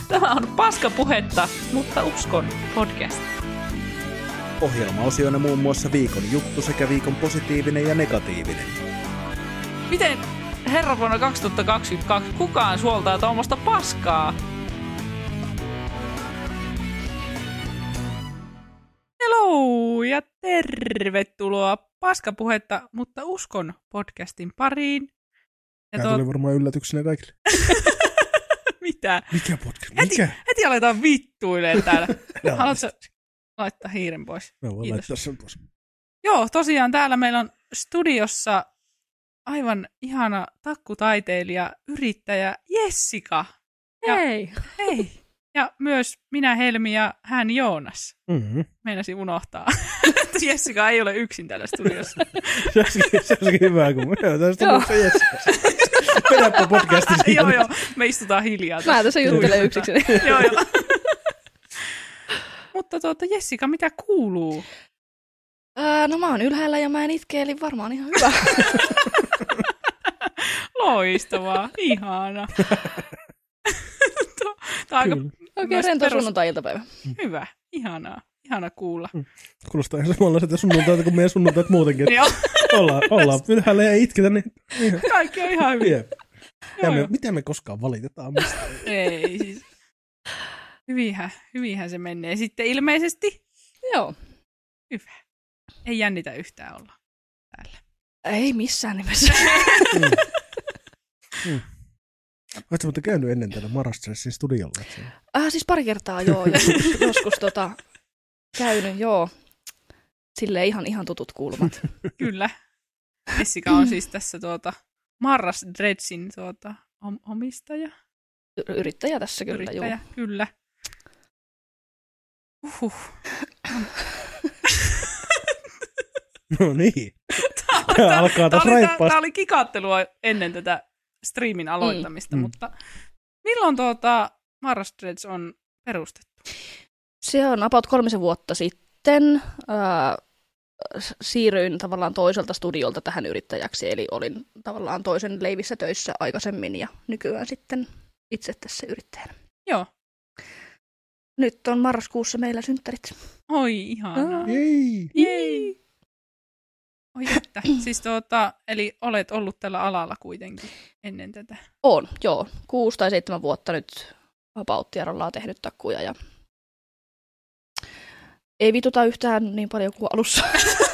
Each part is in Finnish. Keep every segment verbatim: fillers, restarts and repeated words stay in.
Tämä on Paskapuhetta, mutta uskon podcast. Ohjelmaosioina muun muassa viikon juttu sekä viikon positiivinen ja negatiivinen. Miten herra vuonna kaksituhattakaksikymmentäkaksi kukaan suoltaa tuommoista paskaa? Hello ja tervetuloa Paskapuhetta, mutta uskon podcastin pariin. Ja Tämä tuo... tuli varmaan yllätyksenä kaikille. Mitä? Mikä podcast? Heti, Mikä? heti aletaan vittuilemaan täällä. No, Haluatko laittaa hiiren pois? Me voin Kiitos. laittaa sen pois. Joo, tosiaan täällä meillä on studiossa aivan ihana takkutaiteilija, yrittäjä Jessica. Ja, Hei! hei! Ja myös minä Helmi ja hän Joonas. Mm-hmm. Meinasin unohtaa, että Jessica ei ole yksin täällä studiossa. Se olisikin, se olisikin hyvä, kun me tästä Joo. on se Jessica. Vedäpä podcastin siinä. Joo, joo, me istutaan hiljaa. Mä tässä juttelen yksikseni. Joo, joo. Mutta tuota, Jessica, mitä kuuluu? Ää, no mä oon ylhäällä ja mä en itke, eli varmaan ihan hyvä. Loistavaa, ihana. Tämä on aika Oikein rento perus- sunnuntai-iltapäivä. hyvä, ihanaa, ihana kuulla. Kuulostaa ihan samanlaiselta sunnuntaita kuin meidän sunnuntait muutenkin. Joo, ollaan, ollaan ylhäällä ja itketä, niin ihan kaikki on ihan hyvin. jep. Ja me, mitä me koskaan valitetaan mistä? Ei siis. Hyvinhän, hyvinhän se menee sitten ilmeisesti. Joo. Hyvä. Ei jännitä yhtään olla täällä. Ei missään nimessä. Mm. Mm. Oletko muuten käynyt ennen täällä Marastressin studiolla? Äh, siis pari kertaa joo, joskus, joskus tota, käynyt, joo. Silleen ihan, ihan tutut kulmat. Kyllä. Jessica on siis tässä tuota Marras Dreadsin tuota om- omistaja. Y- yrittäjä tässä kyllä, Yrittäjä, joo. kyllä. Uhuh. No niin. Tää, Tää alkaa taas oli, raippaasti. Tämä oli kikattelua ennen tätä streamin aloittamista, Mm, mm. mutta milloin tuota Marras Dreads on perustettu? Se on about kolmisen vuotta sitten. Ää, s- siirryin tavallaan toiselta studiolta tähän yrittäjäksi, eli olin tavallaan toisen leivissä töissä aikaisemmin ja nykyään sitten itse tässä yrittäjänä. Joo. Nyt on marraskuussa meillä synttärit. Oi, ihanaa. Jei. Jei. Oi että. Siis tuota, eli olet ollut tällä alalla kuitenkin ennen tätä. On, joo. Kuusi tai seitsemän vuotta nyt About-tiedolla tehnyt takkuja ja ei vituta yhtään niin paljon kuin alussa.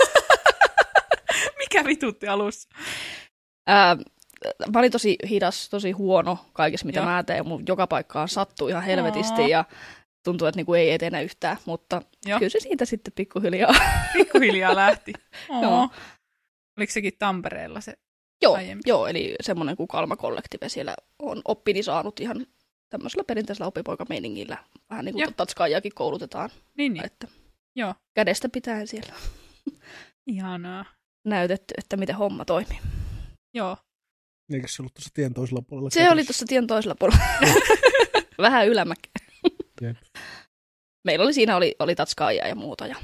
Mikä vitutti alussa? Ää, mä olin tosi hidas, tosi huono kaikessa, mitä Joo. mä teen. Mun joka paikkaan sattui ihan helvetisti Aa. ja tuntuu, että niinku ei etene yhtään, mutta Joo. kyllä se siitä sitten pikkuhiljaa. Pikkuhiljaa lähti. Oo. Joo. Oliko sekin Tampereella se? joo, Aiempi. joo, eli semmoinen kuin Kalma-kollektiive siellä on oppini saanut ihan tämmöisellä perinteisellä oppipoikameiningillä. Vähän niin Joo. kuin tatskaajakin koulutetaan. Niin, niin. Että Joo. kädestä pitäen siellä Ihanaa. näytetty, että miten homma toimii. Joo. Eikö se ollut tuossa tien toisella puolella? Se oli tuossa tien toisella puolella. Vähän ylämäkeen. Jep. Meillä oli siinä oli, oli tatskaajia ja muuta ja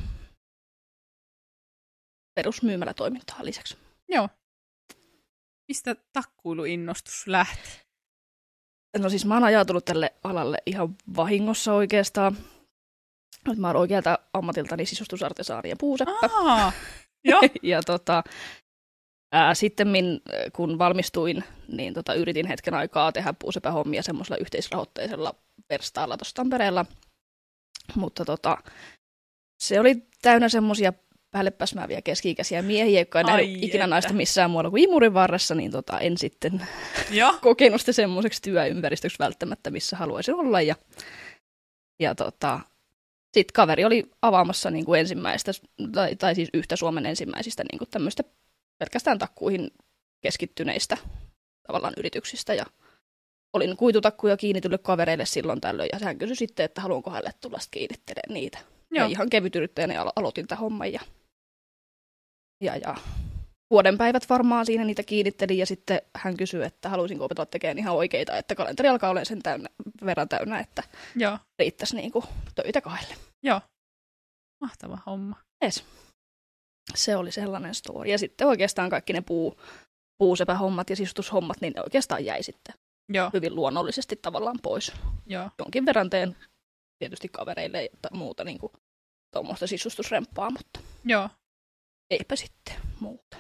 perusmyymälätoimintaa lisäksi. Joo. Mistä takkuiluinnostus lähti? No siis mä oon ajautunut tälle alalle ihan vahingossa oikeastaan. Mä oon oikealta ammatiltani sisustusartesaani ja puuseppä. Aa, joo. Ja tota, ää, sittemmin, kun valmistuin, niin tota, yritin hetken aikaa tehdä puusepähommia semmoisella yhteisrahoitteisella verstaalla tuossa Tampereella. Mutta tota, se oli täynnä semmoisia päällepäsmääviä keski-ikäisiä miehiä, jotka ei Ai nähnyt ikinä että. naista missään muualla kuin imurin varressa, niin tota, en sitten Joo. kokenut sitä semmoiseksi työympäristöksi välttämättä, missä haluaisin olla. Ja, ja tota, sitten kaveri oli avaamassa niin kuin ensimmäistä, tai, tai siis yhtä Suomen ensimmäisistä niin kuin tämmöistä pelkästään takkuihin keskittyneistä tavallaan yrityksistä. Ja olin kuitutakkuja kiinnitylle kavereille silloin tällöin, ja hän kysyi sitten, että haluanko hänelle tulla kiinnittelemään niitä. Joo. Ja ihan kevyt yrittäjänä alo- aloitin tämän homman. Ja, ja, ja vuoden päivät varmaan siinä niitä kiinnittelin, ja sitten hän kysyi, että haluaisinko opetella tekemään ihan oikeita, että kalenteri alkaa olla sen täynnä, verran täynnä, että Joo. riittäisi niin kuin töitä kahdelle. Joo. Mahtava homma. Yes. Se oli sellainen story. Ja sitten oikeastaan kaikki ne puu, puusepähommat ja sisustushommat, niin ne oikeastaan jäi sitten Joo, hyvin luonnollisesti tavallaan pois. joo. Jonkin verran teen tietysti kavereille ja muuta niin kuin tuommoista sisustusremppaa, mutta Joo. eipä sitten muuta.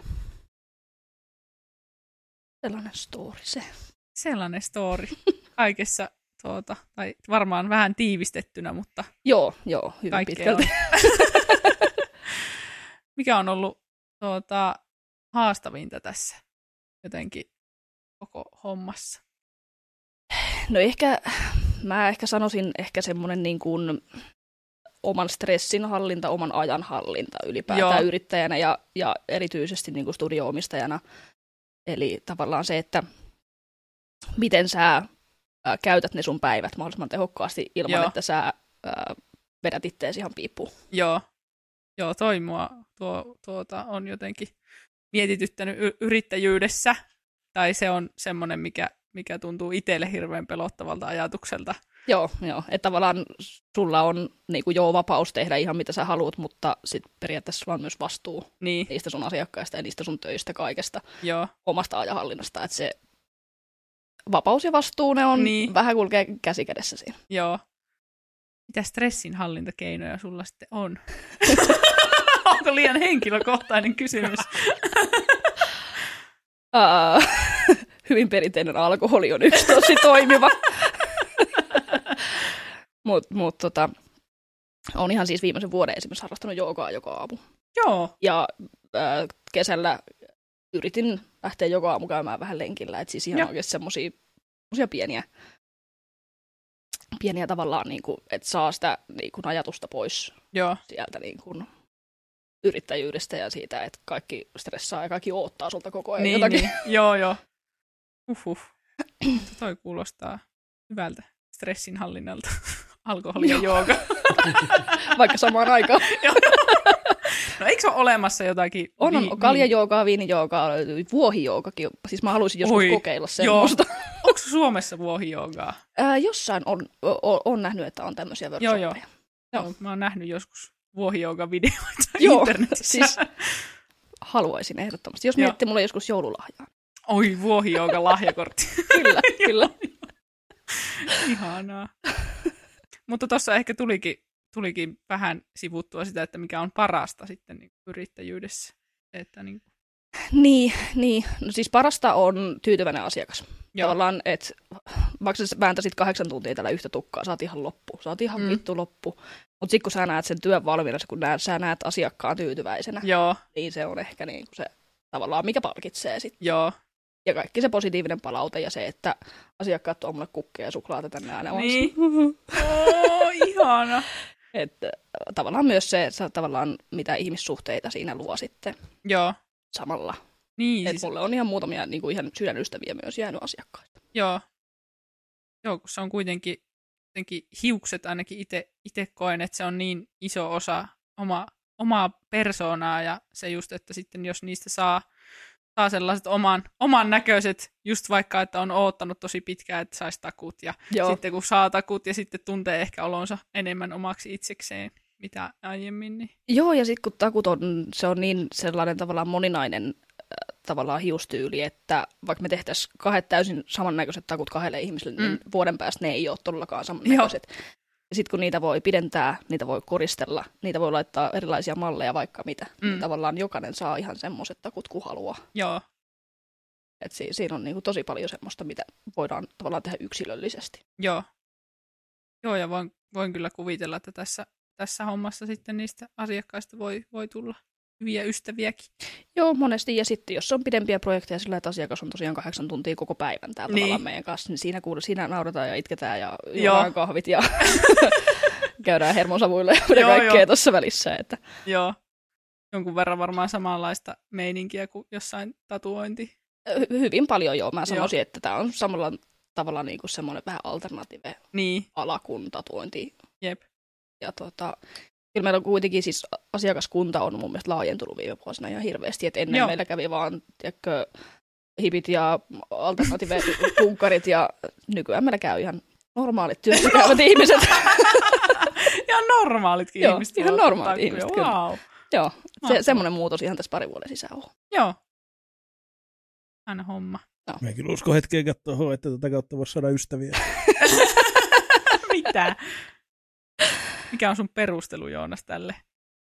Sellainen story se. Sellainen story. Kaikessa tuota, tai varmaan vähän tiivistettynä, mutta Joo, joo, hyvin kaikkea pitkälti. on. Mikä on ollut tuota, haastavinta tässä jotenkin koko hommassa? No ehkä, mä ehkä sanoisin ehkä semmoinen niin kuin oman stressin hallinta, oman ajan hallinta ylipäätään Joo. yrittäjänä ja, ja erityisesti niin kuin studio-omistajana. Eli tavallaan se, että miten sä ää, käytät ne sun päivät mahdollisimman tehokkaasti ilman, Joo. että sä ää, vedät itteesi ihan piippuun. Joo, Joo toi mua tuo, tuota, on jotenkin mietityttänyt y- yrittäjyydessä. Tai se on semmoinen, mikä, mikä tuntuu itselle hirveän pelottavalta ajatukselta. Joo, joo. Että tavallaan sulla on niin kuin joo vapaus tehdä ihan mitä sä haluat, mutta sit periaatteessa sulla on myös vastuu Niin, niistä sun asiakkaista ja niistä sun töistä kaikesta joo, omasta ajanhallinnasta. Että se vapaus ja vastuu, ne on Niin. vähän kulkee käsi kädessä siinä. joo. Mitä stressinhallintakeinoja sulla sitten on? Onko liian henkilökohtainen kysymys? Uh, hyvin perinteinen alkoholi on yksi tosi toimiva. Mutta mut, tota, on ihan siis viimeisen vuoden esimerkiksi harrastanut joogaa joka aamu. Joo, Ja äh, kesällä yritin lähteä joka aamu käymään vähän lenkillä. Et siis ihan Joo. oikeasti semmosia pieniä, pieniä tavallaan, niin kuin, että saa sitä niin kuin ajatusta pois joo, sieltä niin kuin yrittäjyydestä ja siitä, että kaikki stressaa ja kaikki oottaa sulta koko ajan niin, jotakin. niin. joo, joo. Uhuh. Mutta toi kuulostaa hyvältä stressinhallinnalta. Alkoholi ja jooga. Vaikka samaan aikaan. No eikö ole olemassa jotakin? On, vi- on kaljajoogaa, viinijoogaa, vuohijoogakin. Siis mä haluaisin joskus Oi, kokeilla semmoista. Onko Suomessa vuohijoogaa? Ää, jossain on, on, on nähnyt, että on tämmöisiä Joo, joo. workshoppeja. Joo. Mä oon nähnyt joskus vuohijooga-videoita Joo, internetissä. siis haluaisin ehdottomasti. Jos Joo. miettii mulle joskus joululahjaa. Oi, vuohijooga-lahjakortti. Kyllä, kyllä. Ihanaa. Mutta tuossa ehkä tulikin, tulikin vähän sivuttua sitä, että mikä on parasta sitten niin yrittäjyydessä. Että niin kuin... Niin, niin. No siis parasta on tyytyväinen asiakas. Joo. Tavallaan, että vaikka sä vääntäisit kahdeksan tuntia tällä yhtä tukkaa, saat ihan loppu. Saat ihan Mm. vittu loppu. Mutta sitten kun sä näet sen työn valmiina, kun näet, sä näet asiakkaan tyytyväisenä, Joo, niin se on ehkä niin kuin se tavallaan, mikä palkitsee sitten. joo. Ja kaikki se positiivinen palaute ja se, että asiakkaat tuo mulle kukkia ja suklaata tänne aina. on Niin. Oo, ihana. Että tavallaan myös se, että tavallaan mitä ihmissuhteita siinä luo sitten Joo. samalla. Niin, Että siis, mulle on ihan muutamia niin kuin ihan sydänystäviä myös jäänyt asiakkaista. joo. Joo, kun se on kuitenkin, kuitenkin hiukset ainakin itse koen, että se on niin iso osa oma, omaa persoonaa ja se just, että sitten jos niistä saa, saa sellaiset oman, oman näköiset, just vaikka, että on oottanut tosi pitkään, että saisi takut ja Joo. sitten kun saa takut ja sitten tuntee ehkä olonsa enemmän omaksi itsekseen, mitä aiemmin. Niin... Joo, ja sitten kun takut on, se on niin sellainen tavallaan moninainen äh, tavallaan hiustyyli, että vaikka me tehtäisiin kahdet täysin samannäköiset takut kahdelle ihmiselle, mm. niin vuoden päästä ne ei ole todellakaan samannäköiset. Joo. Ja sitten kun niitä voi pidentää, niitä voi koristella, niitä voi laittaa erilaisia malleja vaikka mitä, mm. niin tavallaan jokainen saa ihan semmoiset takut kuin haluaa. Joo. Et si- siinä on niinku tosi paljon semmoista, mitä voidaan tavallaan tehdä yksilöllisesti. Joo. Joo, ja voin, voin kyllä kuvitella, että tässä, tässä hommassa sitten niistä asiakkaista voi, voi tulla hyviä ystäviäkin. Joo, monesti. Ja sitten jos on pidempiä projekteja sillä, että asiakas on tosiaan kahdeksan tuntia koko päivän täällä Niin. tavallaan meidän kanssa, niin siinä, kuule, siinä naurataan ja itketään ja Joo. juodaan kahvit ja käydään hermosavuille ja mitä Joo, kaikkea joo. tuossa välissä. Että... Joo. Jonkun verran varmaan samanlaista meininkiä kuin jossain tatuointi. Hy- hyvin paljon joo. Mä sanoisin, joo. että tämä on samalla tavalla niin kuin semmoinen vähän alternative Niin, ala kuin tatuointi. jep. Ja tota, kyllä meillä on kuitenkin siis asiakaskunta on mun mielestä laajentunut viime vuosina ihan hirveästi. Et ennen Joo. meillä kävi vaan tiedätkö, hipit ja alternative-punkkarit ja nykyään meillä käy ihan normaalit työssä käyvät ihmiset. Ihan normaalitkin Joo, ihmiset. ihan voivat normaalit takkuja. ihmiset, kyllä. Wow. Joo, se, Mahtavaa. semmoinen muutos ihan tässä parin vuoden sisään on. Joo. Aina homma. No. Mä kyllä uskon hetkeen katsoa, että tätä kautta voisi saada ystäviä. Mitä? Mikä on sun perustelu, Joonas, tälle?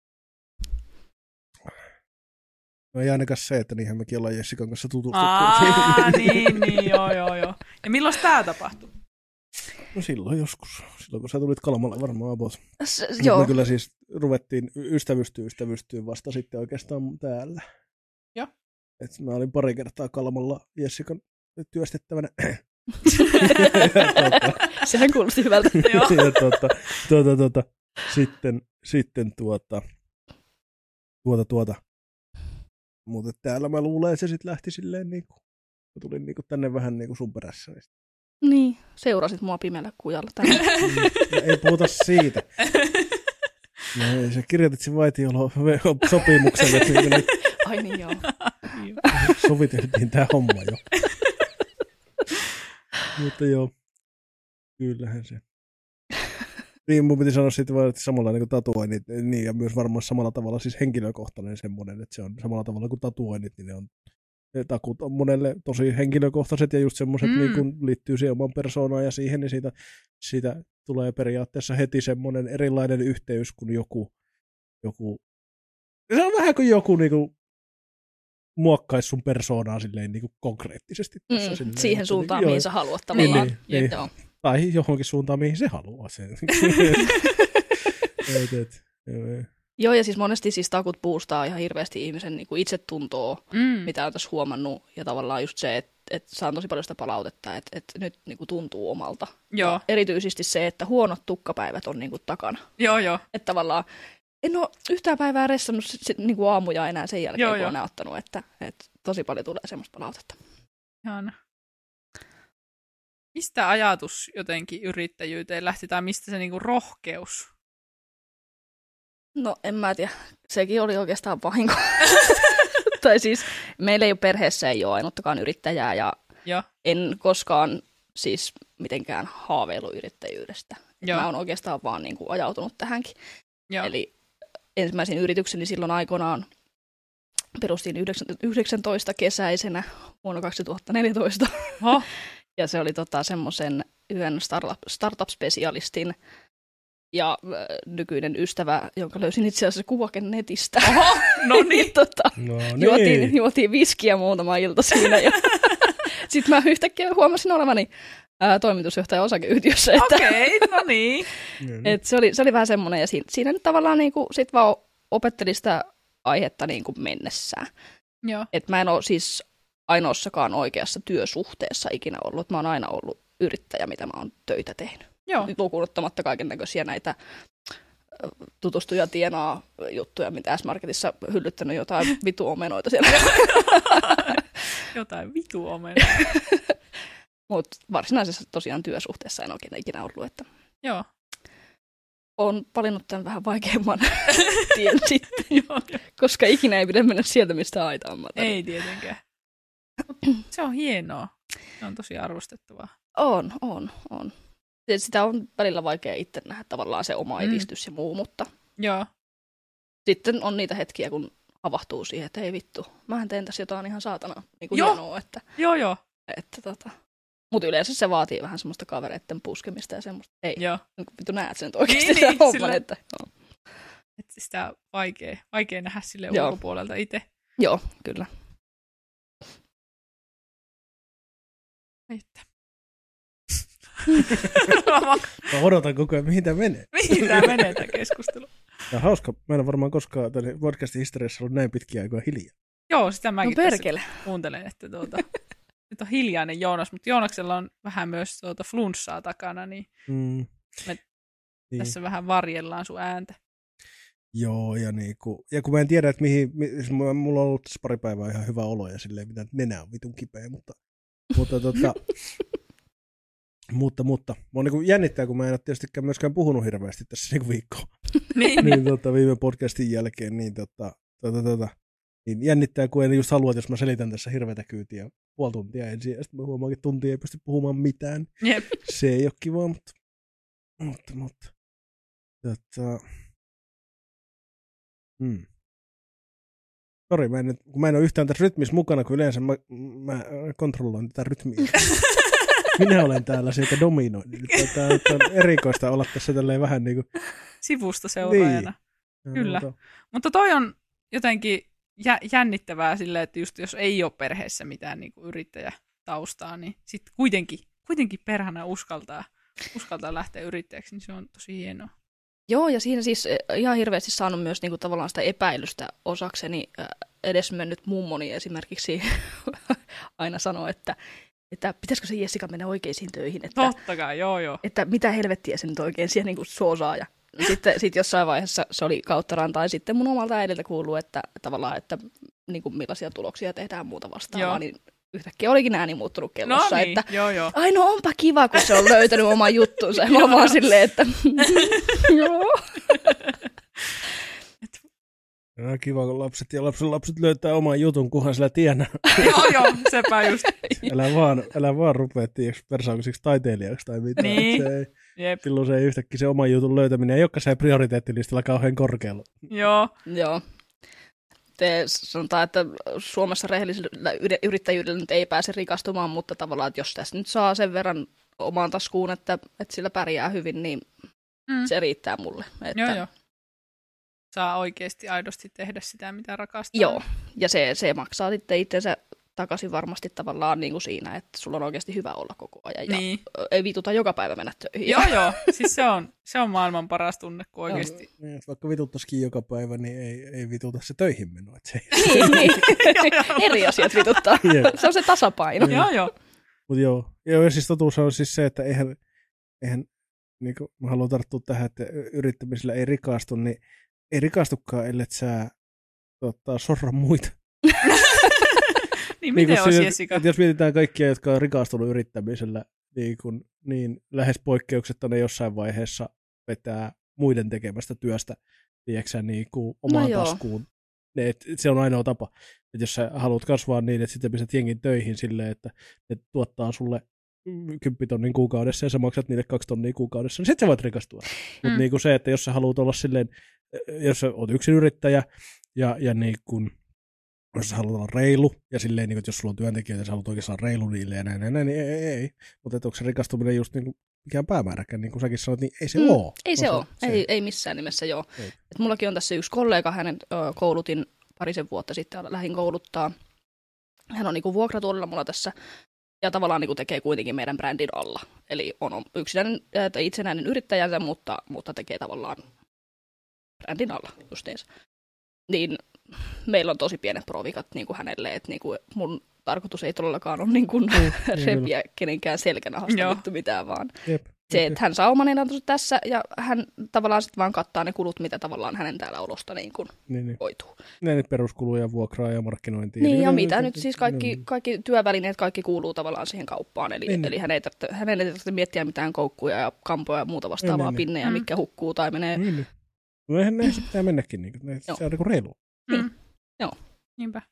No ei ainakaan se, että niinhän mekin ollaan Jessikan kanssa tutustuttu. Aa, niin, niin, joo, joo, joo. Ja milloin tää tapahtui? No silloin joskus. Silloin kun sä tulit Kalmalle varmaan about. S- Mut joo. me kyllä siis ruvettiin ystävystyä ystävystyä vasta sitten oikeastaan täällä. Joo. Et mä olin pari kertaa Kalmalla Jessikan työstettävänä. Sehän kuulosti hyvältä. Joo. ja tuota, tuota, tuota, sitten, sitten tuota, tuota, tuota. Mutta täällä mä luulen, että se sitten lähti silleen niinku, mä tulin niinku tänne vähän niinku sun perässä. Niin, seurasit mua pimeällä kujalla tänne. Ei puhuta siitä. No, sä kirjoitit sen vaitiolo-sopimuksen, että niin Ai niin joo. soviteltiin tää homma jo. Mutta joo, kyllähän se. Niin, mun piti sanoa siitä vaan, että samalla niin kuin tatuoinnit, niin ja myös varmaan samalla tavalla siis henkilökohtainen semmoinen, että se on samalla tavalla kuin tatuoinnit, niin ne on ne takut on monelle tosi henkilökohtaiset ja just semmoiset mm. niin kuin liittyy siihen omaan persoonaan ja siihen, niin siitä, siitä tulee periaatteessa heti semmoinen erilainen yhteys kuin joku, joku se on vähän kuin joku niin kuin muokkaisi sun persoonaa silleen niin kuin konkreettisesti. Tässä, Mm, silleen, siihen että, suuntaan, niin, mihin joo, sä haluat tavallaan. Niin, niin, Joo. tai johonkin suuntaan, mihin se haluaa. Sen. et, et, joo, Joo, ja siis monesti siis takut boostaa ihan hirveästi ihmisen niin kuin itsetuntoa, Mm. mitä on tässä huomannut. Ja tavallaan just se, että, että saan tosi paljon sitä palautetta, että, että nyt niin kuin tuntuu omalta. Joo, Erityisesti se, että huonot tukkapäivät on niin kuin takana. joo, joo. Että tavallaan en ole yhtään päivää ressannut sit, sit, niin kuin aamuja enää sen jälkeen, Joo, kun joo. on ottanut, että, että tosi paljon tulee semmoista palautetta. Ihana. Mistä ajatus jotenkin yrittäjyyteen lähti, tai mistä se niinku rohkeus? No en mä tiedä, sekin oli oikeastaan vahinko. tai siis meillä ei ole perheessä ei ole ainuttakaan yrittäjää ja Joo, en koskaan siis mitenkään haaveillut yrittäjyydestä. Et Joo. mä oon oikeastaan vaan niin kuin ajautunut tähänkin. joo. Eli ensimmäisen yritykseni silloin aikoinaan perustin yhdeksäntoista kesäisenä vuonna kaksituhattaneljätoista. Oho, Ja se oli tota, semmoisen yhden startup, startup-spesialistin ja äh, nykyinen ystävä, jonka löysin itse asiassa kuvake netistä. oho, no niin. tota, no juotiin, niin. juotiin viskiä muutama ilta siinä. Ja sitten mä yhtäkkiä huomasin olevani ää, toimitusjohtaja osakeyhtiössä. Että, Okei, no niin. Niin. et se, oli, se oli vähän semmoinen, ja siinä, siinä nyt tavallaan niinku, sit vaan opetteli sitä aihetta niinku mennessään. Joo, Et mä en ole siis ainoassakaan oikeassa työsuhteessa ikinä ollut. Mä oon aina ollut yrittäjä, mitä mä oon töitä tehnyt. joo. Lukuun ottamatta kaiken näköisiä näitä ö, tutustuja tienaa juttuja, mitä S-Marketissa hyllyttänyt jotain vituomenoita siellä. Jotain vitu omenaa. Mutta varsinaisessa tosiaan työsuhteessa en oikein ikinä ollut, että Joo, oon valinnut tämän vähän vaikeamman tien sitten, joo, joo. koska ikinä ei pidä mennä sieltä, mistä aitaan matala. Ei tietenkään. Se on hienoa. Se on tosi arvostettavaa. On, on, on. Sitä on välillä vaikea itse nähdä tavallaan se oma Mm. edistys ja muu, mutta Joo, sitten on niitä hetkiä, kun havahtuu siihen, että ei vittu, mähän teen tässä jotain ihan saatana niin kuin Joo. hienoa, että, joo, joo. että tota. Mutta yleensä se vaatii vähän semmoista kavereiden puskemista ja semmoista, ei, joo. niin kuin vittu näet sen nyt oikeasti Niin, sen niin, homman, sillä- että no. Että sitä on vaikea, vaikea nähdä sille Joo. ulkopuolelta itse. Joo, kyllä. Että. Mä odotan koko ajan, mihin tämä menee. Mihin tämä menee tämä keskustelu? Tämä on hauska. Mä en ole varmaan koskaan tämän podcastin historiassa ollut näin pitkiä aikoja hiljaa. Joo, sitä No mäkin tässä perkele. kuuntelen, että tuota, nyt on hiljainen Joonas, mutta Joonaksella on vähän myös tuota flunssaa takana, niin Mm. Me- Niin. tässä vähän varjellaan sun ääntä. Joo, ja, niinku, ja kun mä en tiedä, että mihin, mi, siis mulla mulla on ollut tässä pari päivää ihan hyvä olo ja silleen, mitä nenä on vitun kipeä, mutta, mutta, tota, mutta, mutta mua niinku jännittää, kun mä en ole tietystikään myöskään puhunut hirveästi tässä niinku viikkoa. Niin, niin, tota, viime podcastin jälkeen, niin, tota, tota, tota, niin jännittää, kun en just halua, että jos mä selitän tässä hirveätä kyytiä puoli tuntia ensin, ja sitten mä huomaankin, että tuntia ei pysty puhumaan mitään. jep. Se ei ole kiva, mutta, mutta, mutta tota, hmm. Sori, mä en, nyt, kun mä en ole yhtään tässä rytmissä mukana, kun yleensä mä, mä kontrolloin tätä rytmiä. Minä olen täällä sieltä dominoin. Tämä on erikoista olla tässä tälleen vähän niin kuin... Sivusta seuraajana. Niin. Kyllä. No, mutta toi on jotenkin jännittävää silleen, että just jos ei ole perheessä mitään niin kuin yrittäjätaustaa, niin sitten kuitenkin, kuitenkin perhana uskaltaa, uskaltaa lähteä yrittäjäksi, niin se on tosi hienoa. Joo, ja siinä siis ihan hirveästi saanut myös niinku tavallaan sitä epäilystä osakseni. Edesmennyt mummoni esimerkiksi aina sanoo, että, että pitäisikö se Jessica mennä oikeisiin töihin. Että, Totta kai, joo joo. Että mitä helvettiä se nyt oikein siellä niinku soosaa. Ja sitten sit jossain vaiheessa se oli kautta rantain. Sitten mun omalta äidiltä kuuluu, että tavallaan, että niinku millaisia tuloksia tehdään muuta vastaavaa, niin yhtäkkiä olikin ääni muuttunut kellossa, no niin, että joo, joo. ai no onpa kiva, kun se on löytänyt oman juttunsa. Ja mä oon vaan silleen, että joo. No, kiva, kun lapset ja lapsen lapset löytää oman jutun, kunhan sillä tienaa. joo, joo, sepä just. älä vaan, älä vaan rupea persoonisiksi taiteilijaksi tai mitään. Niin. Se ei, silloin se ei yhtäkkiä se oman jutun löytäminen ei olekaan se prioriteettilistalla kauhean korkealla. Joo. Joo. Te sanotaan, että Suomessa rehellisellä yrittäjyydellä nyt ei pääse rikastumaan, mutta tavallaan, että jos tässä nyt saa sen verran omaan taskuun, että, että sillä pärjää hyvin, niin mm. se riittää mulle. Että... Joo, joo. Saa oikeasti aidosti tehdä sitä, mitä rakastaa. Joo, ja se, se maksaa sitten itsensä takaisin varmasti tavallaan niin kuin siinä, että sulla on oikeasti hyvä olla koko ajan. Niin. Ja ei vituta joka päivä mennä töihin. Joo, joo. Siis se on, se on maailman paras tunne, kun oikeasti... No, vaikka vituttaisikin joka päivä, niin ei, ei vituta se töihin meno. Se niin, niin. Eri asiat vituttaa. Se on se tasapaino. Joo, joo. Mut joo. joo, ja siis totuus on siis se, että eihän, eihän niin kuin mä haluan tarttua tähän, että yrittämisellä ei rikastu, niin ei rikastukaan, ellei sä tota, sorra muita. Niin miten niin, olisi, Jessica? Jos mietitään kaikkia, jotka on rikastunut yrittämisellä, niin, kun, niin lähes poikkeuksetta ne jossain vaiheessa vetää muiden tekemästä työstä, tiedätkö, niin kuin omaan no taskuun. Ne, se on ainoa tapa. Että jos sä haluat kasvaa niin, että sitten pistät jengin töihin silleen, että ne tuottaa sulle kymppitonnin kuukaudessa ja sä maksat niille kaksi tonnia kuukaudessa, niin sitten sä voit rikastua. Mm. Mutta niin se, että jos sä haluat olla silleen, jos sä oot yksin yrittäjä ja, ja niin kun, jos sä haluat olla reilu, ja silleen, niin, että jos sulla on työntekijöitä ja sä haluat oikeastaan reilu niille ja näin, näin, näin niin ei, ei, ei. Mutta onko se rikastuminen just niin kuin mikään päämääräkään, niin kuin säkin sanoit, niin ei se mm, ole. Ei se ole, ei, ei missään nimessä joo. Et mullakin on tässä yksi kollega, hänen ö, koulutin parisen vuotta sitten, lähdin kouluttaa. Hän on niin kuin vuokratuolilla mulla tässä, ja tavallaan niin kuin tekee kuitenkin meidän brändin alla. Eli on yksinäinen, itsenäinen yrittäjänsä, mutta, mutta tekee tavallaan brändin alla justiinsa. Niin meillä on tosi pienet provikat niin kuin hänelle, että niin kuin mun tarkoitus ei todellakaan ole niin kuin mm, repiä kenenkään selkänahasta vittu mitään, vaan jep, se, että hän saa oman elantonsa tässä ja hän tavallaan sitten vaan kattaa ne kulut, mitä tavallaan hänen täällä olosta niin kuin niin, niin. koituu. Ne nyt peruskuluja, vuokraa ja markkinointia. Niin, ja mitä nyt siis kaikki, kaikki työvälineet, kaikki kuuluu tavallaan siihen kauppaan, eli, niin, eli hän ei tarvitse, hänen ei tarvitse miettiä mitään koukkuja ja kampoja ja muuta vastaavaa niin, pinnejä, niin. Mikä hukkuu tai menee. Niin, niin. No eihän ne pitää mennäkin, niin, se on niin kuin reilua. Mm. Joo. Niinpä.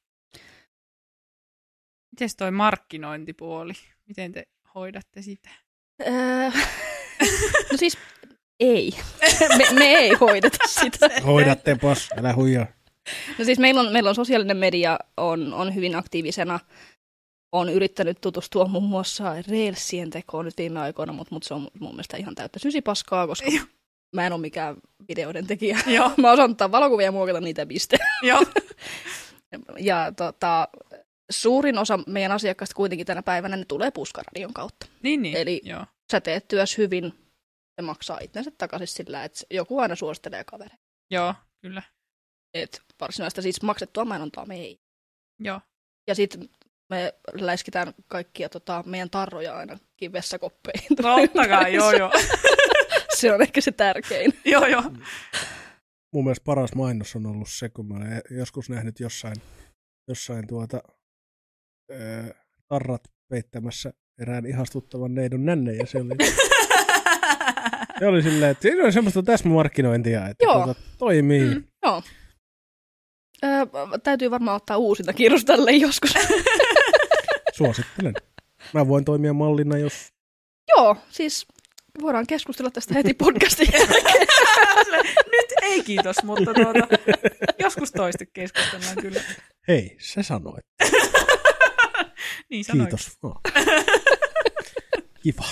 Mites toi markkinointipuoli? Miten te hoidatte sitä? Öö, no siis ei. Me, me ei hoideta sitä. Hoidattepas, älä huijaa. No siis meillä on, meillä on sosiaalinen media, on, on hyvin aktiivisena. Olen yrittänyt tutustua muun muassa reelsien tekoon nyt viime aikoina, mutta, mutta se on mun mielestä ihan täyttä sysipaskaa, koska mä en ole mikään videoiden tekijä. Joo. Mä osaan ottaa valokuvia ja muokata niitä piste. Joo. Ja tota, suurin osa meidän asiakkaista kuitenkin tänä päivänä ne tulee Puskaradion kautta. Niin, niin. Eli joo. Sä teet työs hyvin, se maksaa itsensä takaisin sillä, että joku aina suosittelee kavereita. Joo, kyllä. Et varsinaista siis maksettua mainontaa me ei. Joo. Ja sitten me läiskitään kaikkia tota, meidän tarroja ainakin vessakoppeihin. Totta kai, joo joo. Se on ehkä se tärkein. Joo joo. Mun mielestä paras mainos on ollut se, kun mä olen joskus nähnyt jossain, jossain tuota, ää, tarrat peittämässä erään ihastuttavan neidon nänne, ja se oli, se oli silleen, että siinä oli semmoista täsmämarkkinointia, että tuota, toimii. Mm, joo. Öö, täytyy varmaan ottaa uusinta kierros tälle joskus. Suosittelen. Mä voin toimia mallina, jos... Joo, siis voidaan keskustella tästä heti podcastin jälkeen. Nyt ei kiitos, mutta tuota, joskus toista keskustellaan kyllä. Hei, sä sanoit. Niin sanoin. Kiitos vaan. Kiva.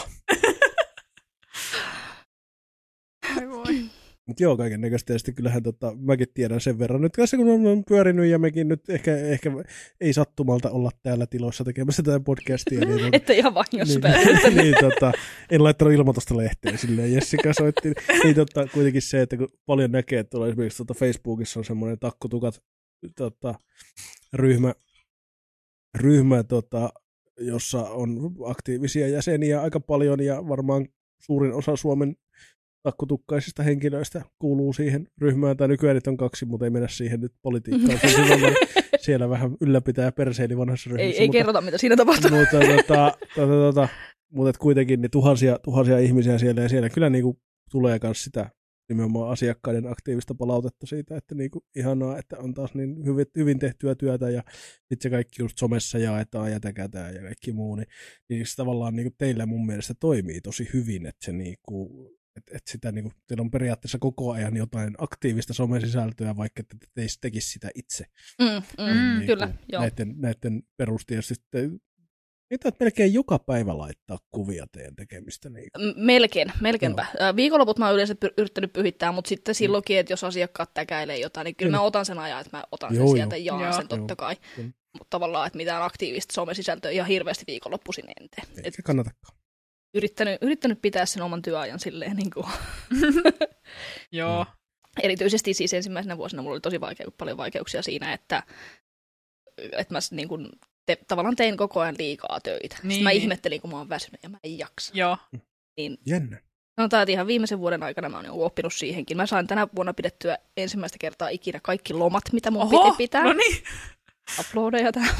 Ai voi. Mutta joo, kaiken näköistä. Ja sitten kyllähän tota, mäkin tiedän sen verran. Nyt kanssa kun on pyörinyt ja mekin nyt ehkä, ehkä ei sattumalta olla täällä tiloissa tekemässä tätä podcastia. Niin, että ihan vahingossa niin, niin, tota, en laittanut ilmoitusta lehteen silleen. Jessica soitti. Niin tota, kuitenkin se, että kun paljon näkee, että tuolla esimerkiksi tota Facebookissa on semmoinen takkutukat tota, ryhmä, ryhmä tota, jossa on aktiivisia jäseniä aika paljon ja varmaan suurin osa Suomen takkutukkaisista henkilöistä kuuluu siihen ryhmään, tai nykyään nyt on kaksi, mutta ei mennä siihen nyt politiikkaan. Siellä vähän ylläpitää perseili vanhassa ryhmässä. Ei, ei mutta, kerrota, mitä siinä tapahtuu. Mutta, tota, tota, tota, mutta kuitenkin niin tuhansia, tuhansia ihmisiä siellä, ja siellä kyllä niinku tulee myös sitä nimenomaan asiakkaiden aktiivista palautetta siitä, että niinku ihanaa, että on taas niin hyvin, hyvin tehtyä työtä, ja sitten se kaikki just somessa jaetaan ja täkätään ja kaikki muu, niin, niin se tavallaan niinku teillä mun mielestä toimii tosi hyvin, että se niinku Että et sitä niinku, teillä on periaatteessa koko ajan jotain aktiivista somesisältöä, vaikka te teis tekisi sitä itse. Mm, mm, niin, kyllä, niin, joo. Näiden, näiden perusteella sitten, niitä melkein joka päivä laittaa kuvia teidän tekemistä. Niin. Melkein, melkeinpä. No. Viikonloput mä oon yleensä py- yrittänyt pyhittää, mutta sitten silloinkin, että jos asiakkaat täkäilee jotain, niin kyllä, kyllä. mä otan sen ajan, että mä otan joo, sen sieltä ja jaan sen totta kai. Mutta tavallaan, että mitään aktiivista somesisältöä ihan hirveästi viikonloppuisin en tee. Eikä et kannatakaan. Yrittänyt, yrittänyt pitää sen oman työajan silleen niin kuin. Joo. Erityisesti siis ensimmäisenä vuosina mulla oli tosi vaikea, paljon vaikeuksia siinä, että, että mä niin kuin te, tavallaan tein koko ajan liikaa töitä. Niin, Sitten mä niin. ihmettelin, kun mä oon väsynyt ja mä en jaksa. Joo. Niin, Jännä. sanotaan, että ihan viimeisen vuoden aikana mä oon oppinut siihenkin. Mä sain tänä vuonna pidettyä ensimmäistä kertaa ikinä kaikki lomat, mitä mun Oho, piti pitää. No niin. Uploadeja tähän.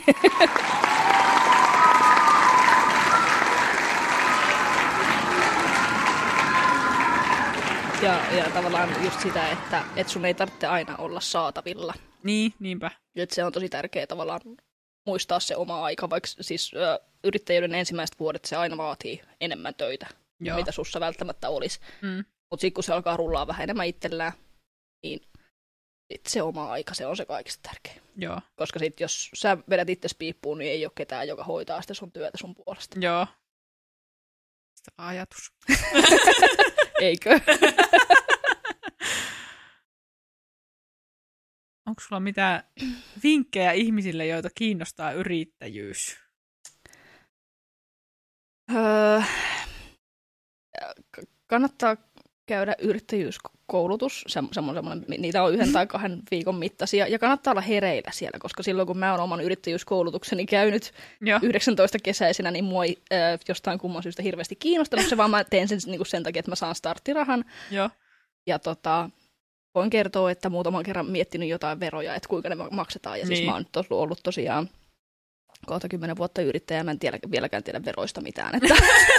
Ja, ja tavallaan just sitä, että et sun ei tarvitse aina olla saatavilla. Niin, niinpä. Et se on tosi tärkeää tavallaan muistaa se oma aika, vaikka siis ö, yrittäjyyden ensimmäiset vuodet se aina vaatii enemmän töitä, Joo. mitä sussa välttämättä olisi. Mm. Mutta sitten kun se alkaa rullaa vähän enemmän itsellään, niin sit se oma aika, se on se kaikista tärkein. Joo. Koska sit jos sä vedät itsesi piippuun, niin ei ole ketään, joka hoitaa sitä sun työtä sun puolesta. Joo. Sitä ajatus. Eikö? Onko sulla mitään vinkkejä ihmisille, joita kiinnostaa yrittäjyys? Öö, kannattaa käydä yrittäjyyskoulutus, semmoinen, niitä on yhden tai kahden viikon mittaisia, ja kannattaa olla hereillä siellä, koska silloin kun mä oon oman yrittäjyyskoulutukseni käynyt Joo. yhdeksäntoista kesäisenä, niin mua ei äh, jostain kumman syystä hirveästi kiinnostanut se, vaan mä teen sen niin kuin sen takia, että mä saan starttirahan. Joo. Ja tota, voin kertoa, että muutaman kerran miettinyt jotain veroja, että kuinka ne maksetaan, ja niin. siis mä oon nyt ollut tosiaan kohta kymmenen vuotta yrittäjä, mä en tiedä, vieläkään tiedä veroista mitään, että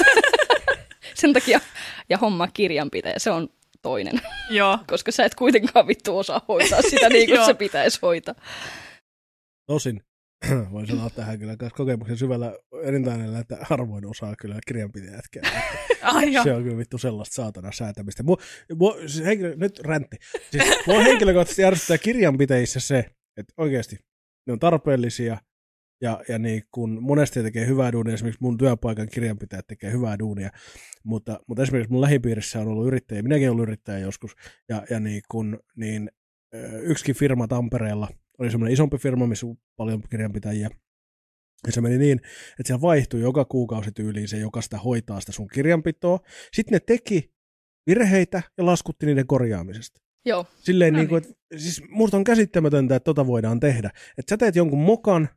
sen takia, ja homma kirjanpitäjä, se on toinen. Joo. Koska sä et kuitenkaan vittu osaa hoitaa sitä niin kuin se pitäisi hoitaa. Tosin, voin sanoa tähän kyllä kokemuksen syvällä erintäänellä, että harvoin osaa kyllä kirjanpitäjätkään. Se on kyllä vittu sellaista saatana säätämistä. Mua, mua, siis henkilö, nyt räntti. Siis mua henkilökohtaisesti järjestetään kirjanpitäjissä se, että oikeasti ne on tarpeellisia. Ja, ja niin kun monesti tekee hyvää duunia, esimerkiksi mun työpaikan kirjanpitäjät tekee hyvää duunia, mutta, mutta esimerkiksi mun lähipiirissä on ollut yrittäjä, minäkin olen ollut yrittäjä joskus, ja, ja niin kun, niin, yksikin firma Tampereella oli semmoinen isompi firma, missä on paljon kirjanpitäjiä, ja se meni niin, että siellä vaihtui joka kuukausi tyyliin se, joka sitä hoitaa sitä sun kirjanpitoa. Sitten ne teki virheitä ja laskutti niiden korjaamisesta. Joo. Silleen no niin kuin, että siis musta on käsittämätöntä, että tota voidaan tehdä. Että sä teet jonkun mokan,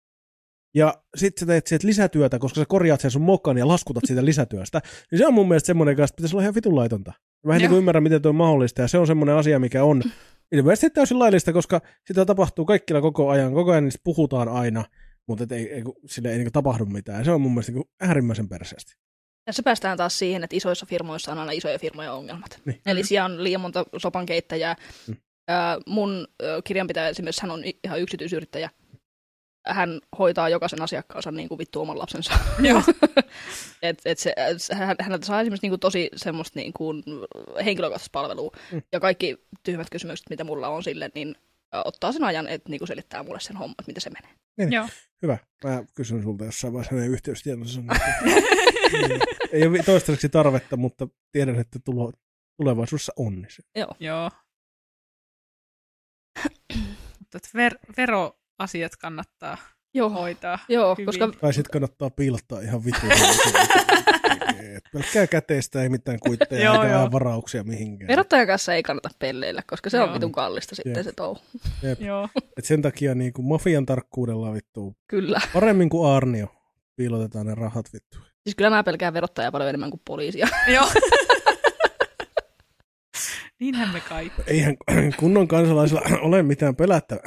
ja sit sä teet sieltä lisätyötä, koska sä korjaat sen sun mokan ja laskutat siitä lisätyöstä. Niin se on mun mielestä semmoinen, että pitäisi olla ihan vitun laitonta. Mä en niin ymmärrä, miten tuo on mahdollista, ja se on semmoinen asia, mikä on ilmeisesti täysin laillista, koska sitä tapahtuu kaikilla koko ajan. Koko ajan niistä puhutaan aina, mutta ei, ei, sille ei niin tapahdu mitään. Se on mun mielestä niin äärimmäisen perseesti. Tässä päästään taas siihen, että isoissa firmoissa on aina isoja firmoja ongelmat. Niin. Eli siellä on liian monta sopankeittäjää. Hmm. Mun kirjanpitäjä esimerkiksi hän on ihan yksityisyrittäjä. Hän hoitaa jokaisen asiakkaansa niin kuin vittu oman lapsensa. et, et se, hän, häneltä saa esimerkiksi niin kuin tosi semmoista niin kuin henkilökohtaista palvelua. Mm. Ja kaikki tyhmät kysymykset, mitä mulla on sille, niin ottaa sen ajan, että niinku selittää mulle sen homman, että miten se menee. Niin. Joo. Hyvä. Mä kysyn sulta jossain vaiheessa hänen yhteystietonsa. Ei ole toistaiseksi tarvetta, mutta tiedän, että tulo, tulevaisuudessa on. Joo. Joo. Mutta ver- veroasiat kannattaa Joo. hoitaa Joo, hyvin. koska Tai sit kannattaa piilottaa ihan vitun. Pelkkää käteistä, ei mitään kuitteja, Joo, eikä joo. vähän varauksia mihinkään. verottajan kanssa ei kannata pelleillä, koska se Joo. on vitun kallista sitten Jep. se touhu. Jep. Joo. Et sen takia niin kuin mafian tarkkuudella vittu. Kyllä. Paremmin kuin Arnio piilotetaan ne rahat vittu. Siis kyllä mä pelkään verottajaa paljon enemmän kuin poliisia. Joo. Niinhän me kaikki. Eihän kunnon kansalaisilla ole mitään pelättävää.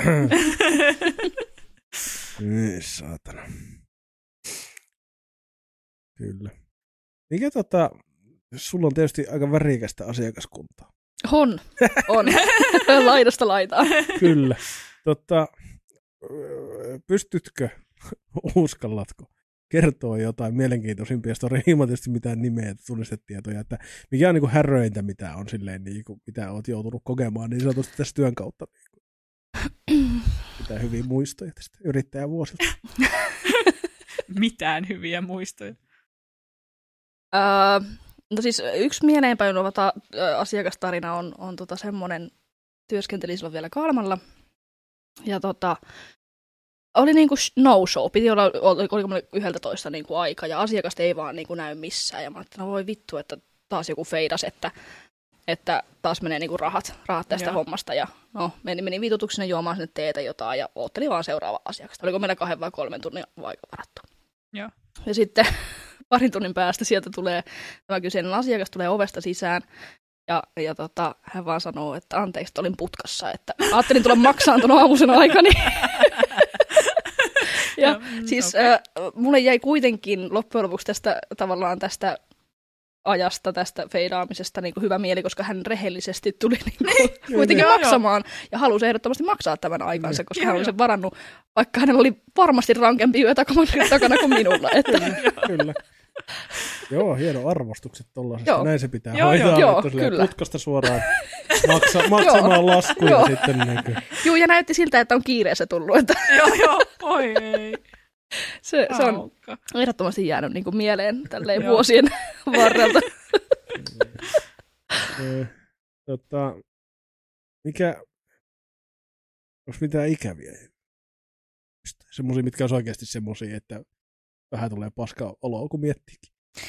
Ei saatana. Kyllä. Mikä tota, sulla on tietysti aika värikästä asiakaskuntaa. On. On. Laidasta laitaan. Kyllä. Tota, pystytkö, uskallatko kertoa jotain mielenkiintoisimpia storia, ilman tietysti mitään nimeä ja tunnistetietoja, että mikä on niin kuin häröintä, mitä on silleen, niin kuin, mitä olet joutunut kokemaan niin sanotusti tässä työn kautta. Niin mitä hyviä muistoja tästä yrittäjävuosilta. Mitään hyviä muistoja. Öö, no siis yksi mieleenpäin ta- asiakastarina on, on tota semmoinen, työskentelin silloin vielä Kalmalla. Ja tota, oli niinku no show, piti olla, oli, oli yhdeltätoista niinku aika, ja asiakasta ei vaan niinku näy missään. Ja mä ajattelin, no voi vittu, että taas joku feidas, että, että taas menee niinku rahat, rahat tästä Joo. hommasta. Ja no, meni, meni vitutuksena juomaan sinne teetä jotain, ja oottelin vaan seuraava asiakasta. Oliko meillä kahden vai kolmen tunnin aika varattu. Joo. Ja sitten parin tunnin päästä sieltä tulee, tämä kyseinen asiakas tulee ovesta sisään, ja, ja tota, hän vaan sanoo, että anteeksi, että olin putkassa, että ajattelin tulla maksaan tuon aamuisen aikani. Ja No, mm, siis okei. äh, mulle jäi kuitenkin loppujen lopuksi tästä tavallaan tästä ajasta, tästä feidaamisesta niin kuin hyvä mieli, koska hän rehellisesti tuli niin kuin, kuitenkin Joo, joo. maksamaan ja halusi ehdottomasti maksaa tämän aikansa, koska Joo, hän oli joo. sen varannut, vaikka hänellä oli varmasti rankempi yö takana, takana kuin minulla. Että, Kyllä. Joo, hieno arvostukset tollaisesta. Joo. Näin se pitää Joo, hoitaa. joo. Joo, että silleen kyllä. putkasta suoraan maksa, maksamaan laskuja Joo. sitten. Niin kuin. juu, ja näytti siltä, että on kiireessä tullut. Että Joo, joo. Oi ei. se, se on Haukka. ehdottomasti jäänyt niin kuin mieleen tälleen Joo. vuosien varrelta. Ö, tota, mikä, onko mitään ikäviä? Semmoisia, mitkä on oikeasti semmoisia, että vähän tulee paskaa oloa, kun miettiikin.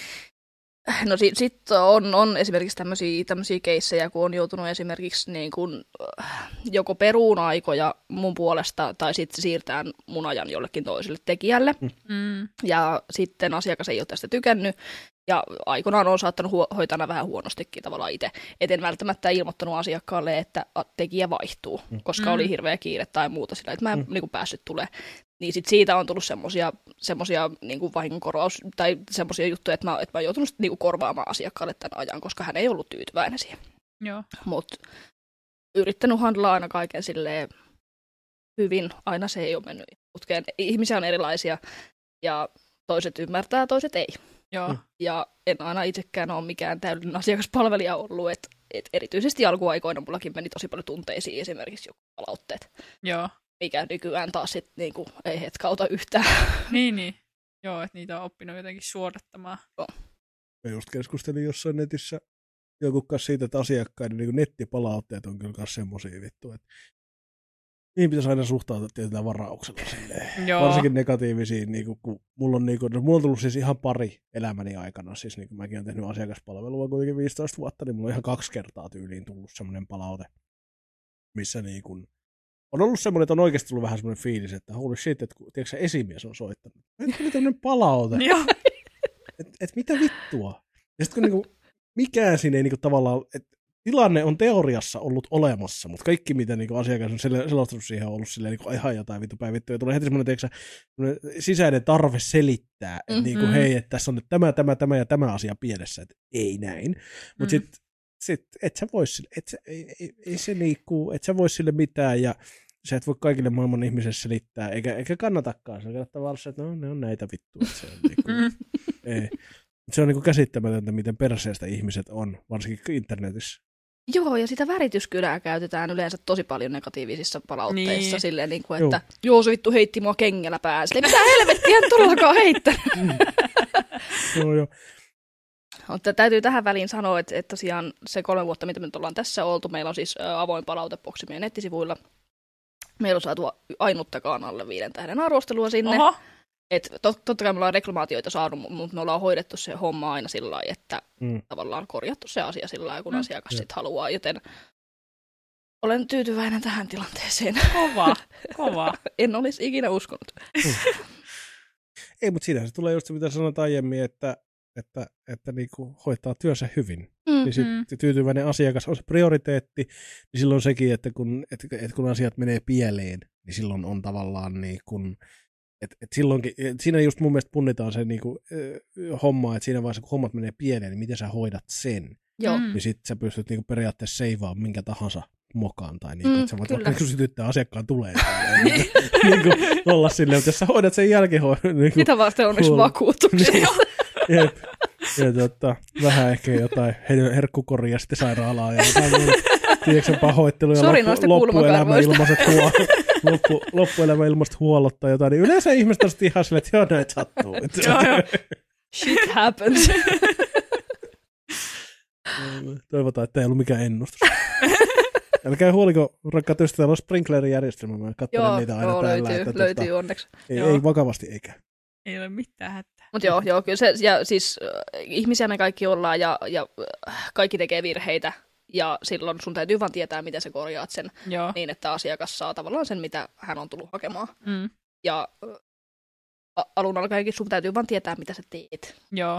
No sitten sit on, on esimerkiksi tämmöisiä tämmöisiä keissejä, kun on joutunut esimerkiksi niin kun, äh, joko peruun aikoja mun puolesta tai sitten siirtää mun ajan jollekin toiselle tekijälle. Mm. Ja sitten asiakas ei ole tästä tykännyt. Ja aikoinaan on saattanut huo- hoitana vähän huonostikin tavallaan itse. Et en välttämättä ilmoittanut asiakkaalle, että a- tekijä vaihtuu, koska Mm. oli hirveä kiire tai muuta sillä, että mä en Mm. niin kuin päässyt tulee. Niin sit siitä on tullut semmosia, semmosia niin kuin vahingonkorvaus, tai semmosia juttuja, että mä, että mä oon joutunut niin kuin korvaamaan asiakkaalle tämän ajan, koska hän ei ollut tyytyväinen siihen. Joo. Mutta yrittänyt handlaa aina kaiken silleen hyvin. Aina se ei ole mennyt putkeen. Ihmisiä on erilaisia, ja toiset ymmärtää, toiset ei. Joo. Mm. Ja en aina itsekään ole mikään täydellinen asiakaspalvelija ollut, että et erityisesti alkuaikoina mullakin meni tosi paljon tunteisiin esimerkiksi joku palautteet, Joo. mikä nykyään taas sit niinku ei hetkauta yhtään. Niin, niin. Joo, että niitä on oppinut jotenkin suodattamaan. Mä just keskustelin jossain netissä jonkun kanssa siitä, että asiakkaiden niin nettipalautteet on kyllä myös semmosia vittu, että niihin pitäisi aina suhtautua tietyllä varauksella silleen. Joo. Varsinkin negatiivisiin, niin kuin, kun mulla on, niin kuin, no, mulla on tullut siis ihan pari elämäni aikana, siis niin kuin mäkin olen tehnyt asiakaspalvelua kuitenkin viisitoista vuotta, niin mulla on ihan kaksi kertaa tyyliin tullut semmoinen palaute, missä niin kuin, on ollut semmoinen, että on oikeasti tullut vähän semmoinen fiilis, että holy shit, että kun, tiedätkö, esimies on soittanut. Nyt tuli tämmöinen palaute, Joo. että et mitä vittua? Ja sitten kun niinku, mikään siinä ei niinku tavallaan, että tilanne on teoriassa ollut olemassa, mutta kaikki mitä niinku asiakas on sel- selostunut siihen on ollut silleen niinku, ihan jotain vittu päin vittu. Ja tulee heti semmoinen, tiedätkö, semmoinen sisäinen tarve selittää, että Mm-hmm. niinku, hei, että tässä on nyt tämä, tämä, tämä ja tämä asia pielessä, että ei näin. Mutta Mm. sitten sit, et sä vois sille, et sä, ei, ei, ei se niinku, et sä vois sille mitään ja sä et voi kaikille maailman ihmisille selittää, eikä, eikä kannatakaan. Se kannattaa vaan se, että no, ne on näitä vittuja. Se on niinku, Mm. ei. Se on niinku käsittämätöntä, miten perseestä ihmiset on, varsinkin internetissä. Joo, ja sitä värityskylää käytetään yleensä tosi paljon negatiivisissa palautteissa. Niin. Silleen, niin kuin, että joo. joo, se vittu heitti mua kengällä päähän. Silleen, mitä helvettiä en todellakaan heittänyt. Joo, joo. Mutta täytyy tähän väliin sanoa, että, että tosiaan se kolme vuotta, mitä me nyt ollaan tässä oltu, meillä on siis avoin palautepoksi meidän nettisivuilla. Meillä on saatu ainuttakaan alle viiden tähden arvostelua sinne. Oho. Et tot, totta kai me ollaan reklamaatioita saanut, mutta me ollaan hoidettu se homma aina sillä lailla, että Mm. tavallaan korjattu se asia sillä lailla, kun Mm. asiakas sit haluaa. Joten olen tyytyväinen tähän tilanteeseen. Kova, kova. En olisi ikinä uskonut. Mm. Ei, mutta siinähän se tulee just se, mitä sanoit aiemmin, että, että, että niinku hoitaa työnsä hyvin. Mm. Niin sitten tyytyväinen asiakas on se prioriteetti, niin silloin sekin, että kun, et, et kun asiat menee pieleen, niin silloin on tavallaan niin kuin, että et silloinkin, et siinä just mun mielestä punnitaan se niinku, äh, homma, että siinä vaiheessa kun hommat menee pieleen, niin miten sä hoidat sen, Joo. Mm. niin sit sä pystyt niinku periaatteessa seivaamaan minkä tahansa mokaan, tai niinku, Mm, että sä voit kyllä. vaikka niinku sytyttää asiakkaan tulee, niinku, niinku olla silleen, mutta jos sä hoidat sen jälkihoidon, niinku, Mitä varten on yksi huol- vakuutuksia? Niin. Jep. Ja tota, vähän ehkä jotain her- herkkukoria sitten sairaalaa ja jotain muuta. Tiedätkö pahoitteluja, Sori loppu, noista loppuelämä kulmakarvoista. ilmaiset huo, loppu, loppuelämä ilmaiset huollot tai jotain, niin yleensä ihmiset on sitten ihan silleen, että joo, näitä sattuu. Joo, joo. Shit happens. Toivotaan, että ei ollut mikään ennustus. Älkää huoliko, rakkaat ystävät, täällä on sprinklerijärjestelmä, mä katselen Joo, niitä aina joo täällä. löytyy, Että, löytyy tota, onneksi. ei, Joo. ei vakavasti eikä. Ei ole mitään hätää. Mutta joo, joo, kyllä se, ja siis äh, ihmisiä me kaikki ollaan ja, ja äh, kaikki tekee virheitä. Ja silloin sun täytyy vaan tietää, miten sä korjaat sen Joo. niin, että asiakas saa tavallaan sen, mitä hän on tullut hakemaan. Mm. Ja äh, alun alkaenkin sun täytyy vaan tietää, mitä sä teet. Joo.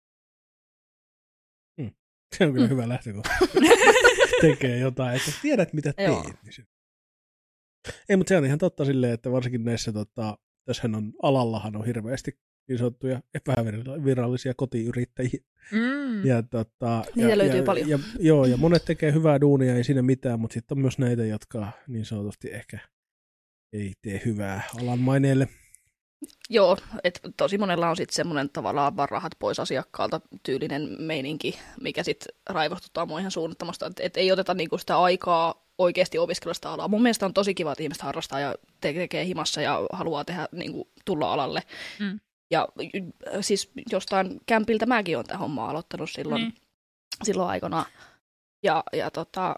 Se on kyllä mm. hyvä lähtökohta. Tekee jotain, että tiedät mitä teet. Joo. Niin se... Ei, mutta se on ihan totta silleen, että varsinkin näissä, tota, tässähän on, alallahan on hirveästi niin sanottuja epävirallisia kotiyrittäjiä. Mm. Ja, tota, Niitä ja, löytyy ja, paljon. Ja, joo, ja monet tekee hyvää duunia, ei siinä mitään, mutta sitten on myös näitä, jotka niin sanotusti ehkä ei tee hyvää alan maineelle. Joo, että tosi monella on sitten semmoinen tavallaan vaan rahat pois asiakkaalta tyylinen meininki, mikä sitten raivostuttaa mua ihan suunnattomasta, että et ei oteta niinku sitä aikaa oikeasti opiskella sitä alaa. Mun mielestä on tosi kiva, että ihmiset harrastaa ja te- tekee himassa ja haluaa tehdä, niinku, tulla alalle. Mm. Ja äh, siis jostain kämpiltä mäkin olen tämän hommaa aloittanut silloin, Niin. silloin aikanaan. Ja, ja tota,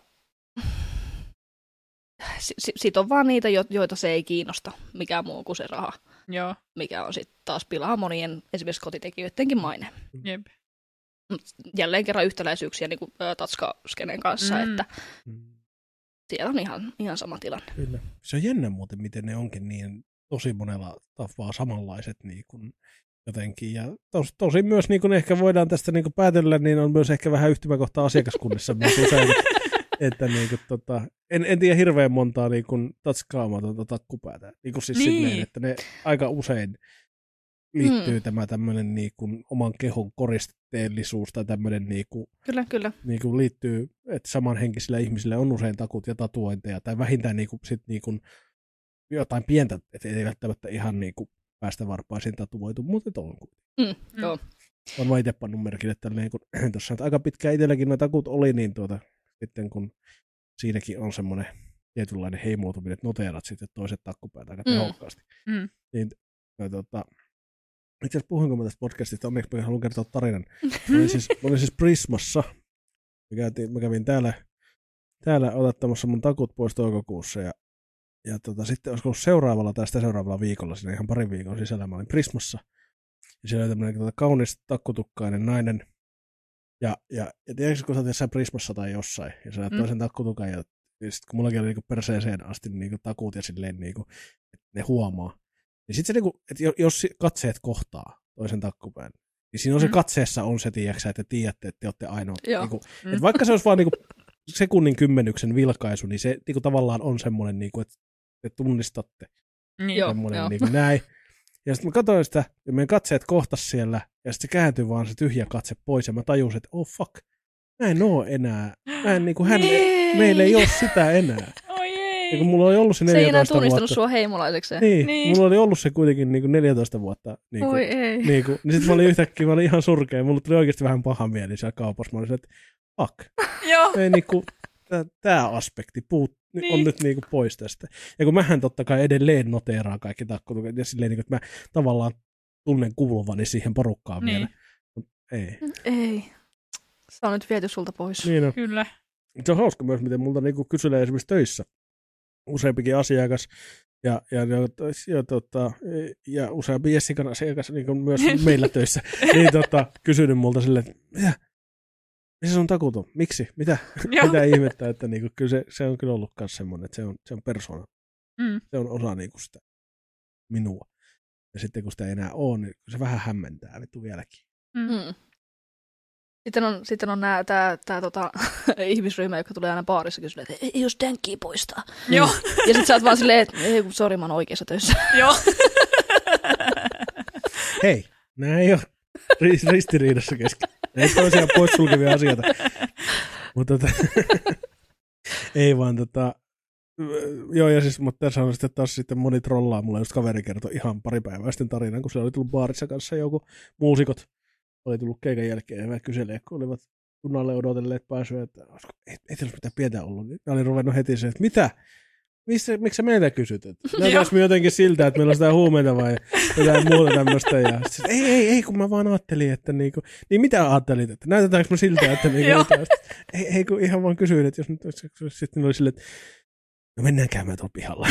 si- sit on vaan niitä, jo- joita se ei kiinnosta, mikä muu kuin se raha. Joo. Mikä on sitten taas pilaa monien esimerkiksi kotitekijöidenkin maine. Jep. Mut jälleen kerran yhtäläisyyksiä niin kuin Tatska-skenen kanssa, Mm. mm. että Mm. siellä on ihan, ihan sama tilanne. Kyllä. Se on jännä muuten, miten ne onkin niin tosi monella tapaa samanlaiset niin kuin jotenkin. Ja tos, tosi myös niin kuin ehkä voidaan tästä niin kuin päätellä, niin on myös ehkä vähän yhtymäkohta asiakaskunnissa myös usein. Että niin kuin, tota, en, en tiedä hirveän montaa niin kuin tatskaamatonta takkupäätä. Niin kuin siis Niin. silleen, että ne aika usein liittyy Mm. tämä tämmöinen niin kuin oman kehon koristeellisuus tai tämmöinen niin kuin, Kyllä, kyllä. niin kuin liittyy, että samanhenkisillä ihmisillä on usein takut ja tatuointeja tai vähintään niin kuin, sit niin kuin jotain pientä, että ei välttämättä ihan niin kuin päästä varpaisiin tatuoitu, mutta on. Mm, Mm. joo. On vaan itse pannut merkille, että niin kuin, tuossa aika pitkään itselläkin nuo takut oli, niin tuota, sitten kun siinäkin on semmoinen tietynlainen heimoutuminen, että noteerat sitten toiset takkupäät aika Mm. tehokkaasti. Mm. Niin, no, tota, itse asiassa puhuinko mä tästä podcastista, onneksi mä haluan kertoa tarinan. Mä olin siis, mä olin siis Prismassa. Mä kävin, mä kävin täällä, täällä otattamassa mun takut pois toukokuussa ja, ja tota, sitten olisiko ollut seuraavalla tai sitä seuraavalla viikolla, siinä ihan parin viikon sisällä mä olin Prismassa. Ja siellä oli tämmöinen tota, kaunis takkutukkainen nainen. Ja, ja, ja tiedätkö, kun sä oot jossain Prismassa tai jossain, ja sä näet Mm. toisen takkutukan, ja, ja sitten kun mullakin oli niinku perseeseen asti niinku takut ja silleen, niinku, että ne huomaa. Niin sitten se, niinku, että jos katseet kohtaa toisen takkupään, niin siinä on se Mm. katseessa on se, tiiäksä, että tiedätte, että te olette ainoat. Joo. Niinku, Mm. että vaikka se olisi vaan niinku sekunnin kymmenyksen vilkaisu, niin se niinku, tavallaan on semmoinen, niinku, että te tunnistatte Niin. Joo. semmoinen niinku, näin. Ja sitten mä katsoin sitä, ja meidän katseet kohtas siellä, ja sitten se kääntyi vaan se tyhjä katse pois, ja mä tajusin, että oh fuck, mä en oo enää, mä en niinku, hän, Ei. meillä ei ole sitä enää. Oi ei. Ja kun mulla oli ollut se Se ei enää neljätoista tunnistanut vuotta. sua heimolaiseksi. Niin, Niin. mulla oli ollut se kuitenkin niinku neljätoista vuotta. Niinku, Oi ei. niinku, niin sitten mä olin yhtäkkiä, mä olin ihan surkea, mulla tuli oikeasti vähän paha mieli siellä kaupassa. Mä olin se, että fuck. Joo. Ei niinku, tämä aspekti puut, niin. on nyt niinku pois tästä. Ja kun mähän totta kai edelleen noteeraan kaikki takkotukat, ja silleen, niinku, että mä tavallaan tunnen kuuluvani siihen porukkaan niin. vielä. Mut ei. Ei. Se on nyt viety sulta pois. Niin on. Kyllä. Se on hauska myös, miten multa niinku kyselee esimerkiksi töissä useampikin asiakas, ja, ja, ja, ja, tota, ja useampi Jessikan asiakas niin myös meillä töissä, niin tota, kysynyt multa silleen, että mitä? Missä sun takut on? Miksi? Mitä? Mitä ihmettä? Että niinku, kyllä se, se on kyllä ollut myös semmoinen, että se on, se on persona. Mm. Se on osa niinku sitä minua. Ja sitten kun sitä ei enää ole, niin se vähän hämmentää vittu vieläkin. Mm. Sitten on, sitten on nää, tää, tää tota, ihmisryhmä, joka tulee aina baarissa kysyä, että ei jos dänkkiä poistaa. Joo. Ja sit sä oot vaan silleen, että ei kun sori, mä oon oikeassa töissä. Joo. Hei, nää ei ole ristiriidassa kesken. Nää ei toisiaan poissulkevia asioita. Mutta tota, ei vaan tota, joo ja siis, mutta tässä on sitten taas sitten moni trollaa. Mulla just kaveri kertoi ihan pari päivää sitten tarinan, kun siellä oli tullut baarissa kanssa joku muusikot. Oli tullut keikan jälkeen ja kyselee, kun olivat junalle odotelleet pääsyä, että ei, ei teillä mitään pientä ollut. Ja olin ruvennut heti se, että mitä? Missä, miksi sä meiltä kysyt? Näytäis me jotenkin siltä, että meillä on sitä huumeita vai jotain muuta tämmöistä. Ja sit, ei, ei, ei, kun mä vaan ajattelin, että niinku, niin mitä ajattelit, että näytetäänkö me siltä, että niinku, mitä? Ei, ei, kun ihan vaan kysyin, että jos nyt sitten oli silleen, että no mennään käymään tuolla pihalla.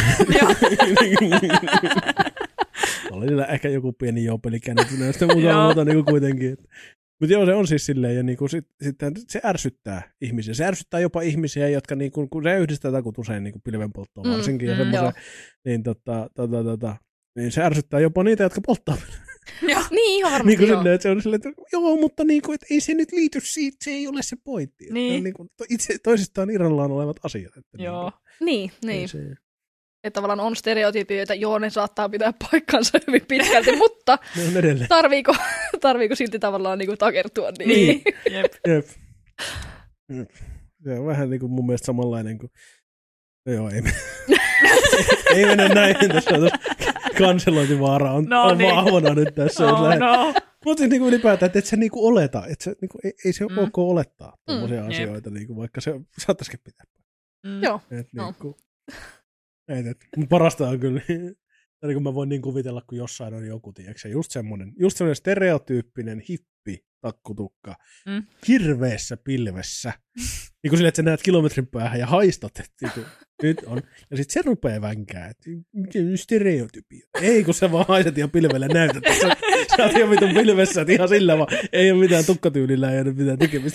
Oli niillä ehkä joku pieni joupeli käännetty ja sitten muuta muuta niin kuitenkin. Mutta joo, se on siis silleen, ja niinku sit, sitten se ärsyttää ihmisiä. Se ärsyttää jopa ihmisiä, jotka niinku, kun se yhdistää takut usein niinku pilvenpolttoon mm, varsinkin, ja semmoisen, niin, tota, tota, tota, niin se ärsyttää jopa niitä, jotka polttaa. Joo. Niin, ihan varmasti niin joo. Silleen, että se on silleen, että joo, mutta niinku, et ei se nyt liity siitä, se ei ole se pointti. Niin. On, niinku, itse, toisistaan irrallaan olevat asiat. Että joo. Niin, niin. Se, että tavallaan on stereotypioita, joo, ne saattaa pitää paikkansa hyvin pitkälti, mutta tarviiko, tarviiko silti tavallaan niinku takertua? Niin. niin. Jep. Jep. Jep. Se on vähän niin kuin mun mielestä samanlainen kuin... No joo, ei, ei mennä näin. Tässä on kanselointivaara on, no, on niin. vahvana nyt tässä. Oh, no. Mutta niin ylipäätään, että et sä niinku oleta. Et sä, niinku, ei, ei se ole mm. ok olettaa tuollaisia mm. asioita, niinku, vaikka se saattaisikin pitää. Mm. Joo. Et, niinku, Mutta parasta on kyllä, niin kuin mä voin niin kuvitella, kun jossain on joku, tiedätkö, just semmoinen, just semmoinen stereotyyppinen hippi takkutukka mm. hirveässä pilvessä. Niin kuin silleen, että sä näet kilometrin päähän ja haistat, että nyt on. Ja sitten se rupeaa vänkää, että miten stereotypia. Ei, kun sä vaan haistat ihan pilvellä ja näytät, että sä, sä oot ihan vitun pilvessä, että ihan sillä vaan ei ole mitään tukkatyylillä, ei ole mitään tekemistä.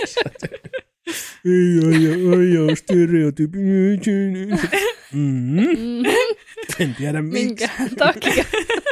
Ei ole, ei ole stereotypia. Mm-hmm. En tiedä miksi. Minkä takia?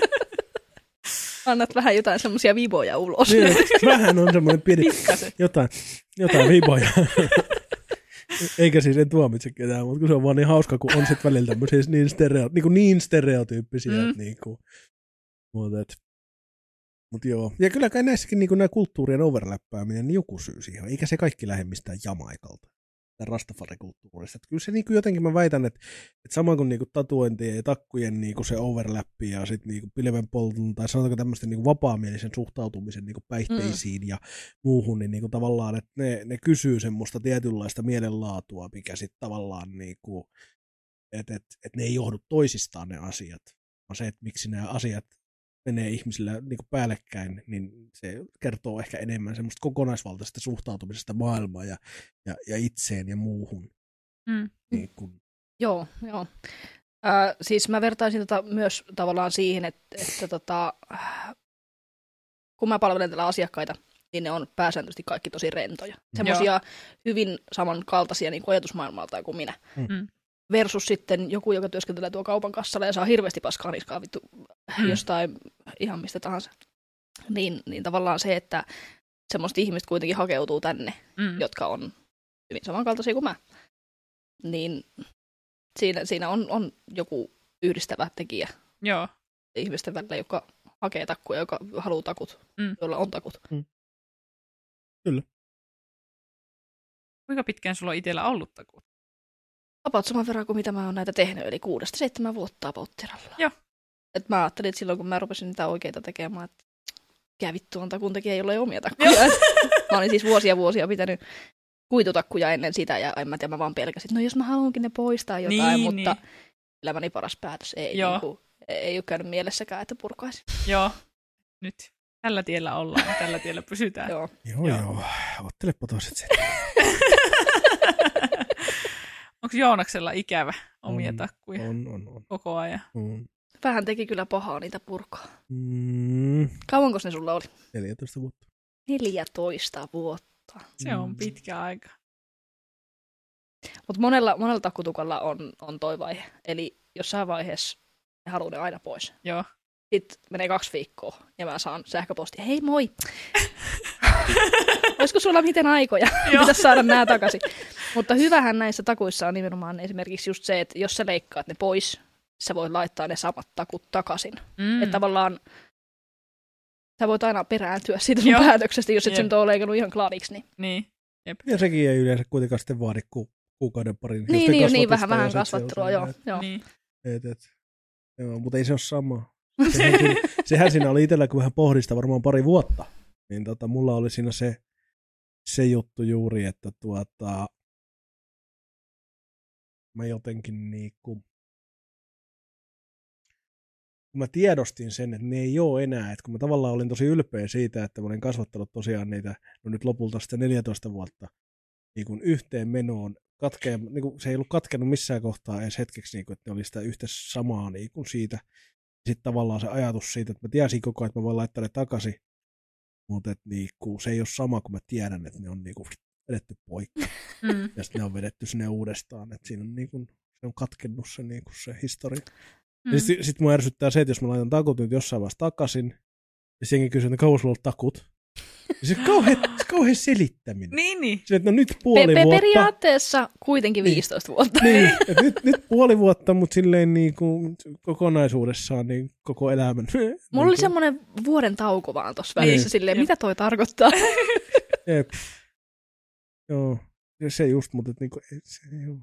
Annat vähän jotain semmoisia viboja ulos. Niin, vähän on semmoinen pieni jotain, jotain viboja. Eikä siis en tuomitse ketään, mutta se on vaan niin hauska, kun on sitten välillä tämmöisiä niin, stereo, niin, kuin niin stereotyyppisiä. Mm. Niin kuin, mutta, et, mutta joo. Ja kyllä kai näissäkin niin kuin nämä kulttuurien overläppääminen, niin joku syy siihen. Eikä se kaikki lähde mistään Jamaikalta. Rastafari-kulttuurista. Että kyllä se niin kuin jotenkin mä väitän, että, että sama kuin, niin kuin tatuointien ja takkujen niin kuin se overlappi ja sitten niin pilvenpolton tai sanotaanko tämmöisten niin kuin vapaamielisen suhtautumisen niin kuin päihteisiin mm. ja muuhun, niin, niin kuin tavallaan, että ne, ne kysyy semmoista tietynlaista mielenlaatua, mikä sitten tavallaan, niin kuin, että, että, että ne ei johdu toisistaan ne asiat, vaan se, että miksi nämä asiat menee ihmisillä niin kuin päällekkäin, niin se kertoo ehkä enemmän semmoista kokonaisvaltaisesta suhtautumisesta maailmaan ja, ja, ja itseen ja muuhun. Mm. Niin kun... Joo, joo. Äh, siis mä vertaisin tota myös tavallaan siihen, että, että tota, kun mä palvelen tällä asiakkaita, niin ne on pääsääntöisesti kaikki tosi rentoja. Semmoisia hyvin samankaltaisia niin kuin ajatusmaailmalta kuin minä. Mm. Versus sitten joku, joka työskentelee tuo kaupan kassalla ja saa hirveästi paskaa niskaa vittu mm. jostain ihan mistä tahansa. Niin, niin tavallaan se, että semmoista ihmistä kuitenkin hakeutuu tänne, mm. jotka on hyvin samankaltaisia kuin mä. Niin siinä, siinä on, on joku yhdistävä tekijä Joo. ihmisten välillä, joka hakee takkuja, joka haluaa takut, mm. jolla on takut. Mm. Kyllä. Kuinka pitkään sulla on itsellä ollut takut? About saman verran kuin mitä mä oon näitä tehnyt, eli kuudesta seitsemän vuotta apauttiralla. Joo. Et mä ajattelin, että silloin kun mä rupesin niitä oikeita tekemään, että mikä vittu on takuntekijä, jolla ei omia takkuja. Mä olin siis vuosia vuosia pitänyt kuitutakkuja ennen sitä, ja en mä tiedä, mä vaan pelkäsin, no jos mä haluankin ne poistaa jotain, niin, mutta niin. elämäni paras päätös ei, Joo. niin kuin, ei ole käynyt mielessäkään, että purkaisin. Joo, nyt tällä tiellä ollaan ja tällä tiellä pysytään. Joo. Joo, joo. joo. Ottelepa toiset sitten. Onko Joonaksella ikävä omia On, takkuja On, on, on. koko ajan? on. Vähän teki kyllä pahaa niitä purkaa. Mm, Kauanko ne sulla oli? neljätoista vuotta. neljätoista vuotta. Se on Mm. pitkä aika. Mutta monella, monella takkutukalla on, on toi vaihe. Eli jossain vaiheessa ne haluaa ne aina pois. Joo. Sitten menee kaksi viikkoa ja mä saan sähköpostia. Hei moi! Olisiko sulla miten aikoja? Pitäisi saada nämä takaisin. Mutta hyvähän näissä takuissa on nimenomaan esimerkiksi just se, että jos sä leikkaat ne pois, sä voit laittaa ne samat takut takaisin. Mm. Että tavallaan sä voit aina perääntyä siitä sun Joo. päätöksestä, jos et Jep. sä nyt ole leikannut ihan klaniksi. Niin, Niin. Jep. Ja sekin ei yleensä kuitenkaan sitten vaadi ku, kuukauden parin. niin, niin, niin vähän, vähän ja sit se kasvattelua, on joo. sellainen, joo. Niin. Et, et, joo, mutta ei se ole sama. Sehän, siinä, sehän siinä oli itsellä, kun vähän pohdista varmaan pari vuotta. Niin tota, mulla oli siinä se, se juttu juuri, että tuota, mä jotenkin niinku, kun mä tiedostin sen, että ne ei ole enää, että kun mä tavallaan olin tosi ylpeä siitä, että mä olin kasvattanut tosiaan niitä, no nyt lopulta sitten neljätoista vuotta, niin kuin yhteen menoon, katkea, niin kuin se ei ollut katkenut missään kohtaa edes hetkeksi, niin kuin, että ne oli sitä yhtä samaa niin kuin siitä. Sitten tavallaan se ajatus siitä, että mä tiesin koko ajan, että mä voin laittaa ne takaisin, mutta että niin kuin, se ei ole sama, kun mä tiedän, että ne on niin kuin vedetty poikki Mm. ja sitten ne on vedetty sinne uudestaan, että siinä on, niin kuin, se on katkennut se, niin kuin se historia. Mm. Ja sitten sit mua ärsyttää se, että jos mä laitan takut nyt jossain vaiheessa takaisin, ja senkin kysyy, että kauan sulla on takut. Ja se kauhean, se kauhean selittäminen. Niin, niin. Se, että no nyt puoli Pe- pe- vuotta. periaatteessa kuitenkin Niin. viisitoista vuotta. Niin, että nyt, nyt puoli vuotta, mutta silleen niin kuin kokonaisuudessaan niin koko elämän. Mulla oli semmoinen vuoden tauko vaan tuossa välissä, Niin. silleen, Jep. mitä toi tarkoittaa? Jep. Joo, ja se just, mutta että, niin kuin, et se ei ole.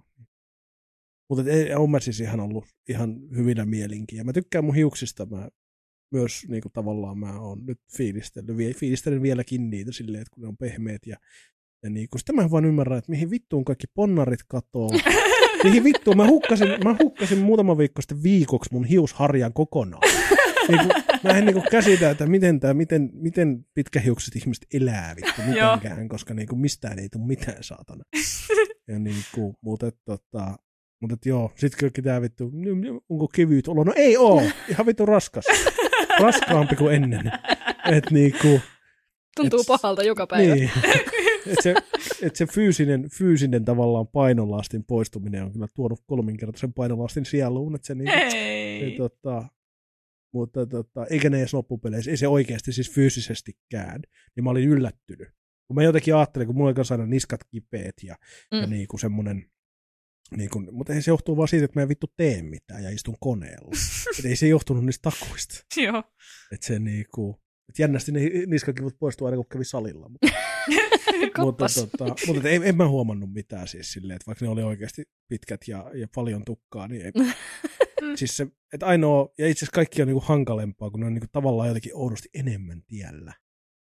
Mutta ei, on mä siis ihan ollut ihan hyvillä mielinkin. Ja mä tykkään mun hiuksista. Mä myös niin kuin, tavallaan mä oon nyt fiilistellyt. Vie- Fiilistelen vieläkin niitä silleen, että kun ne on pehmeät. Ja, ja niin kuin, sitä mä en vaan ymmärrä, että mihin vittuun kaikki ponnarit katoo. Mihin vittuun. Mä hukkasin, mä hukkasin muutama viikko sitten viikoksi mun hiusharjan kokonaan. Niin kuin, mä en niin kuin käsitä, että miten, tää, miten, miten pitkähiukset ihmiset elää vittu mitenkään, koska niin kuin, mistään ei tule mitään saatana. Ja niin kuin, mutta et, tota, mutta et joo, sit kaikki tää vittu, onko kevyt olo? No ei oo, ihan vittu raskas. Raskaampi kuin ennen. Et niinku, Tuntuu et, pahalta joka päivä. niin, et se, et se fyysinen, fyysinen tavallaan painolastin poistuminen on kyllä tuonut kolminkertaisen painolastin sieluun. Et se niinku, Ei. et, tota, mutta tota, eikä ne edes loppupeleissä, ei se oikeasti siis fyysisestikään. Niin mä olin yllättynyt. Kun mä jotenkin ajattelin, kun mulla oli kanssa aina niskat kipeät ja, mm. ja niinku semmonen, niin kun, mutta ei se johtuu vaan siitä, että mä en vittu tee mitään ja istun koneella. Et ei se johtunut niistä takuista. Joo. Että se niinku, et jännästi ne niskakivut poistuu aina kun kävi salilla. Mutta, mutta, tota, mutta en, en mä huomannut mitään siis silleen, että vaikka ne oli oikeasti pitkät ja, ja paljon tukkaa, niin ei. Siis se, että ainoa, ja itse asiassa kaikki on niinku hankalempaa, kun ne on niinku tavallaan jotenkin oudosti enemmän tiellä.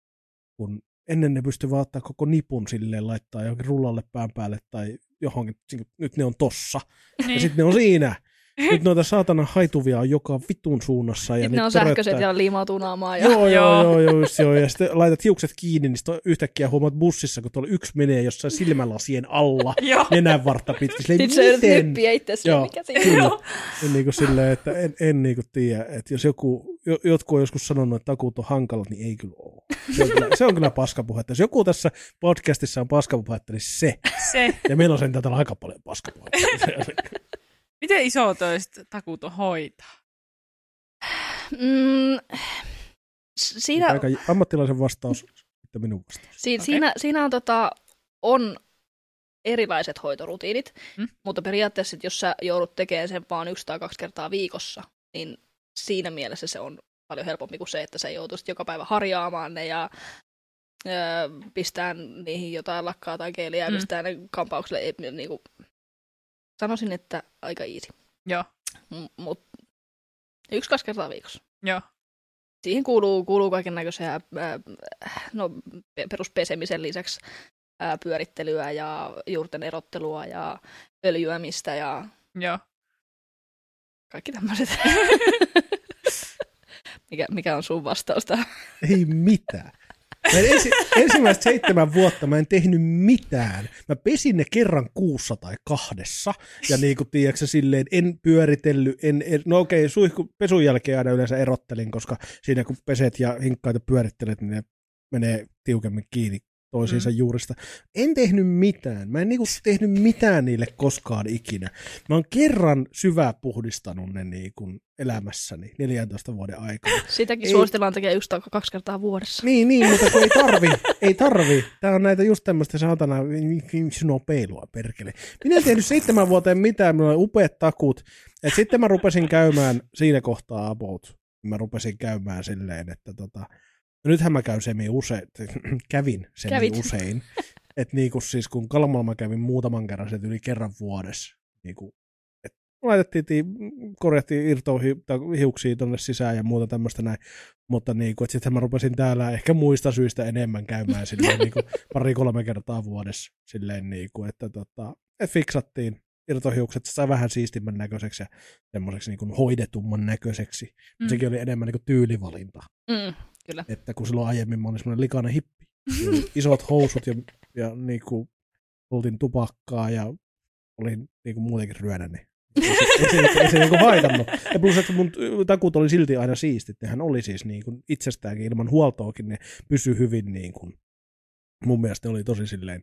Kun ennen ne pystyy vaan ottaa koko nipun silleen, laittaa johonkin rullalle pään päälle tai johonkin, nyt ne on tossa. Niin. Ja sitten ne on siinä. Nyt noita saatana haituvia on joka vitun suunnassa. Ja sitten ne on töröttää. sähköiset ja liimautuu naamaan. Ja... Joo, joo, joo, joo, just, joo. Ja sitten laitat hiukset kiinni, niin sitten yhtäkkiä huomaat bussissa, kun tuolla yksi menee jossain silmälasien alla, nenän vartta pitkin. Sitten se yrität nyppiä itse joo, mikä siinä kyllä. on. En niin kuin silleen, että en, en niin kuin tiedä, että jos joku, jotkut on joskus sanonut, että takut on hankalat, niin ei kyllä ole. Se on kyllä, se on kyllä paskapuhetta. Jos joku tässä podcastissa on paskapuhetta, niin se. Se. Ja meillä on sen tätä aika paljon paskapuhetta. Miten iso toiset takut on hoitaa? Mm, siinä, aika ammattilaisen vastaus, sitten minun vastaus. Si- Okay. siinä, siinä on, tota, on erilaiset hoitorutiinit, Hmm? mutta periaatteessa, että jos sä joudut tekemään sen vaan yksi tai kaksi kertaa viikossa, niin siinä mielessä se on paljon helpompi kuin se, että sä joutuisit joka päivä harjaamaan ne ja öö, pistää niihin jotain lakkaa tai keeliä ja Hmm. pistää ne kampaukselle. Ei, niin kuin, sanoisin, että aika easy. Joo. M- mut yksi, kaksi kertaa viikossa. Joo. Siihen kuuluu, kuuluu kaiken näköisiä no, peruspeisemisen lisäksi ää, pyörittelyä ja juurten erottelua ja öljyämistä ja Joo. kaikki tämmöiset. mikä, mikä on sun vastaus tähän? Ei mitään. Mä ensi, ensimmäiset seitsemän vuotta mä en tehnyt mitään. Mä pesin ne kerran kuussa tai kahdessa. Ja niin kuin tiedätkö, silleen en pyöritellyt. En, en, no okei, suihku, pesun jälkeen aina yleensä erottelin, koska siinä kun peset ja hinkkaita pyörittelet, niin ne menee tiukemmin kiinni toisiinsa mm. juurista. En tehnyt mitään. Mä en niinku tehnyt mitään niille koskaan ikinä. Mä oon kerran syvää puhdistanut ne niinku elämässäni neljäntoista vuoden aikana. Sitäkin ei... suositellaan tekee yksi tai kaksi kertaa vuodessa. Niin, niin, mutta kun ei tarvi. Ei tarvi. Tää on näitä just tämmöistä saatana snopeilua, perkele. Minä en tehnyt seitsemän vuoteen mitään. Minulla oli upeat takut. Et sitten mä rupesin käymään siinä kohtaa about. Mä rupesin käymään silleen, että tota... No nythän mä käyn semi usein, kävin semi Kävit. usein, että niinku siis kun Kalmalla mä kävin muutaman kerran, se yli kerran vuodessa, niinku, että laitettiin, korjattiin irtohiuksia tonne sisään ja muuta tämmöistä näin, mutta niinku, että sitten mä rupesin täällä ehkä muista syistä enemmän käymään silleen niinku pari-kolme kertaa vuodessa, silleen niinku, että tota, et fiksattiin irtohiukset, se sai vähän siistimmän näköiseksi ja semmoiseksi niinku hoidetumman näköiseksi, mm. sekin oli enemmän niinku tyylivalinta. Mm. Kyllä. Että kun silloin aiemmin mä olin semmoinen likainen hippi. Isot housut ja, ja niinku poltin tupakkaa ja olin niinku muutenkin ryönäni. Ei se, ei se, ei se niinku haitannut. Ja plus, että mun takut oli silti aina siistit. Nehän oli siis niinku itsestäänkin ilman huoltoakin, ne pysyi hyvin niinku. Mun mielestä oli tosi silleen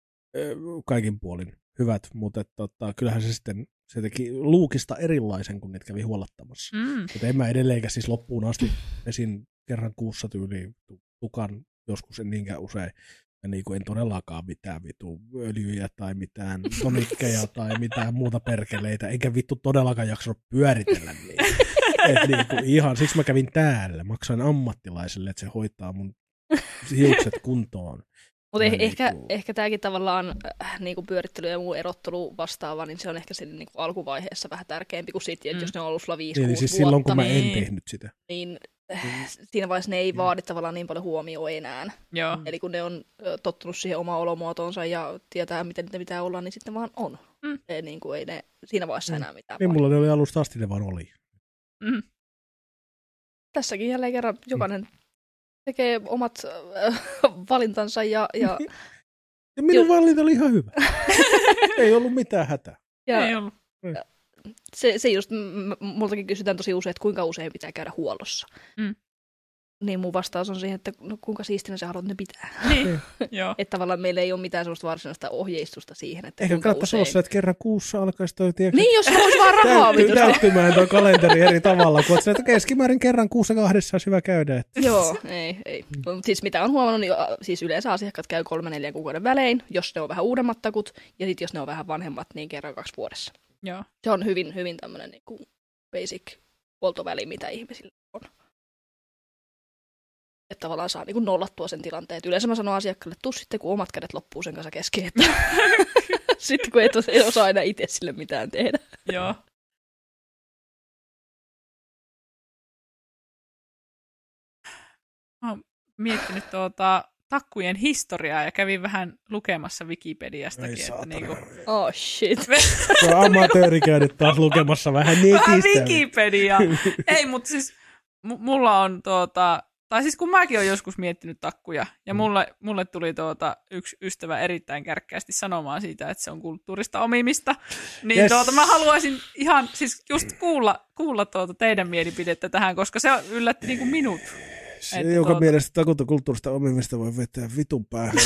kaikin puolin hyvät, mutta et, tota, kyllähän se sitten se teki luukista erilaisen, kun niitä kävi huollattamassa. Mm. Mutta en mä edelleenkä siis loppuun asti pesin kerran kuussa tyyliin tukan, joskus en niinkään usein. Ja niin kuin en todellakaan mitään vitu öljyjä tai mitään tonikkeja tai mitään muuta perkeleitä, enkä vittu todellakaan jaksanut pyöritellä niitä. Et niin kuin ihan, siksi mä kävin täällä, maksain ammattilaiselle, että se hoitaa mun hiukset kuntoon. Mutta eh- ehkä, niinku... ehkä tämäkin tavallaan äh, niinku pyörittely ja muu erottelu vastaava, niin se on ehkä siinä niinku alkuvaiheessa vähän tärkeämpi kuin sitten, että mm. jos ne on ollut sulla viisi kuusi niin, siis vuotta. silloin, kun mä en niin, tehnyt sitä. Niin äh, siinä vaiheessa ne ei mm. vaadi tavallaan niin paljon huomioon enää. Joo. Eli kun ne on tottunut siihen omaan olomuotoonsa ja tietää, miten niitä pitää olla, niin sitten vaan on. Mm. Ei, niin kuin, ei ne siinä vaiheessa mm. enää mitään niin, mulla ne oli alusta asti, ne vaan oli. Mm. Tässäkin jälleen kerran jokainen mm. tekee omat äh, valintansa ja... ja... ja minun valinta oli ihan hyvä. Ei ollut mitään hätää. Ja ei ollut. Se, se just, m- multakin kysytään tosi usein, että kuinka usein pitää käydä huollossa. Mm. Niin mun vastaus on siihen, että no, kuinka siistinä sä haluat ne pitää. Niin, joo. Että tavallaan meillä ei ole mitään sellaista varsinaista ohjeistusta siihen, että eikä kuinka kannattaisi usein. olla se, että kerran kuussa alkaisi toi, tiedätkö? Niin, jos olisi vaan rahaa. Täytty, täyttymään tuo kalenteri eri tavalla, kun että keskimäärin kerran kuussa kahdessa olisi hyvä käydä. Että... Joo, ei, ei. Mutta siis mitä on huomannut, niin siis yleensä asiakkaat käy kolme neljän kuukauden välein, jos ne on vähän uudemmat takut, ja sitten jos ne on vähän vanhemmat, niin kerran kaksi vuodessa. Joo. Se on hyvin, hyvin tämmöinen niin kuin basic huoltoväli, mitä ihmisillä on. Että tavallaan saa niin kuin nollattua sen tilanteen. Et yleensä mä sanon asiakkaalle, tuu sitten, kun omat kädet loppuu sen kanssa kesken. Sitten kun et osaa enää itse sille mitään tehdä. Joo. Mä oon miettinyt tuota takkujen historiaa ja kävin vähän lukemassa Wikipediastakin. Että niinku... Oh shit. Se on amatööri käynyt taas lukemassa vähän netistä. Wikipedia. Ei, mutta siis m- mulla on tuota... Tai siis kun mäkin olen joskus miettinyt takkuja, ja mulle, mulle tuli tuota yksi ystävä erittäin kärkkäästi sanomaan siitä, että se on kulttuurista omimista, niin yes. tuota, mä haluaisin ihan siis just kuulla, kuulla tuota teidän mielipidettä tähän, koska se yllätti niin kuin minut. Se, joka tuota... mielestä takut on kulttuurista omimista, voi vetää vitun päähän.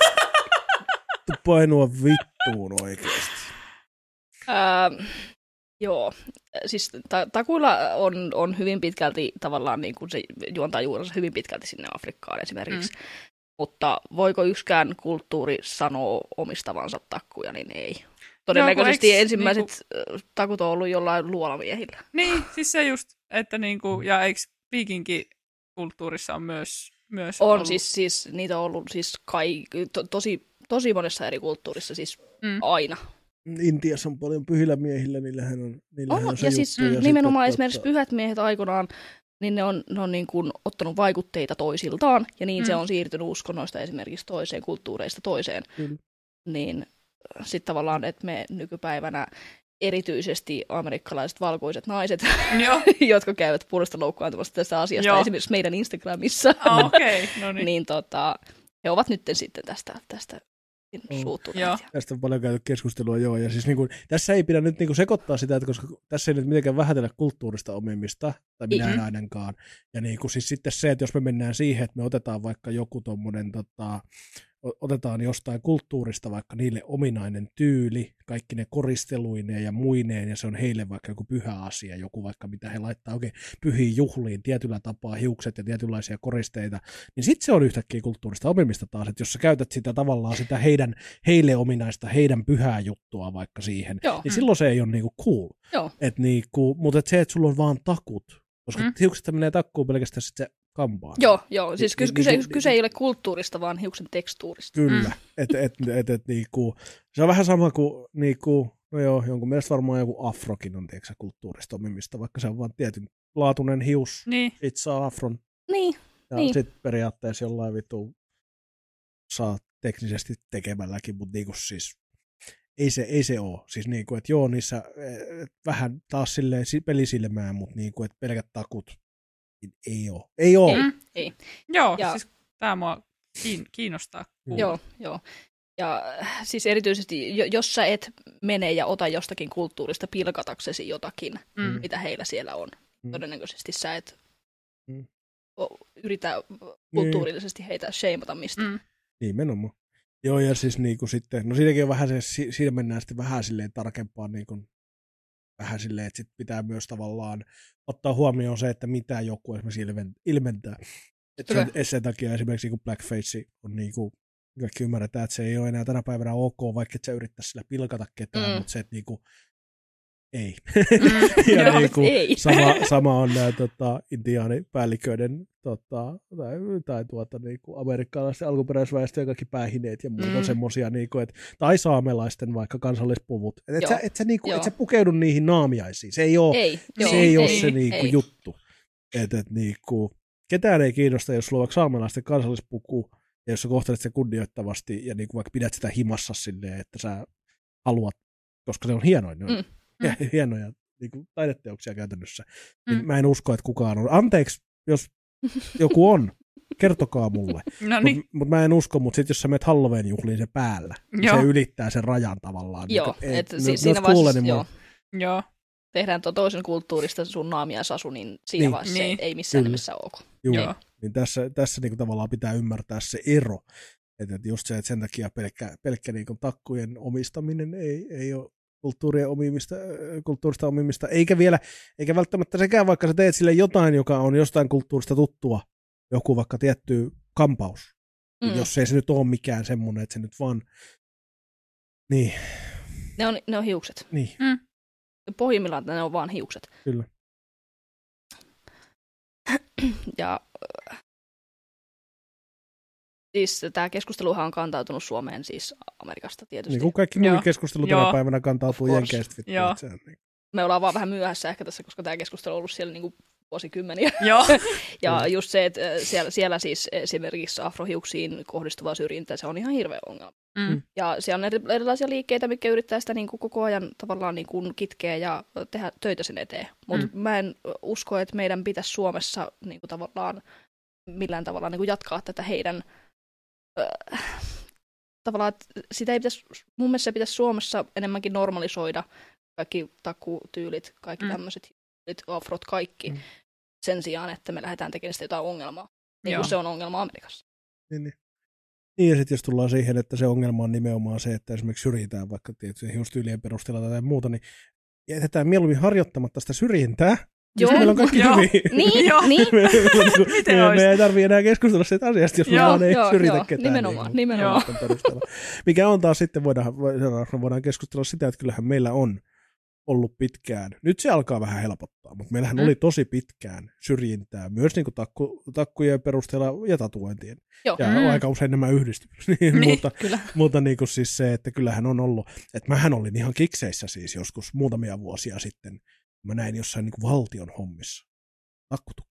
Painua vittuun oikeasti. Uh... Joo, siis ta- takuilla on, on hyvin pitkälti tavallaan niin kuin se juontaa juurensa hyvin pitkälti sinne Afrikkaan esimerkiksi. Mm. Mutta voiko yksikään kulttuuri sanoa omistavansa takkuja, niin ei. Todennäköisesti Joo, ensimmäiset niinku... takut on ollut jollain luolamiehillä. Niin, siis se just, että niinku, ja eikö viikinkikulttuurissa on myös, myös On, ollut... siis, siis niitä on ollut siis kai, to, tosi, tosi monessa eri kulttuurissa, siis mm. aina. Intiassa on paljon pyhillä miehillä, niillähän on, niillähän on, on se ja juttu. Siis, ja nimenomaan sit, esimerkiksi totta... pyhät miehet aikoinaan niin ne on, ne on niin kuin ottanut vaikutteita toisiltaan, ja niin Mm. se on siirtynyt uskonnoista esimerkiksi toiseen, kulttuureista toiseen. Kyllä. Niin sitten tavallaan, että me nykypäivänä erityisesti amerikkalaiset valkoiset naiset, Joo. jotka käyvät puolesta loukkaantumasta tästä asiasta, Joo. esimerkiksi meidän Instagramissa, Ah, okei, okay. No niin. niin tota, he ovat nyt sitten tästä, tästä Mm. suuttuneet. Joo. Ja- Tästä on paljon käyty keskustelua, joo. Ja siis niin kuin, tässä ei pidä nyt niin kuin sekoittaa sitä, että koska tässä ei nyt mitenkään vähätellä kulttuurista omimista, tai minä en Mm-hmm. ainakaan. Ja niin kuin, siis sitten se, että jos me mennään siihen, että me otetaan vaikka joku tommonen, tota, o- otetaan jostain kulttuurista vaikka niille ominainen tyyli, kaikki ne koristeluineen ja muineen, ja se on heille vaikka joku pyhä asia, joku vaikka mitä he laittaa oikein pyhiin juhliin, tietyllä tapaa hiukset ja tietynlaisia koristeita, niin sitten se on yhtäkkiä kulttuurista omimista taas, että jos sä käytät sitä tavallaan sitä heidän, heille ominaista, heidän pyhää juttua vaikka siihen, Joo. niin silloin se ei ole niinku cool. Joo. Et niinku, mutta et se, että sulla on vaan takut, koska Mm. mm. hiukset menee takkuun pelkästään sit se kampaan. Joo, joo. Siis Ni- kyse, kyse, niinku- kyse ei ole kulttuurista, vaan hiuksen tekstuurista. Kyllä, Mm. että et, et, et, niinku, se on vähän sama kuin, niinku, no joo, jonkun mielestä varmaan joku afrokin on tiedätkö, kulttuurista omimista, vaikka se on vaan tietyn laatuinen hius, Niin. sit saa afron, Niin, ja Niin. sit periaatteessa jollain vittu saa teknisesti tekemälläkin, mutta niinku siis ei se, ei se ole. Siis niinku, että joo, niissä eh, vähän taas silleen si- pelisilmää, mutta niinku, että pelkät takut niin ei ole. Ei ole. Mm. ei. Joo, Ja- siis tämä mua kiin- kiinnostaa. kuulla. Joo, joo. Ja äh, siis erityisesti, jo- jos sä et mene ja ota jostakin kulttuurista pilkataksesi jotakin, Mm. mitä heillä siellä on, Mm. todennäköisesti sä et Mm. o- yritä kulttuurillisesti heitä sheimata mistä. Mm. Nimenomaan. Joo, ja siis niinku sitten, no siinäkin on vähän se, si- siinä mennään sitten vähän silleen tarkempaan niinku, vähän silleen, että sit pitää myös tavallaan ottaa huomioon se, että mitä joku esimerkiksi ilmen, ilmentää. Et sen, Kyllä. sen takia esimerkiksi niinku blackface on niinku, kaikki ymmärretään, että se ei ole enää tänä päivänä ok, vaikka et sä yrittäisi sillä pilkata ketään, Mm. mutta se, että niinku, ei. Mm. ja Joo. niinku, Ei. sama, sama on nämä tota, intiaanipäälliköiden tota, tai, tai tuota, niinku, amerikkalaisten alkuperäisväestöjen kaikki päähineet ja muut Mm. on semmosia, niinku, et, tai saamelaisten vaikka kansallispuvut. Et, et, Joo. sä, et, sä, niinku, Joo. et sä pukeudu niihin naamiaisiin. Se ei ole Ei, Joo, se, ei ei, ole ei, se niinku, ei. juttu. Et, et, niinku, ketään ei kiinnosta, jos sulla on vaikka saamelaisten kansallispuku, ja jos sä kohtelet sen kunnioittavasti ja niinku, vaikka pidät sitä himassa silleen, että sä haluat, koska se on hienoin, ne on Mm. hienoja niinku, taideteoksia käytännössä. Mm. Niin mä en usko, että kukaan on. Anteeksi, jos joku on, kertokaa mulle. No niin. Mutta mut mä en usko, mutta sitten jos sä menet Halloween-juhliin se päällä, niin Joo. se ylittää sen rajan tavallaan. Joo, Niin, et no- si- no siinä cool vaiheessa, anymore. joo, Joo. tehdään tuo toisen kulttuurista sun naamia sasu, niin siinä Niin. vaiheessa Niin. se ei missään Kyllä. nimessä ok. Juu. Joo. Niin tässä, tässä niinku tavallaan pitää ymmärtää se ero. Että et just se, että sen takia pelkkä, pelkkä niinku takkujen omistaminen ei, ei ole kulttuurien omimista, äh, kulttuurista omimista, eikä vielä, eikä välttämättä sekään, vaikka sä teet sille jotain, joka on jostain kulttuurista tuttua, joku vaikka tietty kampaus. Mm. Jos ei se nyt ole mikään semmoinen, että se nyt vaan, niin, Ne, on, ne on hiukset. niin, Pohjimmillaan ne on vaan hiukset. kyllä. Ja äh, siis tämä keskusteluhan on kantautunut Suomeen siis Amerikasta tietysti. Niin kuin kaikki Joo. muu keskustelu Joo. tänä päivänä kantautuu Of course. jenkeistä. vittu, Joo. että se on niin. Me ollaan vaan vähän myöhässä ehkä tässä, koska tämä keskustelu on ollut siellä niinku vuosikymmeniä. Joo. Ja Kyllä. just se, että äh, siellä, siellä siis esimerkiksi afrohiuksiin kohdistuva syrjintä, se on ihan hirveä ongelma. Mm. Ja siellä on eri- erilaisia liikkeitä, mitkä yrittää sitä niin kuin koko ajan tavallaan niin kuin kitkeä ja tehdä töitä sen eteen. Mutta Mm. mä en usko, että meidän pitäisi Suomessa niin kuin tavallaan millään tavalla niin kuin jatkaa tätä heidän... Äh, tavallaan, että sitä ei pitäisi, mun mielestä se pitäisi Suomessa enemmänkin normalisoida kaikki takutyylit, kaikki Mm. tämmöiset tyylit, afrot, kaikki. Mm. Sen sijaan, että me lähdetään tekemään sitä jotain ongelmaa. Niin Joo. kuin se on ongelma Amerikassa. Niin, niin. Niin, ja sitten jos tullaan siihen, että se ongelma on nimenomaan se, että esimerkiksi syrjitään vaikka tietysti hiustyylien perusteella tai muuta, niin jätetään mieluummin harjoittamatta sitä syrjintää. Joo, Meillä on kaikki joo. hyvin. Niin, Joo. niin. me, me, Miten me, olisi? me ei tarvitse enää keskustella siitä asiasta, jos me Joo, vaan ei joo, syrjitä joo, ketään. nimenomaan, niin, nimenomaan. sen perusteella. Mikä on taas sitten, voidaan, voidaan, voidaan keskustella sitä, että kyllähän meillä on ollut pitkään. Nyt se alkaa vähän helpottaa, mutta meillähän Mm. oli tosi pitkään syrjintää, myös niin kuin takku, takkujen perusteella ja tatuointien. Joo. Ja Mm. aika usein nämä yhdistyy. niin, Niin, mutta Kyllä. mutta niin kuin siis se, että kyllähän on ollut, että mähän olin ihan kikseissä siis joskus muutamia vuosia sitten, mä näin jossain niin kuin valtion hommissa takkutukka.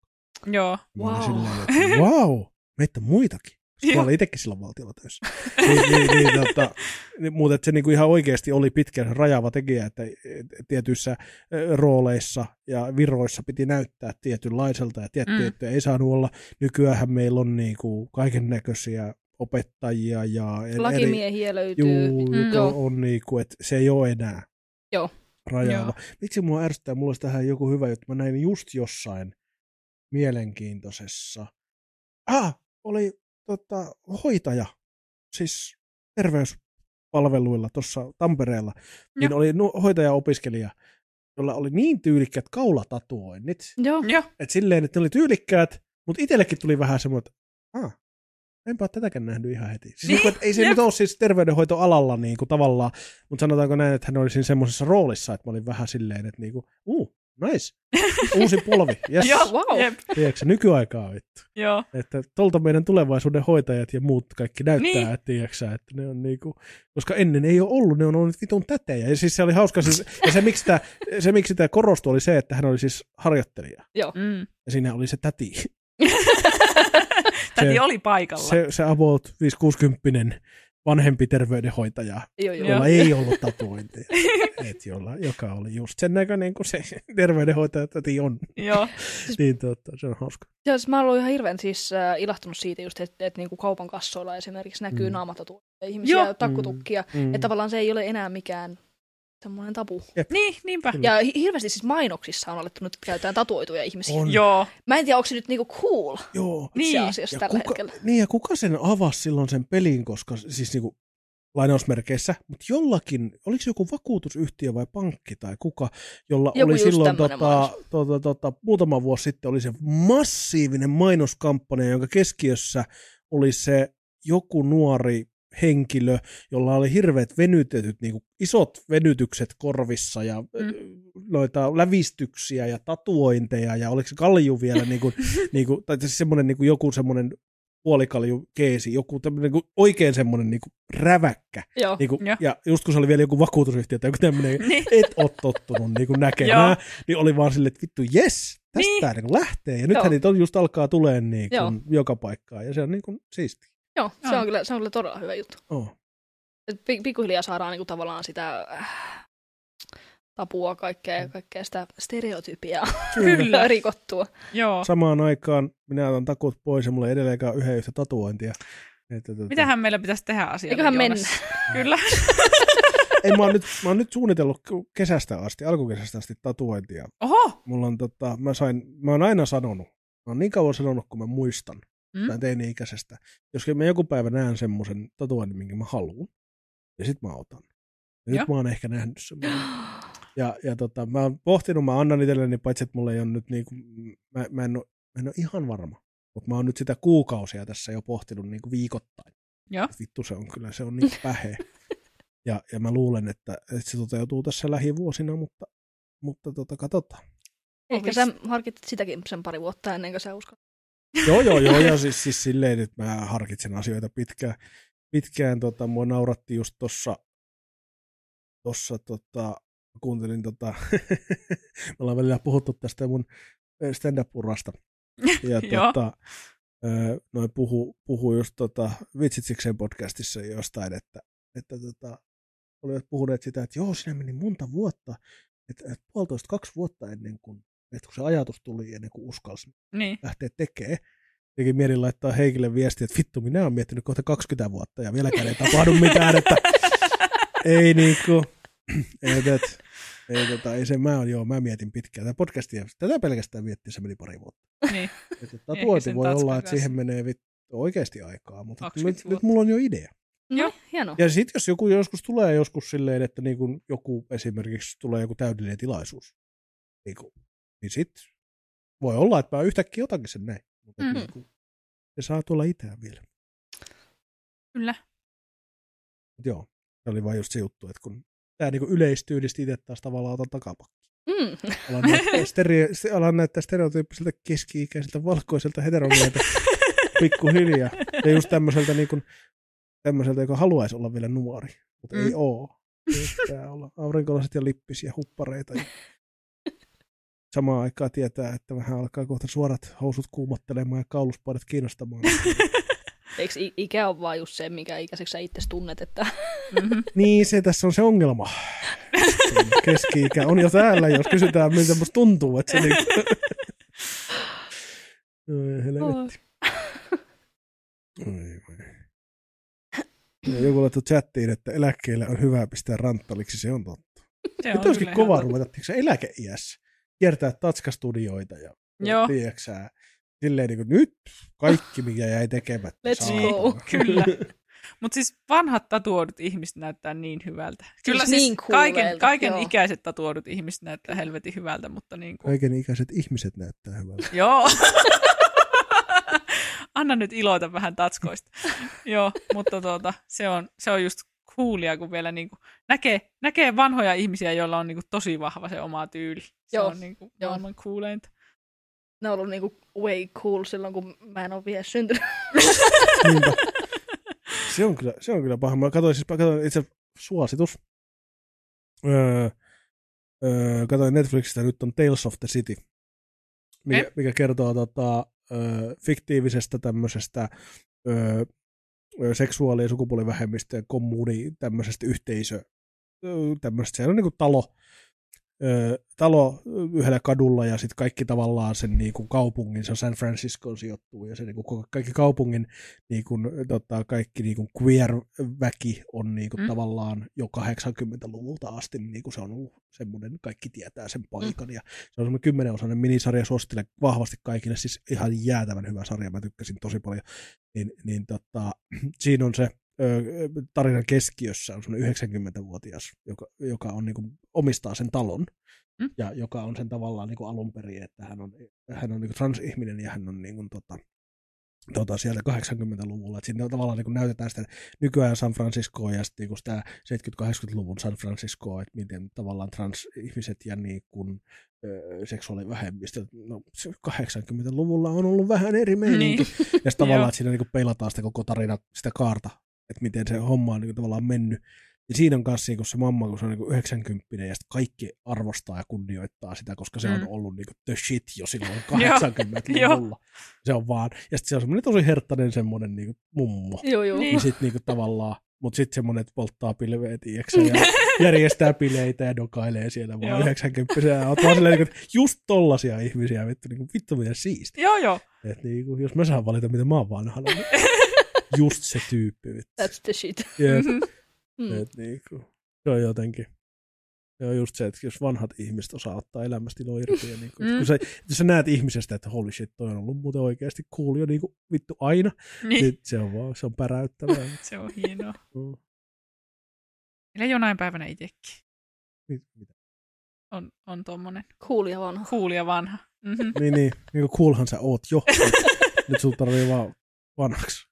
Joo. Mä olin Wow. silleen, että wow, meitä on muitakin. Koska mä olin itsekin silloin valtiolla töissä. niin, niin, niin, tota, niin, mutta että se niinku ihan oikeasti oli pitkään rajaava tekijä, että tietyissä rooleissa ja viroissa piti näyttää tietynlaiselta ja tiettyä, Mm. että ei saanut olla. Nykyäänhän meillä on niinku kaiken näköisiä opettajia ja Lakimiehiä löytyy. Juu, Mm. joka Joo. on niinku, että se ei ole enää Joo. rajaava. Miksi mua ärsyttää? Mulla olisi tähän joku hyvä juttu. Mä näin just jossain mielenkiintoisessa. Ah, oli tota, hoitaja, siis terveyspalveluilla tuossa Tampereella. Niin Joo. oli nu- hoitaja-opiskelija, jolla oli niin tyylikkäät kaulatatuoinnit. Joo. Mm. Joo. Että silleen, että ne oli tyylikkäät, mutta itsellekin tuli vähän semmoinen, että ah, enpä ole tätäkään nähnyt ihan heti. Siis Niin, niin, että ei se jep. nyt ole siis terveydenhoitoalalla niin kuin tavallaan, mutta sanotaanko näin, että hän oli siinä semmoisessa roolissa, että mä olin vähän silleen, että niinku, uh, nice, uusi polvi, yes. Joo, Wow. jep. Tiedätkö, nykyaikaa vittu. Joo. Että tolta meidän tulevaisuuden hoitajat ja muut kaikki näyttää, Niin. että tiedätkö, että ne on niinku, koska ennen ei ole ollut, ne on ollut vitun tätejä. Ja siis se oli hauska, siis, ja se miksi tämä se, miksi tämä korostui oli se, että hän oli siis harjoittelija. Joo. Mm. Ja siinä oli se täti. Täti Se- oli paikalla. Se, se about viisi kuusikymppinen vanhempi terveydenhoitaja, Joo, joo. jolla ei ollut tatuointeja. Et jolla, joka oli just sen näköinen kuin se terveydenhoitaja täti on. Joo. Niin totta, se on hauska. Ja siis mä oon ollut ihan hirveän siis äh, ilahtunut siitä just, että, että niinku kaupan kassoilla esimerkiksi näkyy Mm. mm. naamatatuja ihmisiä, Joo. ja takkutukkia. Mm. Että tavallaan se ei ole enää mikään semmoinen tabu. Niin, niinpä. Kyllä. Ja hi- hirveästi siis mainoksissa on alettu nyt käytetään tatuoituja ihmisiä. On. Joo. Mä en tiedä, onko se nyt niinku cool Joo. itse Niin. asiassa Ja tällä kuka, hetkellä. niin ja kuka sen avasi silloin sen pelin, koska siis niinku lainausmerkeissä, mutta jollakin, oliko se joku vakuutusyhtiö vai pankki tai kuka, jolla Joku oli just silloin tämmönen tota, mainos. tota, tota, muutama vuosi sitten oli se massiivinen mainoskampanja, jonka keskiössä oli se joku nuori henkilö, jolla oli hirveät venytetyt, niin kuin isot venytykset korvissa ja Mm. mm. noita lävistyksiä ja tatuointeja ja oliko se kalju vielä, niin kuin, niin kuin, tai siis semmoinen niin kuin joku semmoinen puolikalju keesi, joku tämmöinen niin kuin oikein semmoinen niin kuin räväkkä. Joo. Niin kuin, Joo. ja just kun se oli vielä joku vakuutusyhtiö tai joku tämmöinen, Niin. et ole tottunut niin kuin näkemään, Joo. niin oli vaan silleen, että vittu jes, tästä Niin. niin. niin lähtee. Ja nythän Joo. niitä on just alkaa tulemaan niin Joo. kuin joka paikkaan ja se on niin kuin siisti. Joo, se Joo. on, kyllä, se on kyllä todella hyvä juttu. Oh. Et pik- pikkuhiljaa saadaan niinku tavallaan sitä äh, tapua, kaikkea, kaikkea sitä stereotypiaa Kyllä. rikottua. Joo. Samaan aikaan minä otan takut pois ja mulla ei edelleenkaan yhden yhtä tatuointia. Että, tota, Mitähän meillä pitäisi tehdä asialle, Eiköhän Joonas? mennä. Kyllä. ei, mä, oon nyt, mä oon nyt suunnitellut kesästä asti, alkukesästä asti tatuointia. Oho. Mulla on tota, mä sain, mä oon aina sanonut, mä oon niin kauan sanonut, kun mä muistan, Mm. mä teini-ikäisestä. Jos mä joku päivä näen semmoisen tatuoinnin, minkä mä haluan, ja sit mä otan. Ja Joo. nyt mä oon ehkä nähnyt semmoinen. Ja, ja tota, mä oon pohtinut, mä annan itselleni, paitsi että mulla ei ole nyt niinku, mä, mä, en ole, mä en ole ihan varma, mutta mä oon nyt sitä kuukausia tässä jo pohtinut niinku viikoittain. Joo. Vittu se on kyllä, se on niin päheä. ja, ja mä luulen, että, että se toteutuu tässä lähivuosina, mutta, mutta tota, katsotaan. Ehkä sä harkitset sitäkin sen pari vuotta ennen kuin sä uskot. Joo, joo, joo, ja siis, siis silleen, että mä harkitsen asioita pitkään. Pitkään tota, mua nauratti just tossa, tossa tota, kuuntelin tota, me ollaan välillä puhuttu tästä mun stand-up-urasta. Ja Joo. tota, ö, noin puhu, puhu just tota, Vitsitsikseen podcastissa jostain, että, että tota, olivat puhuneet sitä, että joo, siinä meni monta vuotta, että, että puolitoista kaksi vuotta ennen kuin, että kun se ajatus tuli ennen kuin uskalsi Niin. lähteä tekemään. Jotenkin mieli laittaa Heikille viestiä, että vittu, minä olen miettinyt kohta kaksikymmentä vuotta ja vieläkään ei tapahdu mitään, että ei niinku, ei, et, ei, tota, ei se, mä, on, joo, mä mietin pitkään. Tämä podcastia, tätä pelkästään miettiä, se meni pari vuotta. Niin. Että tatuointi sen voi tatskan olla, että kanssa. siihen menee vittu oikeasti aikaa, mutta nyt, kaksikymmentä nyt vuotta. mulla on jo idea. Joo. No, hienoa. Ja sitten jos joku joskus tulee joskus silleen, että niin kun joku esimerkiksi tulee joku täydellinen tilaisuus, niin, kun, niin sitten voi olla, että mä yhtäkkiä otankin sen näin. Mutta Mm. niin kun, se saa tulla itseään vielä. Kyllä. Mut joo, se oli vaan just se juttu, että kun tämä niinku yleistyy, niin itse taas tavallaan otan takapakki. Mm. Alan näyttää, stereo, alan näyttää stereotyyppiseltä keski-ikäiseltä valkoiselta heteromieheltä pikkuhiljaa. Ja just tämmöiseltä, niinku, tämmöiseltä, joka haluaisi olla vielä nuori, mutta mm. ei oo. Pitää olla aurinkolaiset ja lippisiä huppareita. Ja samaan aikaan tietää, että vähän alkaa kohta suorat housut kuumottelemaan ja kauluspaidat kiinnostamaan. Eikö ikä ole vaan just se, mikä ikäiseksi sä itse tunnet, että... Mm-hmm. Niin, se tässä on se ongelma. Keski-ikä on jo täällä, jos kysytään, miltä musta tuntuu, että se niin... Oi, helvetti. Oi, oi. Joku laittoi chattiin, että eläkkeelle on hyvä pistää ranttaliksi, se on totta. Se nyt olisikin kova ruveta, tiiäksä, eläkeiässä kiertää tatskastudioita ja tiiäksä, silleen niin kuin nyt kaikki, mikä jäi tekemättä. Let's go. Kyllä. Mutta siis vanhat tatuoidut ihmiset näyttää niin hyvältä. Kyllä siis siis niin kaiken, kaiken ikäiset tatuoidut ihmiset näyttää helvetin hyvältä, mutta niin kuin... Kaiken ikäiset ihmiset näyttää hyvältä. Joo. Anna nyt iloita vähän tatskoista. Joo, mutta tuota, se, on, se on just coolia, kun vielä niin kuin näkee, näkee vanhoja ihmisiä, joilla on niin kuin tosi vahva se oma tyyli. Se Joo. on niin kuin maailman cooleinta. Ne on ollut niin kuin way cool silloin, kun mä en ole vielä syntynyt. Niinpä. Se on kyllä, se on kyllä paha. Mä katsoin, siis, katsoin itse suositus. Öö, öö, katsoin Netflixistä, nyt on Tales of the City, mikä, eh? mikä kertoo tota, öö, fiktiivisestä tämmöisestä öö, seksuaali- ja sukupuolivähemmistöjen kommuni, tämmöisestä yhteisö, öö, tämmöistä, se on niin kuin talo, öö, talo yhdellä kadulla ja sitten kaikki tavallaan sen niin kuin kaupungin, se on San Franciscoon sijoittuu ja se niin kuin kaikki kaupungin niin kuin, tota, kaikki niin kuin queer-väki on niin kuin mm. tavallaan jo kahdeksankymmentäluvulta asti, niin kuin se on ollut semmoinen, kaikki tietää sen paikan mm. ja se on semmoinen kymmenenosainen minisarja, suosittelen vahvasti kaikille, siis ihan jäätävän hyvä sarja, mä tykkäsin tosi paljon, niin, niin tota, siinä on se tarinan keskiössä on semmoinen yhdeksänkymmentävuotias, joka, joka on, niin kuin, omistaa sen talon, mm. ja joka on sen tavallaan niin kuin alun perin, että hän on, hän on niin kuin transihminen ja hän on niin kuin, tota, tota, sieltä kahdeksankymmentäluvulla. Että siinä tavallaan niin kuin näytetään sitä nykyään San Franciscoa ja sitten niin sitä seitsemänkymmentä-kahdeksankymmentäluvun San Franciscoa, että miten tavallaan transihmiset ja niin kuin, ö, seksuaalivähemmistöt, no kahdeksankymmentäluvulla on ollut vähän eri meininki. Niin. Ja sitten tavallaan, että siinä niin kuin peilataan sitä koko tarina, sitä kaarta, että miten se homma on niin kuin tavallaan mennyt. Ja siinä on myös niin se mamma, kun se on niin yhdeksänkymmentä ja sitten kaikki arvostaa ja kunnioittaa sitä, koska se mm. on ollut niin the shit jo silloin kahdeksankymmentäluvulla. Se on vaan. Ja sitten se on semmoinen tosi herttainen semmoinen niin mummo. Joo, joo. Niin sitten niin tavallaan, mutta sitten semmoinen, että polttaa pilveä, tiiäksä, ja järjestää bileitä ja dokailee siellä vaan yhdeksänkymmentä. Oot vaan silleen, että just tollasia ihmisiä, vittu, niin vittu miten siisti. Joo, joo. Että niin kuin, jos mä saan valita, miten mä oon vanhana, niin just se tyyppi. Vittu. That's the shit. Yep. Mm. Et niinku, se on jotenkin, se on just se, että jos vanhat ihmiset osaa ottaa elämästä ilo irti, ja niinku, mm. kun sä, jos sä näet ihmisestä, että holy shit, toi on ollut muuten oikeasti cool jo niinku vittu aina, niin, niin se on vaan, se on päräyttävää. Se on hienoa. Mm. Meillä jonain päivänä itsekin. Mit, mitä? On, on tommonen. Cool ja vanha. Cool ja vanha. Mm-hmm. niin, niin, niin kuin coolhan sä oot jo. Nyt sulla tarvii vaan vanhaksi.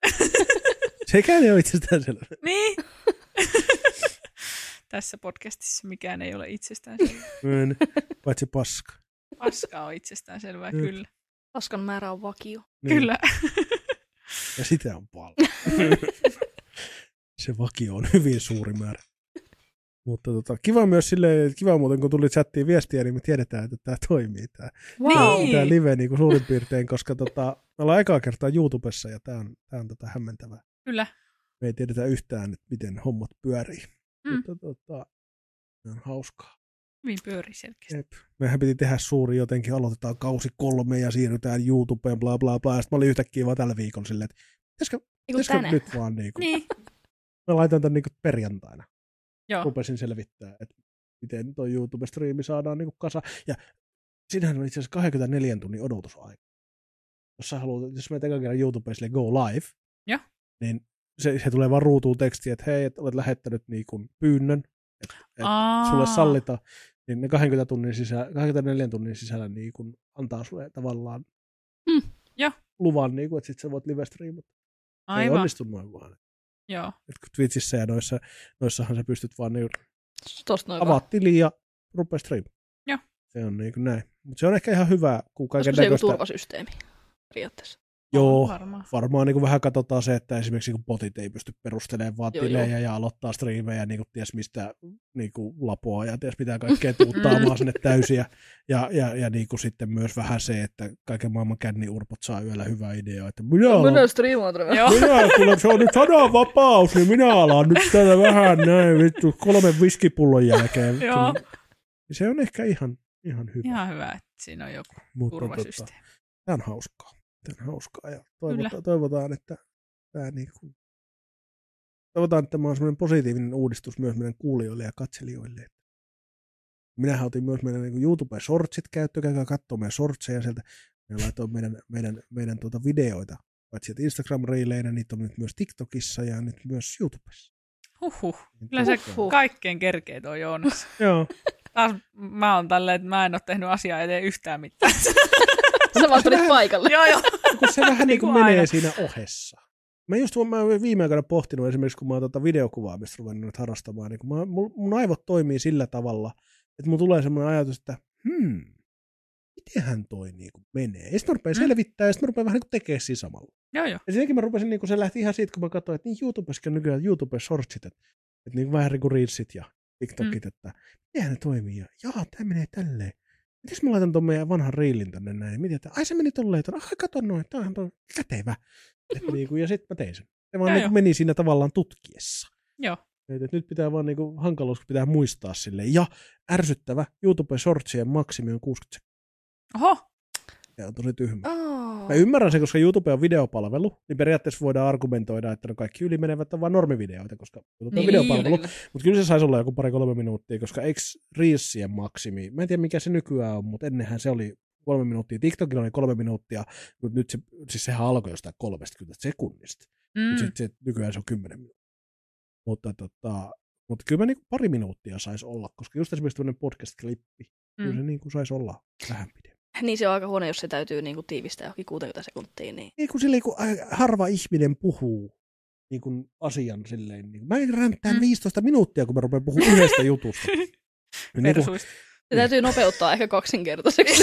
Sekään ei ole itsestään selvä. Niin. Tässä podcastissa mikään ei ole itsestäänselvää. Myön, paitsi paska. Paska on itsestäänselvää, mm. kyllä. Paskan määrä on vakio. Niin. Kyllä. Ja sitä on paljon. Se vakio on hyvin suuri määrä. Mutta tota, kiva myös silleen, kiva muuten kun tuli chattiin viestiä, niin me tiedetään, että tämä toimii. Tämä, wow. tämä live niin kuin suurin piirtein, koska tota, me ollaan ekaa kertaa YouTubessa ja tämä on, tämä on tota hämmentävää. Kyllä. Me ei tiedetä yhtään, että miten hommat pyörii. Mm. Mutta tota, on hauskaa. Hyvin pyörii selkeästi. Jep. Mehän piti tehdä suuri jotenkin, aloitetaan kausi kolme ja siirrytään YouTubeen, bla bla bla. Sitten mä olin yhtäkkiä vaan tällä viikolla silleen, että pitäisikö, pitäisikö nyt vaan niin kuin. Niin. Mä laitan tämän niin kuin perjantaina. Joo. Rupesin selvittää, että miten tuo YouTube-striimi saadaan niin kuin kasa. Ja siinähän on itse asiassa kaksikymmentäneljä tunnin odotusaika. Jos sä haluat, jos menet ekan kerran YouTubeen sille go live, ja. niin se, se tulee vaan ruutuun tekstiä, että hei, et olet lähettänyt niin kuin pyynnön, että et sulle sallitaan, niin ne kaksikymmentä tunnin sisällä, kaksikymmentäneljä tunnin sisällä niin kuin antaa sulle tavallaan mm, ja. luvan, niin kuin, että sit sä voit live-striimata. Aivan. Ei onnistu noin vaan. Joo. Et Twitchissä ja noissa, noissahan sä pystyt vaan niin avaat tiliin ja rupea striimaan. Joo. Se on niin kuin näin. Mutta se on ehkä ihan hyvä, kun kaiken näköistä. näköistä. Se on turvasysteemi periaatteessa. Joo, varmaan. varmaan niin kuin vähän katsotaan se, että esimerkiksi niin botit ei pysty perustelemaan vaan Joo, tilejä joo. ja aloittaa striimejä niin kuin ties mistä niin kuin lapoa ja ties mitä kaikkea tuuttaamaan sinne täysiä. Ja, ja, ja niin kuin sitten myös vähän se, että kaiken maailman känniurpot saa yöllä hyvää ideaa, että minä alan, Minä striimaan tätä. Joo. minä, kun se on nyt sananvapaus, niin minä alan nyt tätä vähän näin, vittu, kolmen viskipullon jälkeen. Joo. Se on ehkä ihan, ihan hyvä. Ihan hyvä, että siinä on joku Mutta turvasysteemi. tämä on hauskaa. Tämä on hauskaa ja Kyllä. toivotaan, toivotaan että tämä niin kuin, toivotaan, että tämä on semmoinen positiivinen uudistus myös meidän kuulijoille ja katselijoille. Minähän otin myös meidän niin YouTube-shortsit käyttöön, käykää katsoa meidän shortseja sieltä. Me laitoin meidän, meidän, meidän tuota videoita, paitsi että Instagram-reileinä, niitä on nyt myös TikTokissa ja nyt myös YouTubessa. Huhhuh. Kyllä se Huhhuh. kaikkein kerkeet on Joonas. Joo. Taas mä oon tälleen, että mä en ole tehnyt asiaa eteen yhtään mitään. Sä vaan tulit paikalle. Joo, joo. Kun se vähän niin kuin Niin kuin menee aina. siinä ohessa. Mä just mä oon viime aikoina pohtinut esimerkiksi, kun mä oon tota videokuvaamista ruvennut nyt harrastamaan, niin kun mä, mun, mun aivot toimii sillä tavalla, että mun tulee semmoinen ajatus, että hmm, mitenhän toi niin kuin menee. Ja sitten mä rupean Mm. selvittämään, ja sitten mä rupean vähän niin kuin tekemään siinä samalla. Joo, joo. Ja senkin mä rupesin, niin kuin se lähti ihan siitä, kun mä katsoin, että niin YouTubessa nykyään YouTube-shortsit, että, että niin kuin vähän niin kuin Reelsit ja TikTokit, mm. että mitenhän ne toimii, ja jaa, tää menee tälleen. Mites mä laitan ton meidän vanhan reelin tänne näin, niin mietin, että ai se meni tolleen, että ai kato noin, tää on toi kätevä. Että niin kuin, ja sitten mä tein sen. Se vaan Joo, niin joo. kuin meni siinä tavallaan tutkiessa. Joo. Että nyt pitää vaan niin kuin, hankaluus, kun pitää muistaa silleen. Ja ärsyttävä, YouTube-shortsien maksimi on kuusikymmentä sekuntia. Oho. Se on tosi tyhmä. Oh. Mä ymmärrän sen, koska YouTube on videopalvelu, niin periaatteessa voidaan argumentoida, että no kaikki ylimenevät on vaan normivideoita, koska YouTube on Niin, videopalvelu. kyllä. Mutta kyllä se saisi olla joku pari-kolme minuuttia, koska eikö Reelsien maksimi, mä en tiedä mikä se nykyään on, mutta ennenhän se oli kolme minuuttia, TikTokilla oli kolme minuuttia, mutta nyt se, siis sehän alkoi jostain kolmekymmentä sekunnista. Mm. Sitten se, nykyään se on kymmenen minuuttia. Mutta, tota, mutta kyllä mä niin pari minuuttia saisi olla, koska just esimerkiksi tämmöinen podcast-klippi, mm. kyllä se niin kuin saisi olla vähän pidempi. Niin se on aika huono, jos se täytyy niinku tiivistää johonkin kuusikymmentä sekuntia. Niin. Niin kuin silleen, kun harva ihminen puhuu niin kuin asian silleen. Niin, mä en ränttää Mm. viisitoista minuuttia, kun mä rupean puhumaan yhdestä jutusta. Niin kuin, Persuista. Se täytyy nopeuttaa ehkä kaksinkertaiseksi.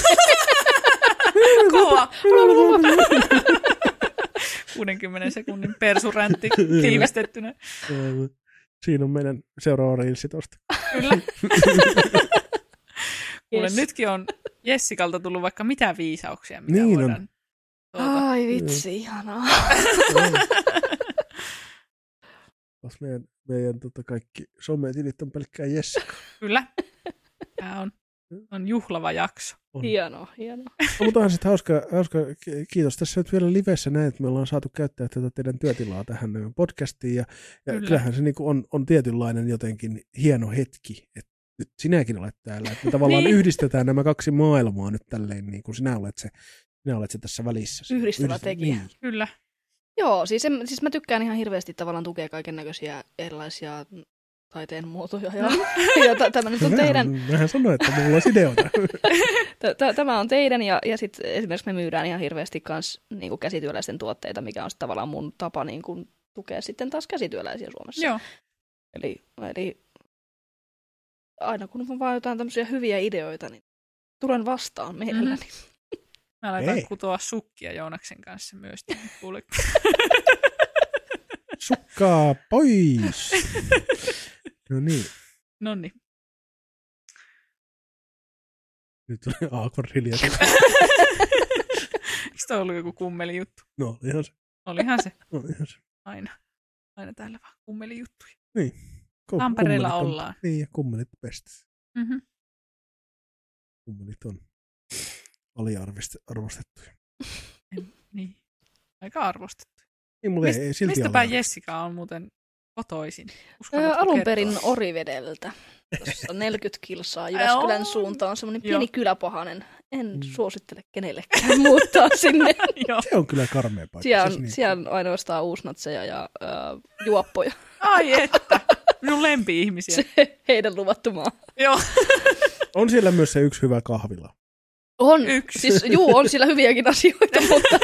Kova. kuudenkymmenen sekunnin persuräntti tiivistettynä. Siinä on meidän seuraava reilsi tosta. Kyllä. Kuule, Yes. nytkin on Jessikalta tullut vaikka mitä viisauksia, mitä Niin on. voidaan tuota. Ai vitsi, ihanaa. Koska meidän, meidän tota, kaikki sometilit on pelkkää Jessica. Kyllä. Tämä on, on juhlava jakso. On. Hienoa, hienoa. No, mutta onhan sitten hauska, hauska, kiitos tässä nyt vielä livessä näin, että me ollaan saatu käyttää tätä teidän työtilaa tähän podcastiin. Ja, ja Kyllä. kyllähän se niinku on, on tietynlainen jotenkin hieno hetki, että nyt sinäkin olet täällä. Että me tavallaan Niin. yhdistetään nämä kaksi maailmaa nyt tälleen, niin kuin sinä olet se, sinä olet se tässä välissä. Yhdistävä Yhdistä- tekijä. Niin. Kyllä. Joo, siis, en, siis mä tykkään ihan hirveästi tavallaan tukea kaiken näköisiä erilaisia taiteen muotoja. Ja, ja t- tämä nyt on Mä- teidän, Mähän sanoin, että mulla olisi ideoita. t- t- tämä on teidän ja, ja sitten esimerkiksi me myydään ihan hirveästi kans niinku käsityöläisten tuotteita, mikä on sit tavallaan mun tapa niinku tukea sitten taas käsityöläisiä Suomessa. Joo. Eli, eli aina kun on vaan jotain tämmöisiä hyviä ideoita, niin tulen vastaan mielelläni. Mm-hmm. Mä laitan Hei. kutoa sukkia Joonaksen kanssa myös. Kuule. Sukkaa pois! No niin, Noniin. nyt tuli awkward hiljaisuus. Eikö toi ollut joku kummeli juttu? No, ihan se. Olihan se No, ihan se. aina. Aina täällä vaan kummeli juttuja. Niin. Kum- Tampereella kummelit on- ollaan. Niin, ja kummelit pestis. Mm-hmm. Kummelit on aliarvostettuja. Niin. Aika arvostettu. Niin, mulla Mist, ei silti mistäpä ole. Jessica on muuten kotoisin? Öö, Uskallatko alun kertoa? perin Orivedeltä. Tuossa neljäkymmentä kilsaa Jyväskylän Joo. suuntaan. Semmoinen Joo. pieni kyläpahanen. En Mm. suosittele kenellekään muuttaa sinne. Joo. Se on kyllä karmea paikka. Siellä Siis on, niin- siellä on ainoastaan uusnatseja ja äh, juoppoja. Ai että. Minun lempi-ihmisiä. Se heidän luvattu maa. Joo. On siellä myös se yksi hyvä kahvila. On. Yksi. Siis juu, on siellä hyviäkin asioita, mutta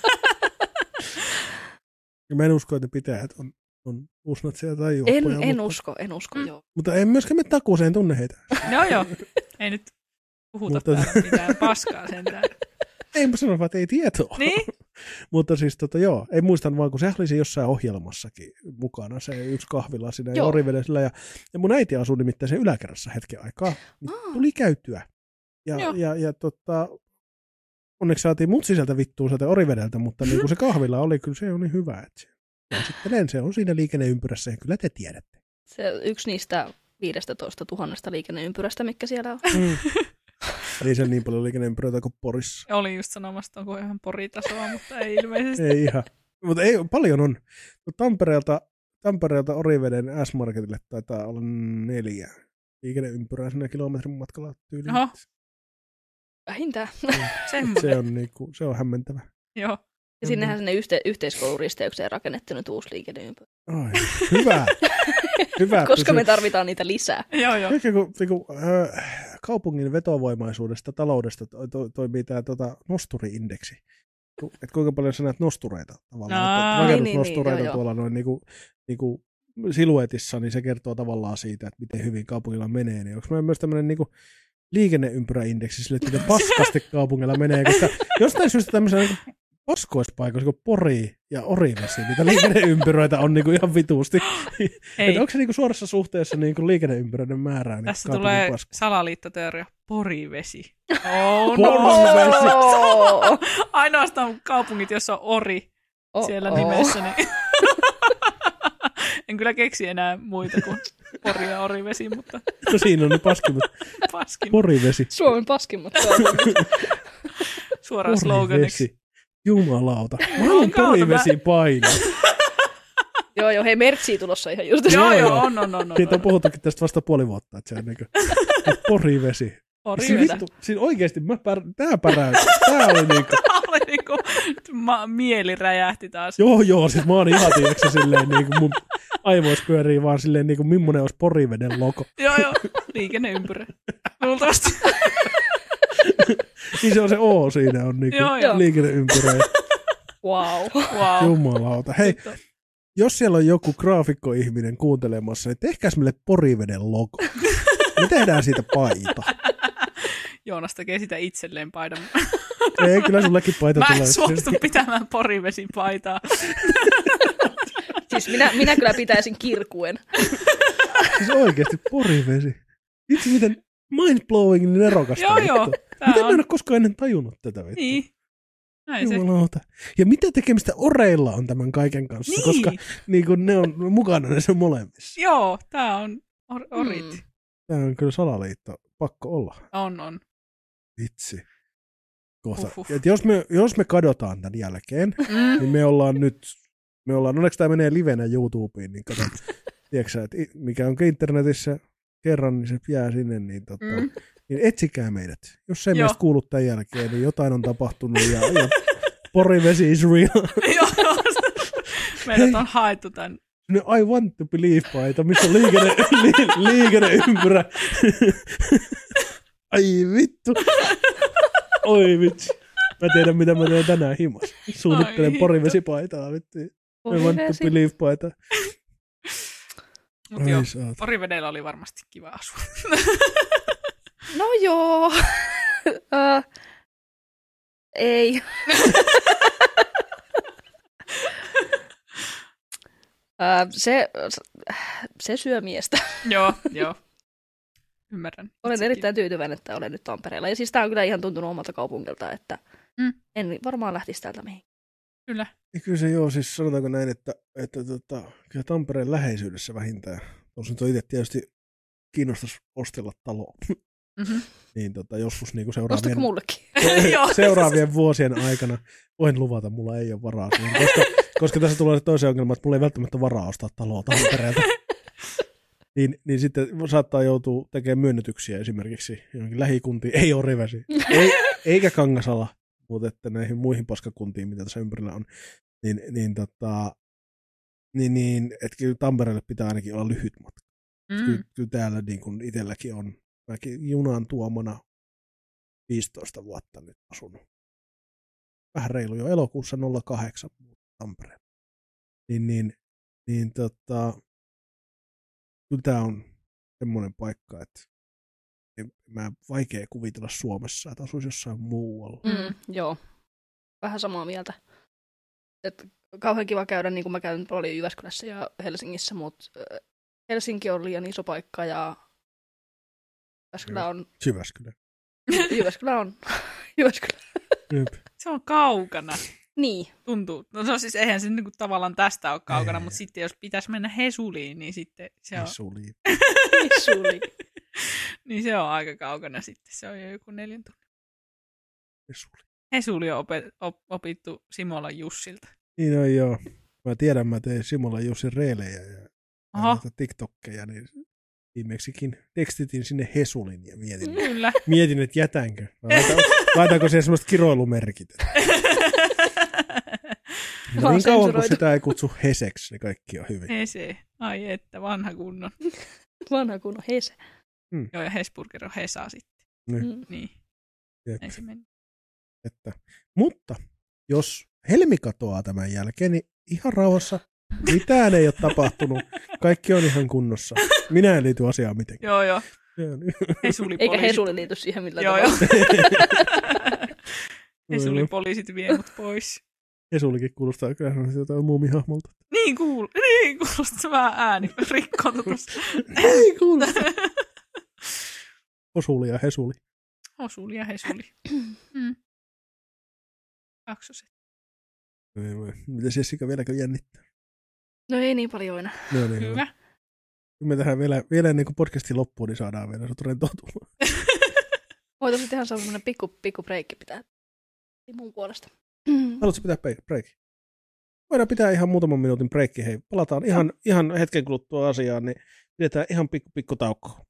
Ja mä en usko, että ne pitäjät on, on uusnatseja tai en, juoppoja. en mutta, usko, en usko, Mm. joo. mutta en myöskään me takuuseen tunne heitä. Joo, joo. Ei nyt puhuta Mutta- täällä mitään paskaa sentään. Ei mä sano vaan, että ei tietoa. Niin? Mutta siis tota joo, ei muistan vaan, kun se oli se jossain ohjelmassakin mukana, se yksi kahvila siinä ja Orivedellä. Ja, ja mun äiti asui nimittäin sen yläkerrassa hetken aikaa. Niin tuli käytyä. Ja, ja, ja, ja tota, onneksi saatiin mut sisältä vittuun sieltä Orivedeltä, mutta niin kuin se kahvila oli, kyllä se on niin hyvä. Että se, ja sitten se on siinä liikenneympyrässä ja kyllä te tiedätte. Se on yksi niistä viisitoista tuhatta liikenneympyrästä, mikä siellä on. Mm. Ei se niin paljon liikenneympyröitä kuin Porissa. Oli just sanomassa, onko ihan Poritasoa, mutta ei ilmeisesti. Ei ihan. Mutta ei, paljon on. Tampereelta, Tampereelta Oriveden S-Marketille taitaa olla neljä liikenneympyrää siinä kilometrin matkalla tyyliin. Oho. Vähintään. Se on, niinku, se on hämmentävä. Joo. Ja sinnehän sinne yhte- yhteiskouluristeykseen rakennettu nyt uusi liikenneympyrä. Ai, hyvä. hyvä Koska me tarvitaan niitä lisää. Joo, joo. Ehkä kun, kun äh, kaupungin vetovoimaisuudesta, taloudesta to, to, toimii tämä tota, nosturi-indeksi. Et kuinka paljon sä näet nostureita tavallaan. Rakennusnostureita niin, niin, tuolla noin niinku, niinku siluetissa, niin se kertoo tavallaan siitä, että miten hyvin kaupungilla menee. Niin onko meillä myös tämmöinen niinku liikenneympyräindeksi sille, että miten paskasti kaupungilla menee, koska jostain syystä tämmöisen niinku paskoispaikoissa kuin Pori ja Orivesi, niitä liikenneympyröitä on niinku ihan vituusti. Onko se niinku suorassa suhteessa niinku liikenneympyröiden määrään? Tässä tulee pasko? Salaliittoteoria. Porivesi. Oh, Porivesi. No. Ainoastaan kaupungit, jossa on Ori oh, siellä oh. nimessä. Niin en kyllä keksi enää muita kuin Pori ja Orivesi, mutta no siinä on ne paskimmat. paskimmat. Porivesi. Suomen paskimmat. Suoraan sloganiksi. Jumalauta. Mä oon Porivesi paino. Joo, joo, hei, mertsiä tulossa ihan just. Joo, joo, on, on, on. Siitä on puhuttukin tästä vasta puoli vuotta, että se on niinku Porivesi. Porivesi. Siis, siis oikeesti, mä pär, tää päräytin. Tää oli niinku. Tää oli niinku, ma, mieli räjähti taas. Joo, joo, siis mä oon ihan tiiäksä silleen niinku mun aivoissa pyörii vaan silleen niinku mimmonen olisi Poriveden logo. Joo, joo, liikenneympyrä. Luultavasti. Niin se on se O siinä on niinku liikenneympyrä. Wow. wow. Jumalauta. Hei, Sitten. Jos siellä on joku graafikkoihminen kuuntelemassa, niin tehkääs meille Poriveden logo. Me tehdään siitä paita. Joonas tekee sitä itselleen paidan. Ei, kyllä sullekin paita Mä tulee. Mä en suostu pitämään Porivesin paitaa. Siis minä, minä kyllä pitäisin kirkuen. Siis oikeasti Porivesi. Itse miten mindblowing nerokasta. Joo, joo. Miten on... mä en ole koskaan ennen tajunnut tätä vittua? Niin. Näin se. Ja mitä tekemistä oreilla on tämän kaiken kanssa, niin. koska niin kun ne on mukana näissä molemmissa. Joo, tää on or- orit. Mm. Tää on kyllä salaliitto. Pakko olla. On, on. Vitsi. Kohta. Et jos, me, jos me kadotaan tämän jälkeen, mm. niin me ollaan nyt, me ollaan, onneksi tämä menee livenä YouTubeen, niin kato, tiedätkö että mikä on internetissä kerran, niin se jää sinne, niin, tota, mm. niin etsikää meidät. Jos se meistä kuulu tämän jälkeen, niin jotain on tapahtunut ja, ja Porivesi is real. Joo, meidät on haettu tämän. I want to believe paita, missä on liikenne, li, liikenneympyrä. Ai vittu. Oi vitsi. Mä tiedän, mitä mä teen tänään himas. Suunnittelen Porivesi-paitaa. Vittu. I want to believe paita. Mut joo, Porivedellä oli varmasti kiva asua. No joo. uh, ei. uh, se, se syö miestä. Joo, joo. Ymmärrän. Olen Itsekin. erittäin tyytyväinen, että olen nyt Tampereella. Ja siis tämä on kyllä ihan tuntunut omalta kaupungilta, että mm. en varmaan lähtisi täältä mihin. Kyllä. Ja kyllä se joo, siis sanotaanko näin, että, että tota, kyllä Tampereen läheisyydessä vähintään. Tosin itse tietysti kiinnostaisi ostella taloa. Mm-hmm. Niin tota, joskus niinku seuraavien, seuraavien vuosien aikana voin luvata, mulla ei ole varaa siihen, koska, koska tässä tulee toisen ongelma, että mulla ei välttämättä varaa ostaa taloa Tampereelta. Niin, niin sitten saattaa joutua tekemään myönnytyksiä esimerkiksi johonkin lähikuntiin, ei Orivesi, ei, eikä Kangasala, mutta että näihin muihin paskakuntiin, mitä tässä ympärillä on, niin, niin, tota, niin, niin että kyllä Tampereelle pitää ainakin olla lyhyt matka. Mm. Kyllä, kyllä täällä niin kuin itselläkin on, mäkin junan tuomana viisitoista vuotta nyt asunut. Vähän reilu jo elokuussa nolla kahdeksan Tampereella. Niin, niin, niin tota, kyllä tämä on semmoinen paikka, että niin mä vaikea kuvitella Suomessa, että asuisi jossain muualla. Mm, joo, vähän samaa mieltä. Et kauhean kiva käydä, niin kuin mä käyn paljon Jyväskylässä ja Helsingissä, mutta Helsinki on liian iso paikka ja Jyväskylä on... Jyväskylä. Jyväskylä on... Jyväskylä. Se on kaukana. Niin. Tuntuu. No, no siis eihän se niinku tavallaan tästä ole kaukana, Ei. mutta sitten jos pitäisi mennä Hesuliin, niin sitten se on... Hesuliin. Suli. niin se on aika kaukana sitten. Se on jo joku neljän tunnin. Hesuli. Hesuli on opet, op, opittu Simolan Jussilta. Niin no joo. Mä tiedän, mä tein Simola Jussin reilejä ja TikTokkeja, niin viimeksikin tekstitin sinne Hesulin ja mietin, Kyllä. mietin että jätänkö. Laitan, laitanko siihen semmoista kiroilumerkit. No niin kauan kun sitä ei kutsu Heseksi, niin kaikki on hyvin. Hese. Ai että, vanha kunnon. Vanha kunnon Hese. Hmm. Joo, ja Hesburger on Hesa sitten. Niin. Niin. Jep. Näin se meni. Että, mutta jos Helmi katoaa tämän jälkeen, niin ihan rauhassa mitään ei ole tapahtunut. Kaikki on ihan kunnossa. Minä en liity asiaan mitenkään. Joo, joo. Hesuli Eikä Hesuli liity siihen millään joo, tavalla. Hesuli-poliisit vie mut pois. Hesulikin kuulostaa kyllä jotain muumihahmolta. Niin, kuul- niin kuulostaa vähän ääni rikkoonta tuossa. Ei kuulosta. Hosuli ja Hesuli. Hosuli ja Hesuli. Mm. Kaksoset. Mitäs Jessica vieläkö jännittää? No ei niin paljon enää. No niin, Hyvä. Kun me tähän vielä, vielä ennen kuin podcastin loppuun, niin saadaan vielä sut rentoutumaan. Voitaisiin tehdä sellainen pikku, pikku breikki pitää mun puolesta. Haluatko pitää breikki? Voidaan pitää ihan muutaman minuutin breikki. Hei, palataan ihan, ihan hetken kuluttua asiaan, niin pidetään ihan pikku, pikku taukkoa.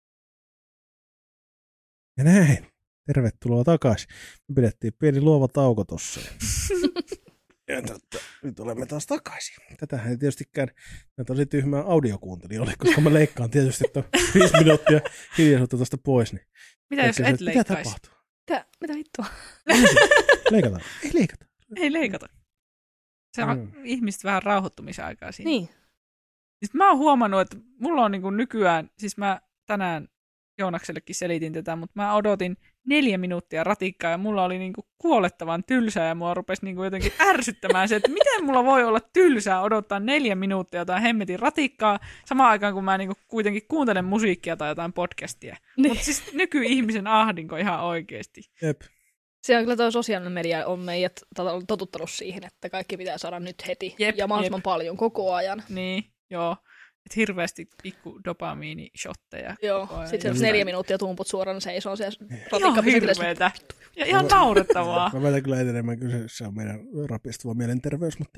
Ja näin. Tervetuloa takaisin. Me pidettiin pieni luova tauko tossa. Ja totta, nyt olemme taas takaisin. Tätähän ei tietystikään tosi tyhmää audiokuuntelijoille, koska mä leikkaan tietysti viisi minuuttia hiljaisuutta tuosta pois. Niin mitä jos et leikkaisi? Mitä tapahtuu? Mitä, mitä vittua? Leikataan. Ei leikata. Ei leikata. Se on Mm. ihmiset vähän rauhoittumisaikaa siinä. Niin. Sitten mä oon huomannut, että mulla on niinku nykyään, siis mä tänään Joonaksellekin selitin tätä, mutta mä odotin neljä minuuttia ratikkaa ja mulla oli niinku kuolettavan tylsää ja mua rupesi niinku jotenkin ärsyttämään se, että miten mulla voi olla tylsää odottaa neljä minuuttia jotain hemmetin ratikkaa samaan aikaan, kun mä niinku kuitenkin kuuntelen musiikkia tai jotain podcastia. Niin. Mutta siis nyky-ihmisen ahdinko ihan oikeasti. Jep. Se on kyllä tuo sosiaalinen media on meidät totuttanut siihen, että kaikki pitää saada nyt heti Jep, ja mahdollisimman jep. paljon koko ajan. Niin, joo. Että hirveästi pikku dopamiinishotteja. Joo, koko ajan. sitten se Ja- neljä minuuttia tumput suoraan seisoo siellä Ihan ratikkapysäkillä. hirveetä. Ja ihan naurettavaa. Mä väitän kyllä etenemään, kyllä se- se on meidän rapistuva mielenterveys, mutta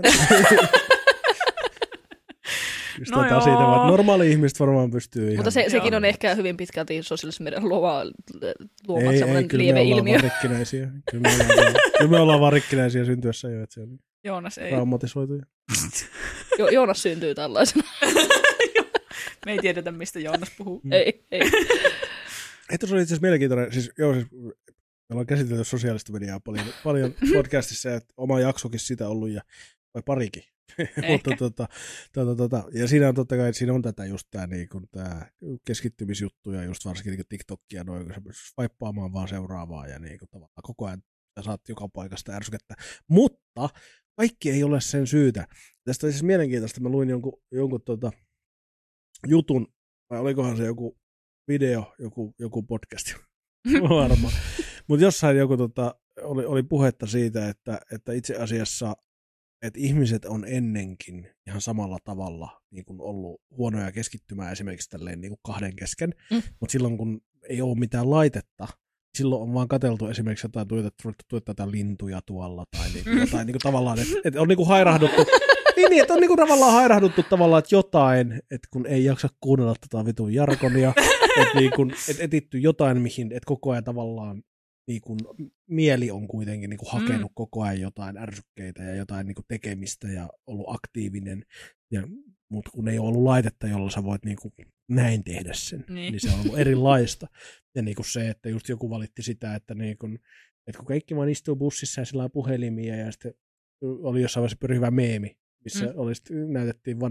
just No tätä joo. siitä, vaan, että normaali ihmiset varmaan pystyy ihan... Mutta se, sekin Joo. on ehkä hyvin pitkälti sosiaalisen median luova, luoma ei, ei, semmoinen kyllä lieve me ollaan ilmiö. vaan rikkinäisiä. Kyllä me ollaan, vaan- kyllä me ollaan vaan rikkinäisiä syntyessä jo, että se on Joonas ei. traumatisoituja. Jo, Joonas syntyy tällaisena. Me ei tiedetä, mistä Joonas puhuu. Mm. ei, ei. Hei, tuossa oli itse asiassa mielenkiintoinen, siis, joo, siis me ollaan käsitelty sosiaalista mediaa paljon, paljon podcastissa, ja oma jaksokin sitä ollut, ja, vai parikin. Mutta, tota, tota, tota, ja siinä on totta kai, siinä on tätä just tämä niinku, tää keskittymisjuttu, ja just varsinkin niinku TikTokia, noin, kun sä pystyt vaippaamaan vaan seuraavaa, ja niinku, tavallaan koko ajan sä saat joka paikasta ärsykettä. Mutta kaikki ei ole sen syytä. Tästä oli siis mielenkiintoista, mä luin jonkun, jonkun tota, jutun, vai olikohan se joku video, joku, joku podcast, varmaan. Mutta jossain joku tota, oli, oli puhetta siitä, että, että itse asiassa että ihmiset on ennenkin ihan samalla tavalla niin kuin ollut huonoja keskittymään esimerkiksi tälleen niin kuin kahden kesken, Mm. mutta silloin kun ei ole mitään laitetta, silloin on vaan katseltu esimerkiksi jotain tuotettu, tuotetaan lintuja tuolla tai niin kuin jotain niin kuin tavallaan, että, että on niin kuin hairahduttu, niin, niin, että on niin kuin tavallaan hairahduttu tavallaan, että jotain, että kun ei jaksa kuunnella tätä vitun jargonia, että niin kuin, että etitty jotain, mihin, että koko ajan tavallaan niin kuin, mieli on kuitenkin niin kuin hakenut mm. koko ajan jotain ärsykkeitä ja jotain niin kuin tekemistä ja ollut aktiivinen, ja, mutta kun ei ole ollut laitetta, jolla sä voit niin kuin näin tehdä sen, niin, Niin. niin se on ollut erilaista. Ja niin kuin se, että just joku valitti sitä, että, niin kuin, että kun kaikki vaan istuu bussissa ja sillä on puhelimia ja sitten oli jossain vaiheessa pyöri hyvä meemi, missä Mm. oli, näytettiin vanhaa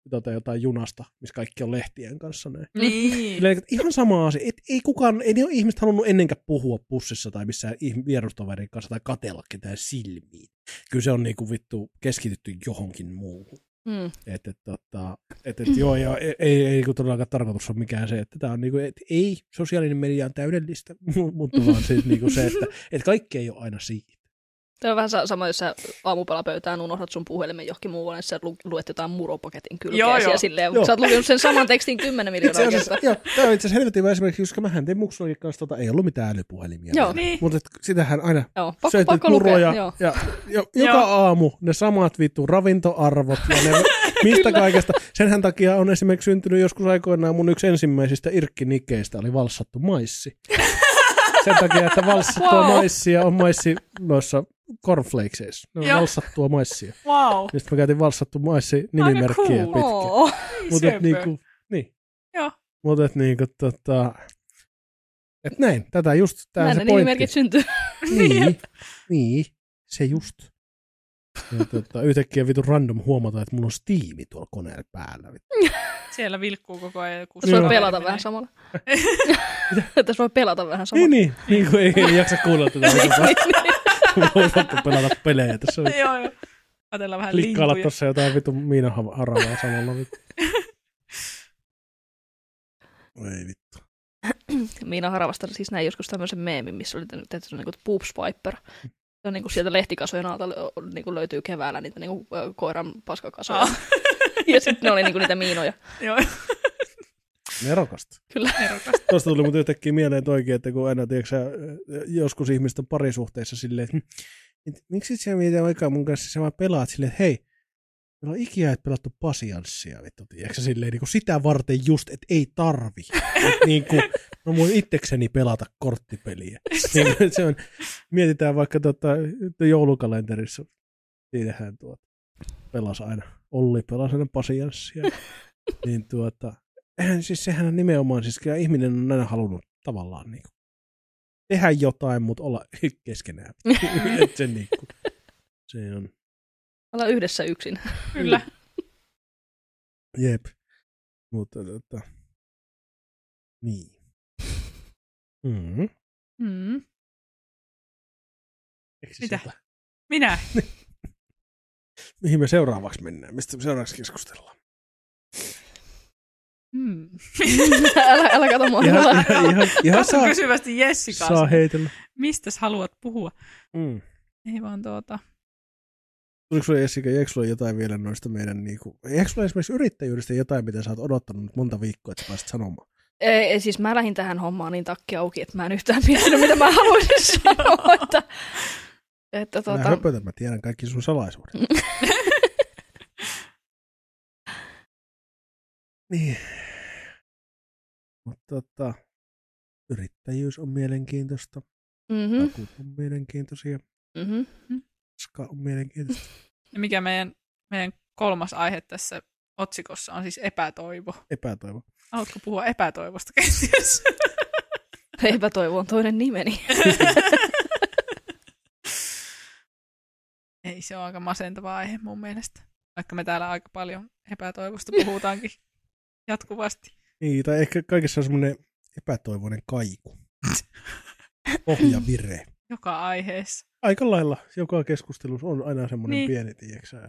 tota, jotain junasta, missä kaikki on lehtien kanssa. Näin. Niin. Silleen, ihan sama asia. Et, ei kukaan, ei ne ole ihmiset halunnut ennenkään puhua bussissa tai missään vierustoverin kanssa tai katella ketään silmiin. Kyllä se on niinku vittu keskitytty johonkin muuhun. Mm. Että et, tota, et, et, joo, ja ei, ei, ei todellakaan tarkoitus ole mikään se, että tämä on niinku, et, ei, sosiaalinen media on täydellistä, mutta vaan siis niinku se, että et kaikki ei ole aina siitä. Tämä on vähän sama, jos sä aamupalapöytään unohdat sun puhelimen johonkin muualle, niin sä lu- luet jotain muropaketin kylkeisiä ja silleen, joo. Sä oot lukenut sen saman tekstin kymmenen miljoonaa kertaa. Joo, tämä on itse asiassa helvetin esimerkiksi, koska mähän tein muksullakin kanssa, tota, ei ollut mitään älypuhelimia. Joo. Niin. Mutta sitähän aina joo, pakko, pakko muroja, lukea. Ja, ja joka aamu ne samat vittu ravintoarvot ja ne mistä kaikesta. Senhän takia on esimerkiksi syntynyt joskus aikoinaan mun yksi ensimmäisistä irkkinikkeistä oli valssattu maissi. Sen takia, että valssattua wow. maissia on maissi noissa cornflakeseissa. Ne on Joo. valssattua maissia. Wow. Ja sitten mä käytin valssattu maissi nimimerkkiä cool. pitkään. Oh. Mutta niinku, niin. Joo. Mutta et niinku tota, et näin, tätä just, tää Näin se ne pointti. nimimerkit syntyy. Niin, niin, se just. Ja tota, yhtäkkiä vitun random huomata, että mulla on Steam tuolla koneella päällä. Siellä vilkkuu koko ajan joku. Tässä voi pelata vähän samalla. Tässä voi pelata vähän samalla. Niin, niin, niin kuin ei, ei jaksa kuulla tätä. Voi pelata pelejä tässä. Joo, joo. Ajatellaan vähän lintuja. Klikkailla tuossa jotain vitun Miina Haravaa samalla. Ei vittu. Miina Haravasta siis näin joskus tämmöisen meemin, missä oli tehty sellainen kuin Poop Swiper. Se on niin kuin sieltä lehtikasojen alta niin kuin löytyy keväällä niitä niin kuin koiran paskakasoja. Ah. Ja sitten ne oli niin kuin niitä miinoja. Joo. Nerokasta. Kyllä. Nerokasta. Tuosta tuli mut yhtäkkiä mieleen toikin, että kun aina tiedätkö, joskus ihmiset on parisuhteissa silleen, että, että miksi sä mietit aikaa mun kanssa, sä vaan pelaat silleen, että hei, meillä on ikiä pelattu pasianssia, vittu, tiedätkö silleen, niin kuin sitä varten just, että ei tarvi. Että niin kuin, no mun itsekseni pelata korttipeliä. Niin, se on, mietitään vaikka tota, joulukalenterissa, siitähän tuota, pelasi aina, Olli pelasi aina pasianssia. Niin tuota, eihän siis sehän on nimenomaan, siis kyllä ihminen on aina halunnut tavallaan niin kuin, tehdä jotain, mutta olla keskenään. Et se, niin kuin, se on. Olla yhdessä yksin. Kyllä. Jep. Mutta tota, niin. Mm. Mm. Mitä? Sieltä? Minä? Mihin me seuraavaksi mennään? Mistä me seuraavaksi keskustellaan? Hmm. älä, älä kato mua. Ihan, ihan, ihan, ihan saa, kysyvästi Jessica. Saa heitellä. Mistäs haluat puhua? Mm. Ei vaan tuota. Tuliko sulle Jessica, eikö sulle jotain vielä noista meidän, niinku, eikö sulle esimerkiksi yrittäjyydestä jotain, mitä sä oot odottanut monta viikkoa, että sä pääsit sanomaan? Ei, siis mä lähdin tähän hommaan niin takki auki, että mä en yhtään miettinyt, mitä mä haluaisin sanoa. Että, että, tuota... Mä höpötän, mä tiedän kaikki sun salaisuudet. Niin. Mutta tota, yrittäjyys on mielenkiintoista. Mm-hmm. Takut on mielenkiintoisia. Mm-hmm. Ska on mielenkiintoista. Ja mikä meidän, meidän kolmas aihe tässä otsikossa on siis epätoivo. Epätoivo. Haluatko puhua epätoivosta kenties? Epätoivo on toinen nimeni. Ei, se on aika masentava aihe mun mielestä. Vaikka me täällä aika paljon epätoivosta puhutaankin jatkuvasti. Niin, tai ehkä kaikessa on semmoinen epätoivoinen kaiku. Pohjavire. Joka aiheessa. Aika lailla. Joka keskustelussa on aina semmoinen niin. pieni, tiiäksä.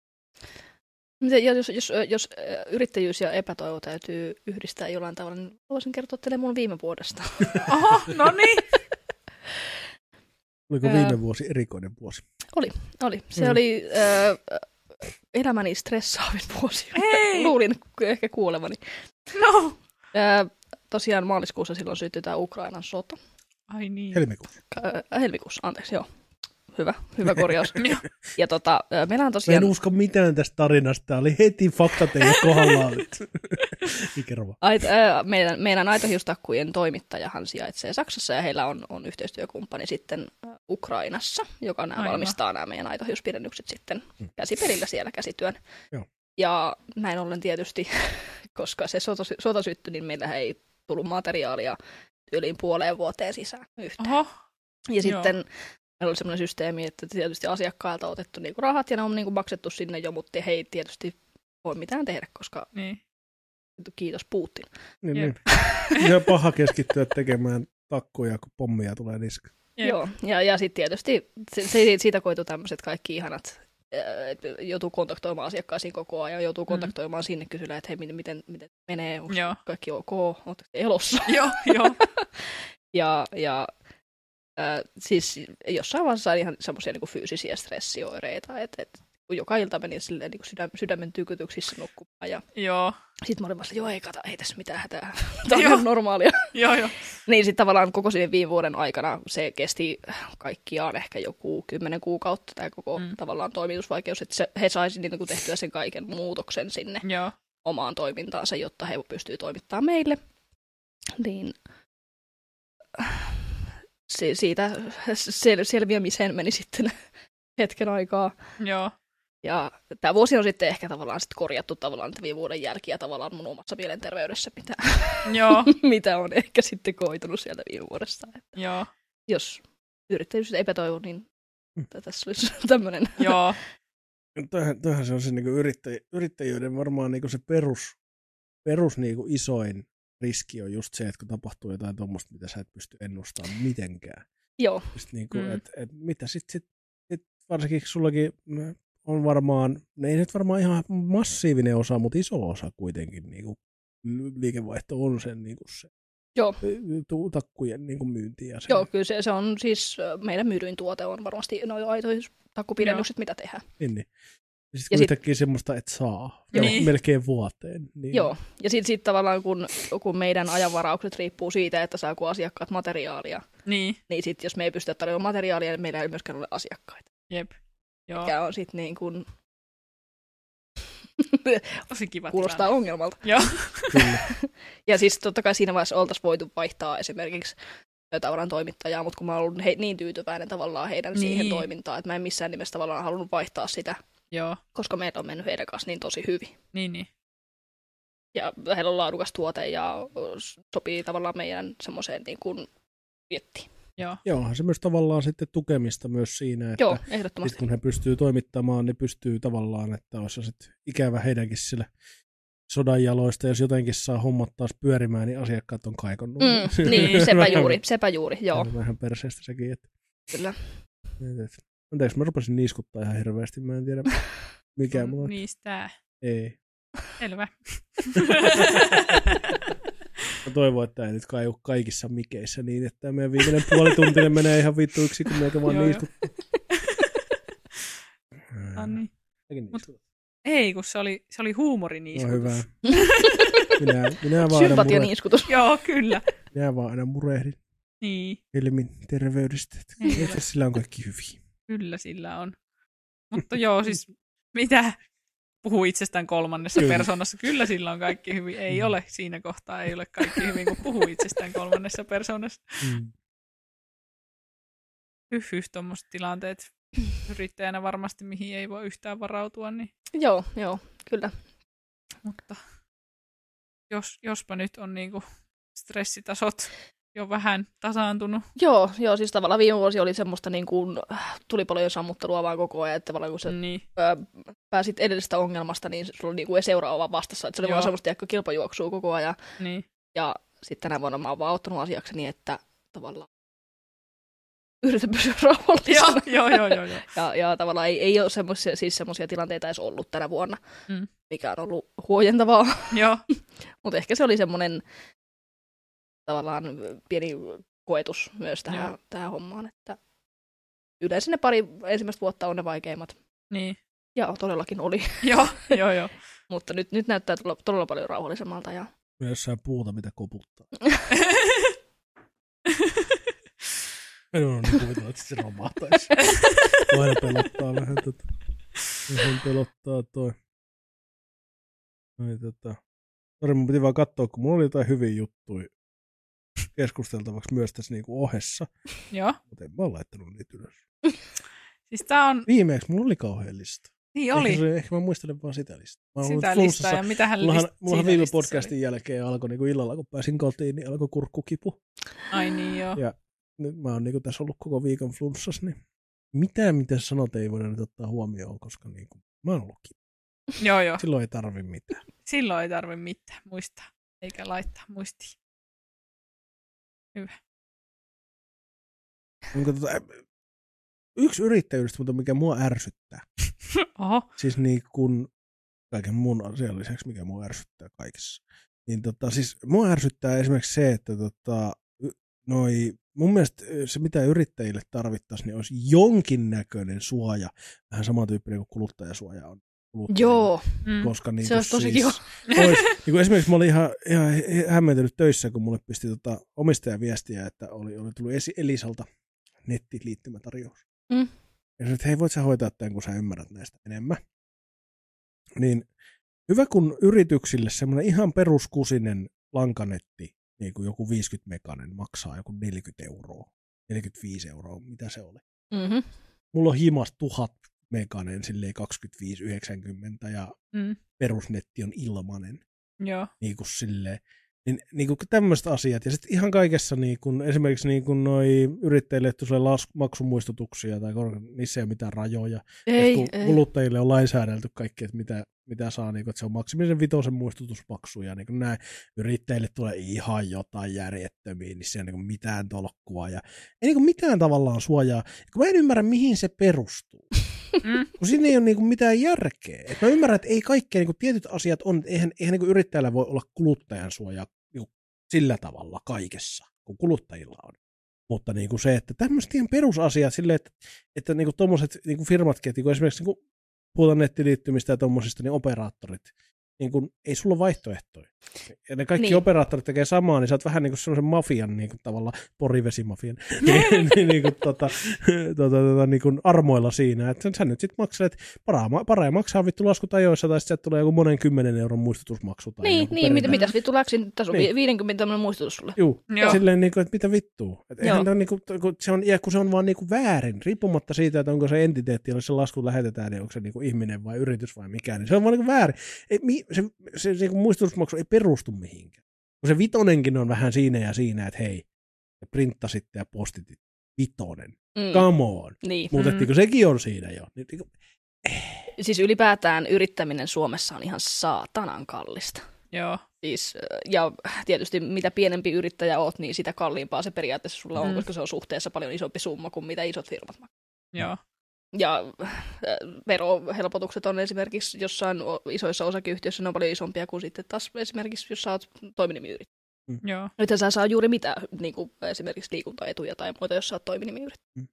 Jos, jos, jos yrittäjyys ja epätoivo täytyy yhdistää jollain tavalla, niin voisin kertoa teille mun viime vuodesta. Oho, no niin. Oliko viime vuosi erikoinen vuosi? Oli, oli. Se mm. oli äh, elämäni stressaavin vuosi. Hei. Luulin ehkä kuolevani. No. Äh, tosiaan maaliskuussa silloin syttyi tämä Ukrainan sota. Ai niin. Helmikuussa. Äh, helmikuussa, anteeksi, joo. Hyvä, hyvä korjaus. Ja tota, meillä on tosiaan... Mä en usko mitään tästä tarinasta. Tämä oli heti faktat ei ole kohdallaan. Ait, äh, meidän, meidän Aitohiustakkujen toimittajahan sijaitsee Saksassa ja heillä on, on yhteistyökumppani sitten Ukrainassa, joka nämä Aivan. valmistaa nämä meidän aitohiuspidennykset sitten hmm. käsiperillä siellä käsityön. Joo. Ja näin ollen tietysti, koska se sota, sota syttyi, niin meillä ei tullut materiaalia yliin puoleen vuoteen sisään yhtään. Oho. Ja sitten... Joo. Meillä oli semmoinen systeemi, että tietysti asiakkailta on otettu niinku rahat ja ne on niinku maksettu sinne jo, mutta he ei tietysti voi mitään tehdä, koska Niin. kiitos Putin. Niin, Jep. niin. Ihan paha keskittyä tekemään takkuja, kun pommia tulee niska. Jep. Joo, ja, ja sitten tietysti se, se, siitä koituu tämmöiset kaikki ihanat, että joutuu kontaktoimaan asiakkaisiin koko ajan, joutuu kontaktoimaan mm. sinne kysyllä, että hei, miten, miten, miten menee, onko Joo. kaikki ok, oletteko elossa? Joo, joo. ja ja äh, siis jossain vaiheessa sain ihan semmoisia niin kuin fyysisiä stressioireita, että et, joka ilta menin silleen, niin kuin sydäm, sydämen tykytyksissä nukkumaan. Ja Joo. sitten mä olin vasta, joo ei kato, ei tässä mitään hätää, tämä on Joo. ihan normaalia. Joo, joo. Niin sitten tavallaan koko siinä viime vuoden aikana se kesti kaikkiaan ehkä joku kymmenen kuukautta tämä koko mm. tavallaan toimitusvaikeus, että se, he saisivat niin kuin tehtyä sen kaiken muutoksen sinne Joo. omaan toimintaansa, jotta he pystyvät toimittamaan meille. Niin si- siitä sel- selviämiseen meni sitten hetken aikaa. Joo. Ja tämä vuosi on sitten ehkä tavallaan sit korjattu tavallaan viime vuoden jälkiä tavallaan mun omassa mielenterveydessä, mitä, Joo. mitä on ehkä sitten koitunut sieltä viime vuodesta. Että Joo. jos yrittäjyys epätoivo, niin tässä olisi tämmöinen. Joo. Toihan, toihan se on se niin yrittäj- yrittäjyyden varmaan niin se perus, perus niin isoin riski on just se, että kun tapahtuu jotain tuommoista, mitä sä et pysty ennustamaan mitenkään. Joo. Niin kuin, Mm. et, et mitä sitten sit, sit varsinkin sullakin on varmaan, ei nyt varmaan ihan massiivinen osa, mutta iso osa kuitenkin niin kuin liikevaihto on sen, niin kuin se Joo. takkujen niin kuin myynti. Ja se. Joo, kyllä se, se on siis meidän myydyin tuote on varmasti no aitoiset takkupidennykset, mitä tehdään. Niin, niin. Ja sitten Ja kun sit- yhtäkkiä semmoista et saa, Niin. melkein vuoteen. Niin. Joo, ja sitten sit tavallaan kun, kun meidän ajanvaraukset riippuu siitä, että saako asiakkaat materiaalia, Niin. niin sitten jos me ei pystytä tarjoamaan materiaalia, niin meillä ei myöskään ole asiakkaita. Jep. Joo. Mikä on sitten niin kuin Tosi kiva kuulostaa tilanne. ongelmalta. Joo. Kyllä. Ja siis totta kai siinä vaiheessa oltaisiin voitu vaihtaa esimerkiksi tavaran toimittajaa, mutta kun mä oon ollut he, niin tyytyväinen tavallaan heidän Niin. siihen toimintaan, että mä en missään nimessä tavallaan halunnut vaihtaa sitä, Joo. koska meillä on mennyt heidän kanssa niin tosi hyvin. Niin, niin. Ja heillä on laadukas tuote ja sopii tavallaan meidän semmoiseen niin kuin viettiin. Joo. Joo, onhan se myös tavallaan sitten tukemista myös siinä, että Joo, sit ehdottomasti. kun he pystyy toimittamaan, niin pystyy tavallaan, että olisi sitten ikävä heidänkin sillä sodan jaloista, jos jotenkin saa hommat taas pyörimään, niin asiakkaat on kaikonnut. Mm, niin, sepä juuri, sepä juuri, joo, On vähän perseestä sekin. Että, kyllä. että, anteeksi, mä rupesin niiskuttaa ihan hirveästi, mä en tiedä mikä mulla on. Niistä. Ei. Selvä. Mä toivon, että ei nyt kaiu kaikissa mikeissä niin, että meidän viimeinen puolituntinen menee ihan vittuiksi, kun meikä vaan Joo, joo. niiskuttaa. No niin. Säkin Mut- niiskuttaa. Ei, kun se oli, se oli huumoriniiskutus. No hyvä. Minä, minä, vaan aina Sympatia mure, niiskutus. Joo, kyllä. minä vaan aina murehdin Niin, Helmin terveydestä. Ei. Itse sillä on kaikki hyvin. kyllä sillä on. Mutta joo, siis mitä puhuu itsestään kolmannessa Kyllä. persoonassa? Kyllä sillä on kaikki hyvin. Ei Mm. ole siinä kohtaa, ei ole kaikki hyvin, kun puhuu itsestään kolmannessa persoonassa. Mm. Hyh, hyh, tuommoiset tilanteet yrittäjänä varmasti, mihin ei voi yhtään varautua. Niin. Joo, joo, kyllä. Mutta jos, jospa nyt on niinku stressitasot jo vähän tasaantunut. Joo, joo, siis tavallaan viime vuosi oli semmoista niin kuin, tuli paljon sammuttelua vaan koko ajan, että tavallaan kun sä Niin, ö, pääsit edellisestä ongelmasta, niin sulla oli niin kuin seuraava vastassa, että se oli Joo. vaan semmoista tiedätkö, kilpajuoksua koko ajan. niin, Ja sitten tänä vuonna mä oon vaan ottanut asiakseni, että tavallaan yritän pysyä rauhallisena. joo, joo, joo, joo, joo. Ja, ja tavallaan ei, ei ole semmoisia, siis semmoisia tilanteita edes ollut tänä vuonna, Mm. mikä on ollut huojentavaa. Joo, Mutta ehkä se oli semmoinen tavallaan pieni koetus myös tähän, Joo. tähän hommaan, että yleensä ne pari ensimmäistä vuotta on ne vaikeimmat. niin, Ja todellakin oli, joo, joo, joo. mutta nyt, nyt näyttää todella, todella paljon rauhallisemmalta. Ja Mä jossain puuta, mitä koputtaa. En ole niin kuvitella, että se romahtaisi. Aina pelottaa vähän tota. Vähän pelottaa toi. Ai tota. Sori, mun piti vaan katsoa, kun mulla oli jotain hyviä juttuja keskusteltavaksi myös tässä niinku ohessa. Joo. Mutta en mä ole laittanut niitä ylös. Siis tää on, Viimeksi mulla oli kauhean lista. niin oli, Ehkä, se, ehkä mä muistelen vaan sitä listaa. Mä oon ollut sitä listaa flunssassa. ja mitähän Mullahan, list, mullahan siitä viime listassa podcastin jälkeen alkoi niinku illalla, kun pääsin kotiin, niin alkoi kurkkukipu. oli. Ai niin, joo. Ja nyt mä oon niinku tässä ollut koko viikon flunssassa, niin mitään mitä sanot ei voida nyt ottaa huomioon, koska niinku, mä oon ollut kipu. Joo, joo. Silloin ei tarvi mitään. Silloin ei tarvi mitään muistaa, eikä laittaa muistiin. Hyvä. Onko tota, yksi yrittäjyydestä, mutta mikä mua ärsyttää. Oho. Siis niin kun kaiken muun asian lisäksi, mikä mua ärsyttää kaikessa. Niin tota, siis mua ärsyttää esimerkiksi se, että tota, noi, mun mielestä se mitä yrittäjille tarvittaisiin, niin olisi jonkinnäköinen suoja. Vähän samantyyppinen kuin kuluttajasuoja on. Joo, Koska niin se olisi tosi siis, kiva. Olisi, niin kuin esimerkiksi mä olin ihan, ihan hämmentynyt töissä, kun mulle pisti tota omistajaviestiä, että oli, oli tullut Elisalta nettiliittymätarjous. Mm. Ja sanoin, että hei, voit sä hoitaa tämän, kun sä ymmärrät näistä enemmän. Niin hyvä, kun yrityksille semmoinen ihan peruskusinen lankanetti, niin kuin joku viisikymmentä meganen, maksaa joku neljäkymmentä euroa, neljäkymmentäviisi euroa, mitä se oli. Mm-hmm. Mulla on himas tuhat meganen, silleen kaksikymmentäviisi yhdeksänkymmentä, ja Mm. perusnetti on ilmanen. Joo. Niin kuin silleen. Niin, niin kuin tämmöiset asiat. Ja sitten ihan kaikessa, niin kuin, esimerkiksi niin kuin noi yrittäjille tulee las- maksumuistutuksia, tai niissä ei ole mitään rajoja. Ei, kun ei. kuluttajille on lainsäädänty kaikki, että mitä, mitä saa, niin kuin, että se on maksimisen vitosen muistutusmaksu, ja niin kuin näin yrittäjille tulee ihan jotain järjettömiä, niin se on niin kuin mitään tolkkua, ja ei niin kuin mitään tavallaan suojaa. Ja kun mä en ymmärrä, mihin se perustuu. Mm. Kun siinä ei ole niinku mitään järkeä. Et mä ymmärrän, että ei kaikkea niinku tietyt asiat on, että eihän, eihän niinku yrittäjällä voi olla kuluttajan suoja niinku sillä tavalla kaikessa, kun kuluttajilla on. Mutta niinku se, että tämmöiset ihan perusasiat silleen, että, että niinku tommoset niinku firmatkin, että niinku esimerkiksi niinku puhutaan nettiliittymistä ja tommosista, niin operaattorit, niin ei sulla ole vaihtoehtoja. Ja ne kaikki niin. operaattorit tekee samaa, niin sä oot vähän niin kuin semmoisen mafian, niin kuin tavallaan porivesimafian, niin, niin kuin, tota, tota, tota, niin kuin armoilla siinä, että sä nyt sit maksaat, että paraa maksaa vittu laskut ajoissa, tai sitten tulee joku monen kymmenen euron muistutusmaksu. Tai niin, niin mitä, mitäs vittu läksin, tässä on niin. viisikymmentä tämmöinen muistutus sulle. Juu, ja silleen, niin kuin, että mitä vittua. Että eihän on, niin kuin, kun se on, ja kun se on vaan niin kuin väärin, riippumatta siitä, että onko se entiteetti, jolle se lasku lähetetään, niin onko se niin kuin ihminen vai yritys vai mikä, niin se on vaan niin kuin väärin. Ei, se se, se muistutusmaksu ei perustu mihinkään. Kun se vitonenkin on vähän siinä ja siinä, että hei, printtasitte ja postitit vitonen. Mm. Come on. Niin. Mutta mm. sekin on siinä jo. Siis ylipäätään yrittäminen Suomessa on ihan saatanan kallista. Joo. Siis, ja tietysti mitä pienempi yrittäjä oot, niin sitä kalliimpaa se periaatteessa sulla on, mm. koska se on suhteessa paljon isompi summa kuin mitä isot firmat maksaa. Joo. Ja verohelpotukset on esimerkiksi jossain isoissa osakeyhtiöissä, ne on paljon isompia kuin sitten taas esimerkiksi, jos sä oot toiminimiyrittäjä. Mm. Joo. Nythän sä saa juuri mitään, niin kuin esimerkiksi liikuntaetuja tai muuta, jos sä oot toiminimiyrittäjä. Mm.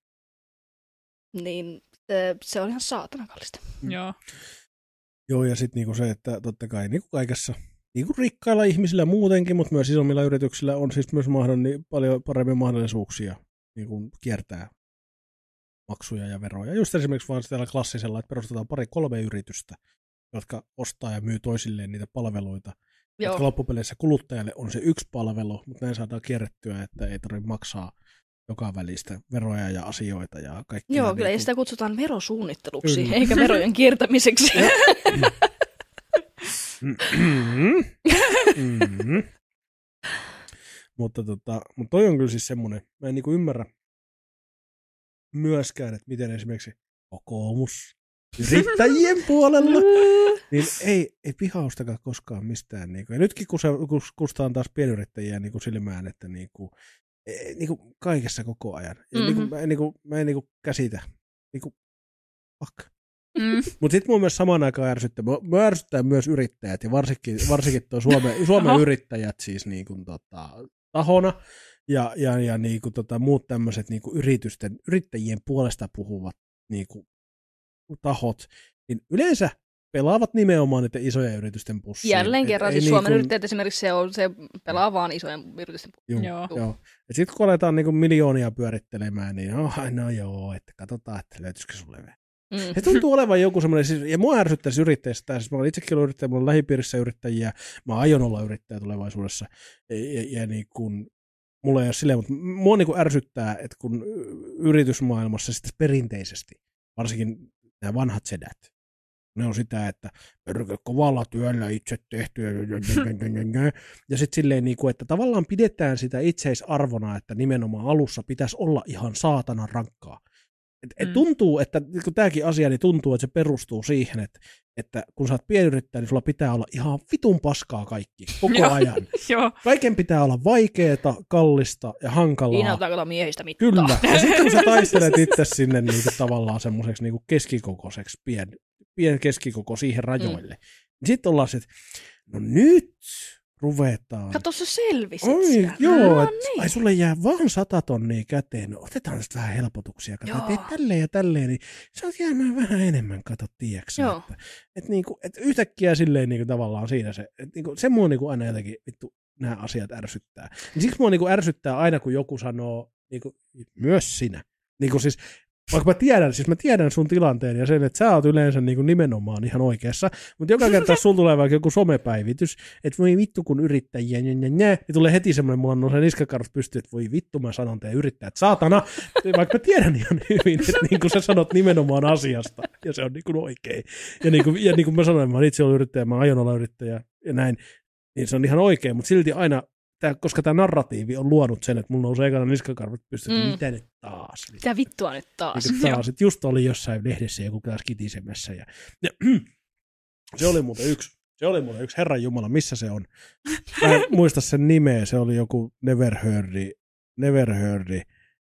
Niin se on ihan saatana kallista. Mm. Joo. Joo, ja sitten niinku se, että totta kai niinku kaikessa niinku rikkailla ihmisillä muutenkin, mutta myös isommilla yrityksillä on siis myös mahdollinen, paljon paremmin mahdollisuuksia niinku kiertää maksuja ja veroja. Just esimerkiksi vaan tällä klassisella, että perustetaan pari kolme yritystä, jotka ostaa ja myy toisilleen niitä palveluita. Joo. Jotka loppupeleissä kuluttajalle on se yksi palvelu, mutta näin saadaan kierrettyä, että ei tarvitse maksaa joka välistä veroja ja asioita ja kaikkea. Joo, kyllä, niin, ja sitä kutsutaan verosuunnitteluksi, kyllä. Eikä verojen kiertämiseksi. mm-hmm. mutta, tota, mutta toi on kyllä siis semmoinen, mä en niinku ymmärrä myöskään, että miten esimerkiksi kokoomus yrittäjien puolella, niin ei, ei pihaustakaan koskaan mistään. Niin kuin, ja nytkin kun se kustaan taas pienyrittäjiä niin kuin silmään, että niin kuin, niin kuin kaikessa koko ajan. Ja mm-hmm. niin kuin, mä en, niin kuin, mä en niin kuin käsitä. Niin kuin, fuck. Mm. Mutta sitten mun myös samaan aikaan ärsyttää. Mä ärsyttää myös yrittäjät, ja varsinkin, varsinkin tuo Suomen, Suomen yrittäjät siis niin kuin, tota, tahona, ja, ja, ja niin kuin, tota, muut tämmöiset niin kuin yritysten, yrittäjien puolesta puhuvat niin kuin, tahot, niin yleensä pelaavat nimenomaan niiden isojen yritysten pussiin. Jälleen kerran, siis niin Suomen kun... yrittäjät esimerkiksi se, on, se pelaa vaan isojen yritysten pussiin. Joo, joo. joo. Sitten kun aletaan niin kuin miljoonia pyörittelemään, niin oh, no joo, että katsotaan, että löytyisikö sulle vielä. Mm. Se tuntuu olevan joku semmoinen, siis, ja mua ärsyttäisi yrittäjistä, siis mä olen itsekin ollut yrittäjä, mulla on lähipiirissä yrittäjiä, mä aion olla yrittäjä tulevaisuudessa, ja, ja, ja niin kuin, mulla ei ole silleen, mutta mua niin kuin ärsyttää, että kun yritysmaailmassa sitten perinteisesti, varsinkin nämä vanhat sedät, ne on sitä, että kovalla työllä itse tehty, ja sitten silleen, niin kuin, että tavallaan pidetään sitä itseisarvona, että nimenomaan alussa pitäisi olla ihan saatanan rankkaa. Et, et mm. tuntuu, että kun tämäkin asia, niin tuntuu, että se perustuu siihen, että että kun sä oot pienyrittäjä, niin sulla pitää olla ihan vitun paskaa kaikki koko Joo. ajan. Joo. Kaiken pitää olla vaikeeta, kallista ja hankalaa. Siinä otetaan miehistä mittaa. Kyllä. Ja sitten kun sä taistelet itse sinne niinku tavallaan semmoiseksi niinku keskikokoiseksi, pien, pien keskikoko siihen rajoille, mm. niin sitten ollaan se, että no nyt ruvetaan. Kato, sä selvisit Oi, siellä. joo, No et, niin. ai sulle jää vaan sata tonnia käteen, no otetaan sitten vähän helpotuksia, kato, Joo. teet tälleen ja tälleen, niin sä oot jäämään vähän enemmän, kato, tiiäksä, Joo. että et niinku, et yhtäkkiä silleen niinku tavallaan siinä se, että niinku, se mua niinku aina jotenkin vittu nämä asiat ärsyttää. Niin siksi mua niinku ärsyttää aina, kun joku sanoo, niinku, myös sinä, niinku siis, vaikka mä tiedän, siis mä tiedän sun tilanteen ja sen, että sä oot yleensä niin kuin nimenomaan ihan oikeassa, mutta joka kerta, jos sulla tulee vaikka joku somepäivitys, että voi vittu kun yrittäjiä, nä, nä, nä, niin tulee heti semmoinen, mulla nousee niskakarvat pystyy, että voi vittu mä sanon teidän yrittäjät, saatana, vaikka mä tiedän ihan hyvin, että niin kuin sä sanot nimenomaan asiasta, ja se on niin kuin oikein. Ja niin kuin, ja niin kuin mä sanoin, mä oon itse ollut yrittäjä, mä aion olla yrittäjä ja näin, niin se on ihan oikein, mutta silti aina, Tää, koska tämä narratiivi on luonut sen, että mulla nousee ekana niskakarvat pystyyn, mm. mitä nyt taas? Mitä vittua nyt taas? Mitä taas? Että just oli jossain lehdessä joku taas kitisemässä. Ja, ja, se oli muuten yksi, se oli muuten yksi, Herran Jumala, missä se on? Mä en muista sen nimeä, se oli joku Neverheardi, Neverheardi,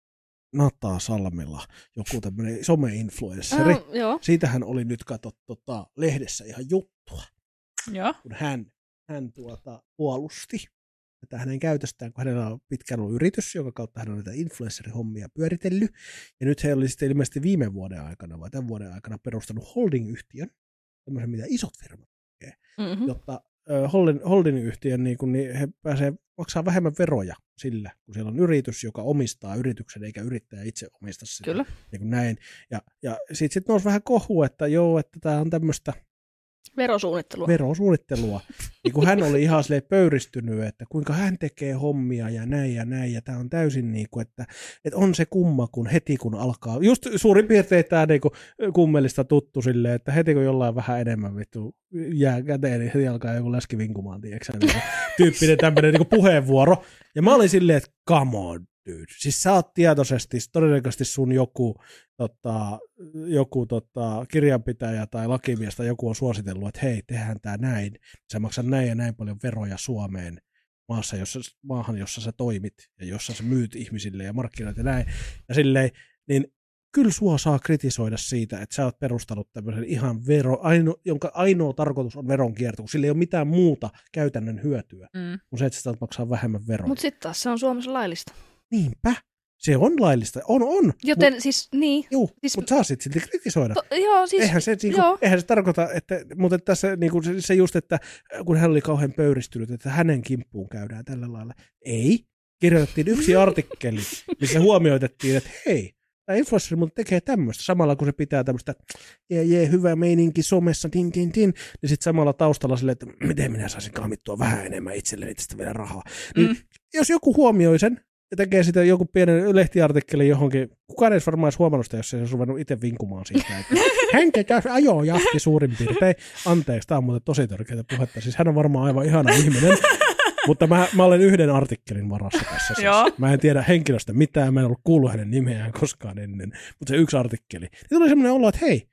Nata Salmela, joku tämmöinen some-influenssari. Ah, joo. Siitähän oli nyt kato tota, lehdessä ihan juttua, Joo. kun hän, hän tuota, puolusti tätä hänen käytöstään, kun hänellä on pitkään ollut yritys, jonka kautta hän on näitä influenssarihommia pyöritellyt. Ja nyt he oli sitten ilmeisesti viime vuoden aikana vai tämän vuoden aikana perustanut holding-yhtiön, tämmöisen mitä isot firmat tekee, mm-hmm. jotta äh, holding-yhtiön niin kun, niin he pääsee maksaa vähemmän veroja sillä, kun siellä on yritys, joka omistaa yrityksen, eikä yrittäjä itse omista sitä. Kyllä. Niin kuin näin. Ja, ja sitten sit nousi vähän kohua, että joo, että tämä on tämmöistä Verosuunnittelua. Verosuunnittelua. Niin kun hän oli ihan silleen pöyristynyt, että kuinka hän tekee hommia ja näin ja näin. Ja tämä on täysin niin kuin, että, että on se kumma, kun heti kun alkaa. Just suurin piirtein tämä niin kuin kummelista tuttu silleen, että heti kun jollain vähän enemmän vittu jää käteen, niin heti alkaa joku läski vinkumaan, tiiäksä, niin tyyppinen tämmöinen niin puheenvuoro. Ja mä olin silleen, että come on, dude. Siis sä oot tietoisesti, todennäköisesti sun joku, tota, joku tota, kirjanpitäjä tai lakimies tai joku on suositellut, että hei, tehdään tää näin. Sä maksat näin ja näin paljon veroja Suomeen maassa, jossa, maahan, jossa sä toimit ja jossa sä myyt ihmisille ja markkinoit ja näin. Ja silleen, niin kyllä sua saa kritisoida siitä, että sä oot perustanut tämmöisen ihan vero, aino, jonka ainoa tarkoitus on veronkierto, kun sillä ei ole mitään muuta käytännön hyötyä, mm. kun se, että sä maksaa vähemmän veroja. Mutta sitten taas se on Suomessa laillista. Niinpä. Se on laillista. On, on. Joten mut, siis, niin. Juu, siis, mutta saa sitten silti kritisoida. To, joo, siis, eihän, se, niinku, joo. eihän se tarkoita, että, mutta tässä niinku, se, se just, että kun hän oli kauhean pöyristynyt, että hänen kimppuun käydään tällä lailla. Ei. Kirjoitettiin yksi artikkeli, missä huomioitettiin, että hei, tämä influenssari muuten tekee tämmöistä, samalla kun se pitää tämmöistä, jee, jee, hyvä meininki somessa, tin, tin, tin, niin sitten samalla taustalla silleen, että miten minä saisin kahmittua vähän enemmän itselleni tästä vielä rahaa. Niin, mm. Jos joku huomioi sen, ja tekee sitä joku pienen lehtiartikkeli johonkin, kukaan ei varmaan edes huomannut sitä, jos ei olisi ruvennut itse vinkumaan siitä, että hän käy ajoa jahti suurin piirtein. Anteeksi, tämä on muuten tosi törkeää puhetta. Siis hän on varmaan aivan ihana ihminen, mutta mä, mä olen yhden artikkelin varassa tässä. Siis. Mä en tiedä henkilöstä mitään, mä en ollut kuullut hänen nimeään koskaan ennen, mutta se yksi artikkeli. Ja tuli semmoinen olo, että hei,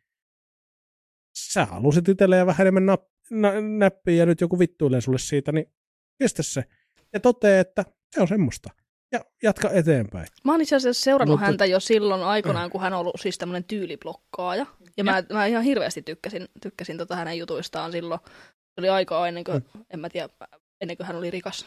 sä halusit itselleen vähän enemmän nap, nä, näppiä ja nyt joku vittuilee sulle siitä, niin kestä se. Ja totee, että se on semmoista. Ja jatka eteenpäin. Mä oon itse asiassa seurannut Mutta... häntä jo silloin aikoinaan, kun hän on ollut siis tämmöinen tyyliblokkaaja. Ja, ja. Mä, mä ihan hirveästi tykkäsin, tykkäsin tota hänen jutuistaan silloin. Se oli aikaa ennen kuin, mm. en mä tiedä, ennen kuin hän oli rikas.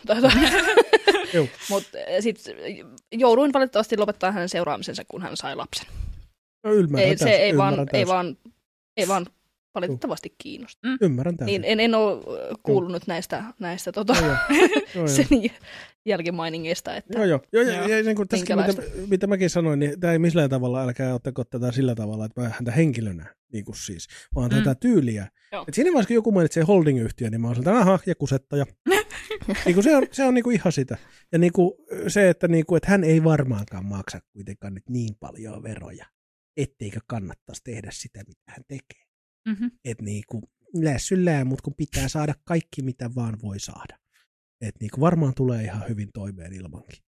Mutta sitten jouduin valitettavasti lopettaa hänen seuraamisensa, kun hän sai lapsen. No ymmärrän ei, täysin. Se ei vaan, ei, vaan, ei vaan valitettavasti kiinnosta. Mm. Ymmärrän täysin. Niin, en, en ole kuullut mm. näistä, näistä tota, no, no, sen jälkimainingeista. Että joo, joo. joo, joo. Ja niin kuin tässäkin, mitä, mitä mäkin sanoin, niin tämä ei millään tavalla, älkää ottako tätä sillä tavalla, että mä häntä henkilönä, niin kuin siis, vaan mm. tätä tyyliä. Et siinä vaiheessa, kun joku mainitsee holding-yhtiö, niin mä oon sieltä, aha, ja kusettaja. niin kuin se on, se on niin kuin ihan sitä. Ja niin kuin se, että, niin kuin, että hän ei varmaankaan maksa kuitenkaan nyt niin paljon veroja, etteikö kannattaisi tehdä sitä, mitä hän tekee. Mm-hmm. Että niinku lässyllään, mutta kun pitää saada kaikki, mitä vaan voi saada. Että niinku varmaan tulee ihan hyvin toimeen ilmankin.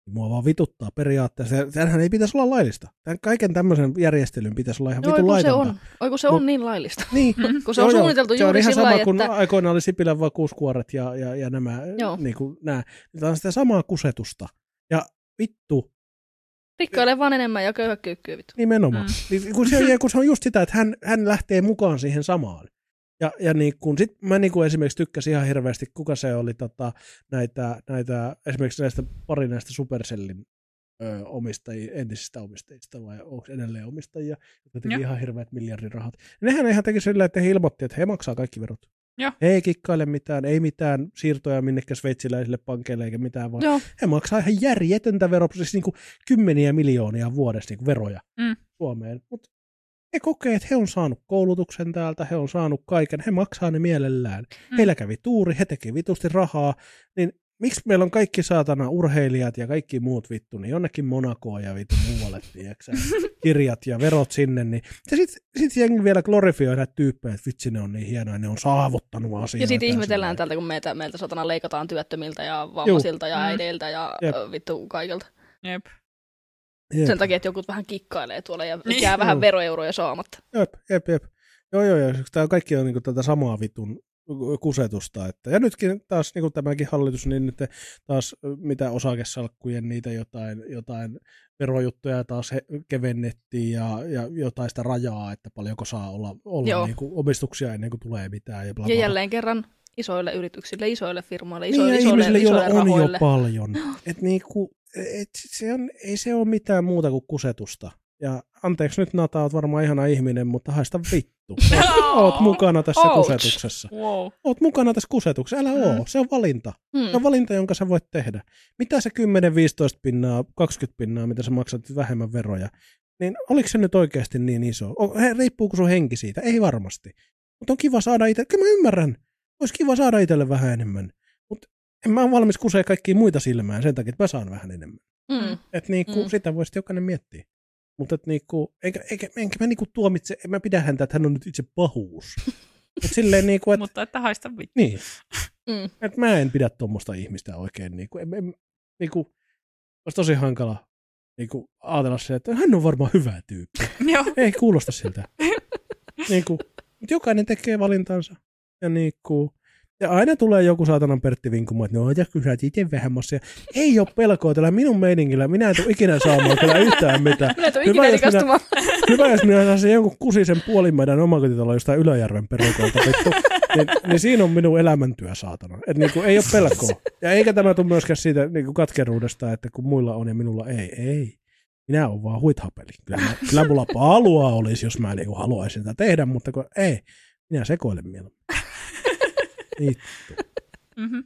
Mua vaan vituttaa periaatteessa. Tämähän ei pitäisi olla laillista. Tämän kaiken tämmöisen järjestelyn pitäisi olla ihan no, vitun laitonta. Se on. Oi kun se on Mut, niin laillista. Niin. kun se on joo, suunniteltu joo, juuri sillä sillä lailla, että... kun aikoinaan oli Sipilän vakuuskuoret ja, ja, ja nämä, niin kuin nämä. Tämä on sitä samaa kusetusta. Ja vittu. Rikkaille vaan enemmän ja köyhä kyykkyy vittu. Nimenomaan. Mm. Kun, se on, kun se on just sitä, että hän, hän lähtee mukaan siihen samaan. Ja, ja niin kun, sit mä niin kun esimerkiksi tykkäsin ihan hirveästi, kuka se oli tota, näitä, näitä, esimerkiksi näistä pari näistä Supercellin ö, omistajia, entisistä omistajista, vai onko edelleen omistajia, jotka teki ihan hirveät miljardirahat. Nehän ihan teki sillä, että he ilmoitti, että he maksaa kaikki verot. Joo. He ei kikkaile mitään, ei mitään siirtoja minnekään sveitsiläisille pankeille eikä mitään, vaan Joo. he maksaa ihan järjetöntä veroa, siis niin kuin kymmeniä miljoonia vuodessa niin kuin veroja mm. Suomeen. Mutta he kokee, että he on saanut koulutuksen täältä, he on saanut kaiken, he maksaa ne mielellään. Mm. Heillä kävi tuuri, he teki vitusti rahaa, niin miksi meillä on kaikki saatana urheilijat ja kaikki muut vittu, niin jonnekin Monakoon ja vittu muualle, tiiäksä, kirjat ja verot sinne, niin ja sitten sit jengi vielä glorifioi näitä tyyppejä, että vitsi ne on niin hienoja, ne on saavuttanut asioita. Ja sitten ihmetellään täältä, kun meiltä, meiltä satana leikataan työttömiltä ja vammaisilta Juh. ja äideiltä ja Jep. vittu kaikilta. Jep. Jep. Sen takia, että joku vähän kikkailee tuolla ja jää niin. vähän veroeuroja saamatta. Jep, jep, jep. Joo, joo, joo. Tämä kaikki on niinku tätä samaa vitun kusetusta. Että. Ja nytkin taas niin kuin tämäkin hallitus, niin nyt taas mitä osakesalkkujen niitä jotain, jotain verojuttuja taas he, kevennettiin ja, ja jotain sitä rajaa, että paljonko saa olla, olla niin kuin omistuksia ennen kuin tulee mitään. Ja, bla, bla. Ja jälleen kerran isoille yrityksille, isoille firmoille, isoille, niin, isoille, ihmisille, isoille joilla rahoille. on jo paljon. Et niin kuin, et se on, ei se ole mitään muuta kuin kusetusta. Ja anteeksi nyt Nata, oot varmaan ihana ihminen, mutta haista vittu. Oot, oot mukana tässä Ouch. kusetuksessa. Wow. Oot mukana tässä kusetuksessa. Älä mm. oo. Se on valinta. Mm. Se on valinta, jonka sä voit tehdä. Mitä se kymmenen, viisitoista pinnaa, kaksikymmentä pinnaa, mitä sä maksat vähemmän veroja, niin oliko se nyt oikeasti niin iso? Riippuuko sun henki siitä? Ei varmasti. Mutta on kiva saada itse. Kyllä mä ymmärrän. Olisi kiva saada itselle vähän enemmän. Mutta en mä ole valmis kusea kaikkia muita silmään sen takia, että mä saan vähän enemmän. Mm. Että niinku, mm. sitä voisi jokainen miettiä. Mutta niinku, eikä, eikä, enkä mä niinku tuomitse, en mä pidä häntä, että hän on nyt itse pahuus. Mut silleen niinku, et, Mutta että haista vittu. Niin. Mm. Että mä en pidä tuommoista ihmistä oikein. Niinku, en, en, niinku, olisi tosi hankala niinku, ajatella se, että hän on varmaan hyvä tyyppi. Ei kuulosta siltä. niinku, mutta jokainen tekee valintansa. Ja niinku, ja aina tulee joku saatanan Pertti vinkumaan, että no ja kyllä sä itse vähän massia. Ei ole pelkoa tällä minun meiningillä. Minä en tule ikinä saamaan kyllä yhtään mitään. Minä en tule ikinä rikastumaan. Hyvä, jos minä saisin jonkun kusisen puolimäidän omakotitalo jostain Ylöjärven perukolta. niin, niin siinä on minun elämäntyö saatana. Että niinku, ei ole pelkoa. Ja eikä tämä tule myöskään siitä niinku katkeruudesta, että kun muilla on ja minulla ei. Ei. Minä olen vaan huithapeli. Kyllä, mä, kyllä mulla palua olisi, jos mä niinku haluaisin sitä tehdä, mutta kun ei. Minä sekoilen mieluummin. Mm-hmm.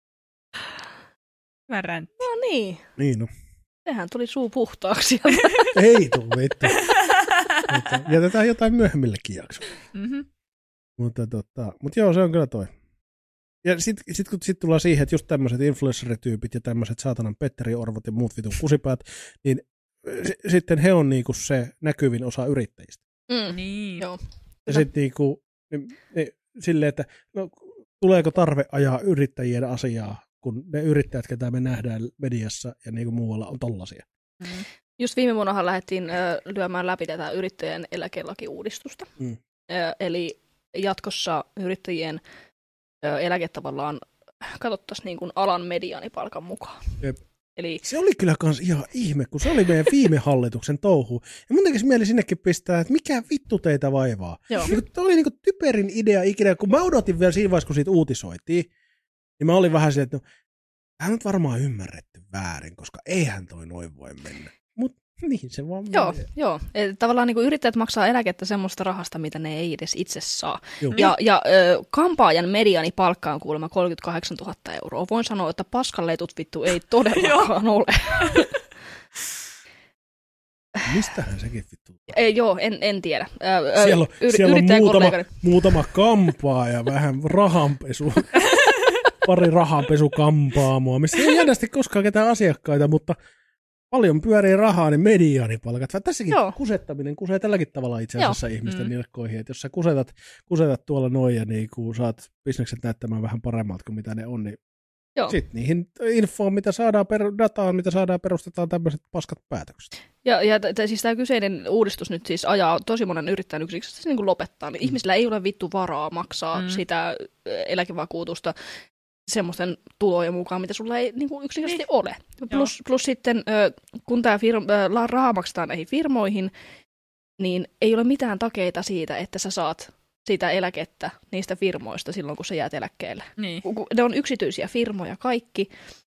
Hyvä räntti. No niin. Niin no. Sehän tuli suu puhtaaksi. Ei tule vittu. Jätetään jotain myöhemmillekin jaksoille. Mm-hmm. Mutta, tota, mutta joo, se on kyllä toi. Ja sitten sit, kun sit tullaan siihen, että just tämmöiset influencerityypit ja tämmöiset saatanan Petteri Orvot ja muut vitun kusipäät, niin s- sitten he on niinku se näkyvin osa yrittäjistä. Mm. Niin. Joo. Ja sitten niinku, niin, niin, silleen, että no, tuleeko tarve ajaa yrittäjien asiaa, kun ne yrittäjät, ketä me nähdään mediassa ja niin kuin muualla, on tollaisia. Mm. Just viime vuonnahan lähdettiin ö, lyömään läpi tätä yrittäjien eläkelakiuudistusta. Mm. Ö, eli jatkossa yrittäjien ö, eläke tavallaan katsottaisiin niin kuin alan mediaanipalkan mukaan. Jep. Eli... Se oli kyllä kans ihan ihme, kun se oli meidän viime hallituksen touhu. Ja mun tekisi mieli sinnekin pistää, että mikä vittu teitä vaivaa. Niin, tämä oli niin typerin idea ikinä, kun mä odotin vielä siinä vaiheessa, kun siitä uutisoitiin, niin mä olin vähän silleen, että no, tämä on nyt varmaan ymmärretty väärin, koska eihän toi noin voi mennä. Mutta niin se vaan Joo, joo. Eli tavallaan niin kuin yrittäjät maksaa eläkettä semmoista rahasta, mitä ne ei edes itse saa. Joo. Ja, ja ö, kampaajan mediani palkka on kuulemma kolmekymmentäkahdeksantuhatta euroa. Voin sanoa, että paskalletut vittu ei todellakaan ole. Mistähän sekin vittu? Ei, joo, en, en tiedä. Ö, siellä on, yr- siellä on muutama, muutama kampaa ja vähän rahanpesu. Pari rahanpesukampaamoa, missä ei jännästi koskaan ketään asiakkaita, mutta paljon pyörii rahaa, niin mediaanipalkat. Tässäkin Joo. kusettaminen kusee tälläkin tavalla itse asiassa Joo. ihmisten mm. nilkkoihin. Että jos sä kusetat, kusetat tuolla noin ja niin kun saat bisnekset näyttämään vähän paremmalta kuin mitä ne on, niin Joo. Sitten niihin infoon, mitä saadaan, per, dataan, mitä saadaan, perustetaan tämmöiset paskat päätökset. Ja, ja t- t- siis tämä kyseinen uudistus nyt siis ajaa tosi monen yrittäjän yksiksi, se niin kuin lopettaa. Niin mm. Ihmisillä ei ole vittu varaa maksaa mm. sitä eläkevakuutusta semmoisten tulojen mukaan, mitä sulla ei niin kuin yksinkertaisesti niin. ole. Plus, plus sitten, kun tämä firma, raha maksetaan näihin firmoihin, niin ei ole mitään takeita siitä, että sä saat sitä eläkettä niistä firmoista silloin, kun sä jäät eläkkeelle. Niin. Ne on yksityisiä firmoja kaikki.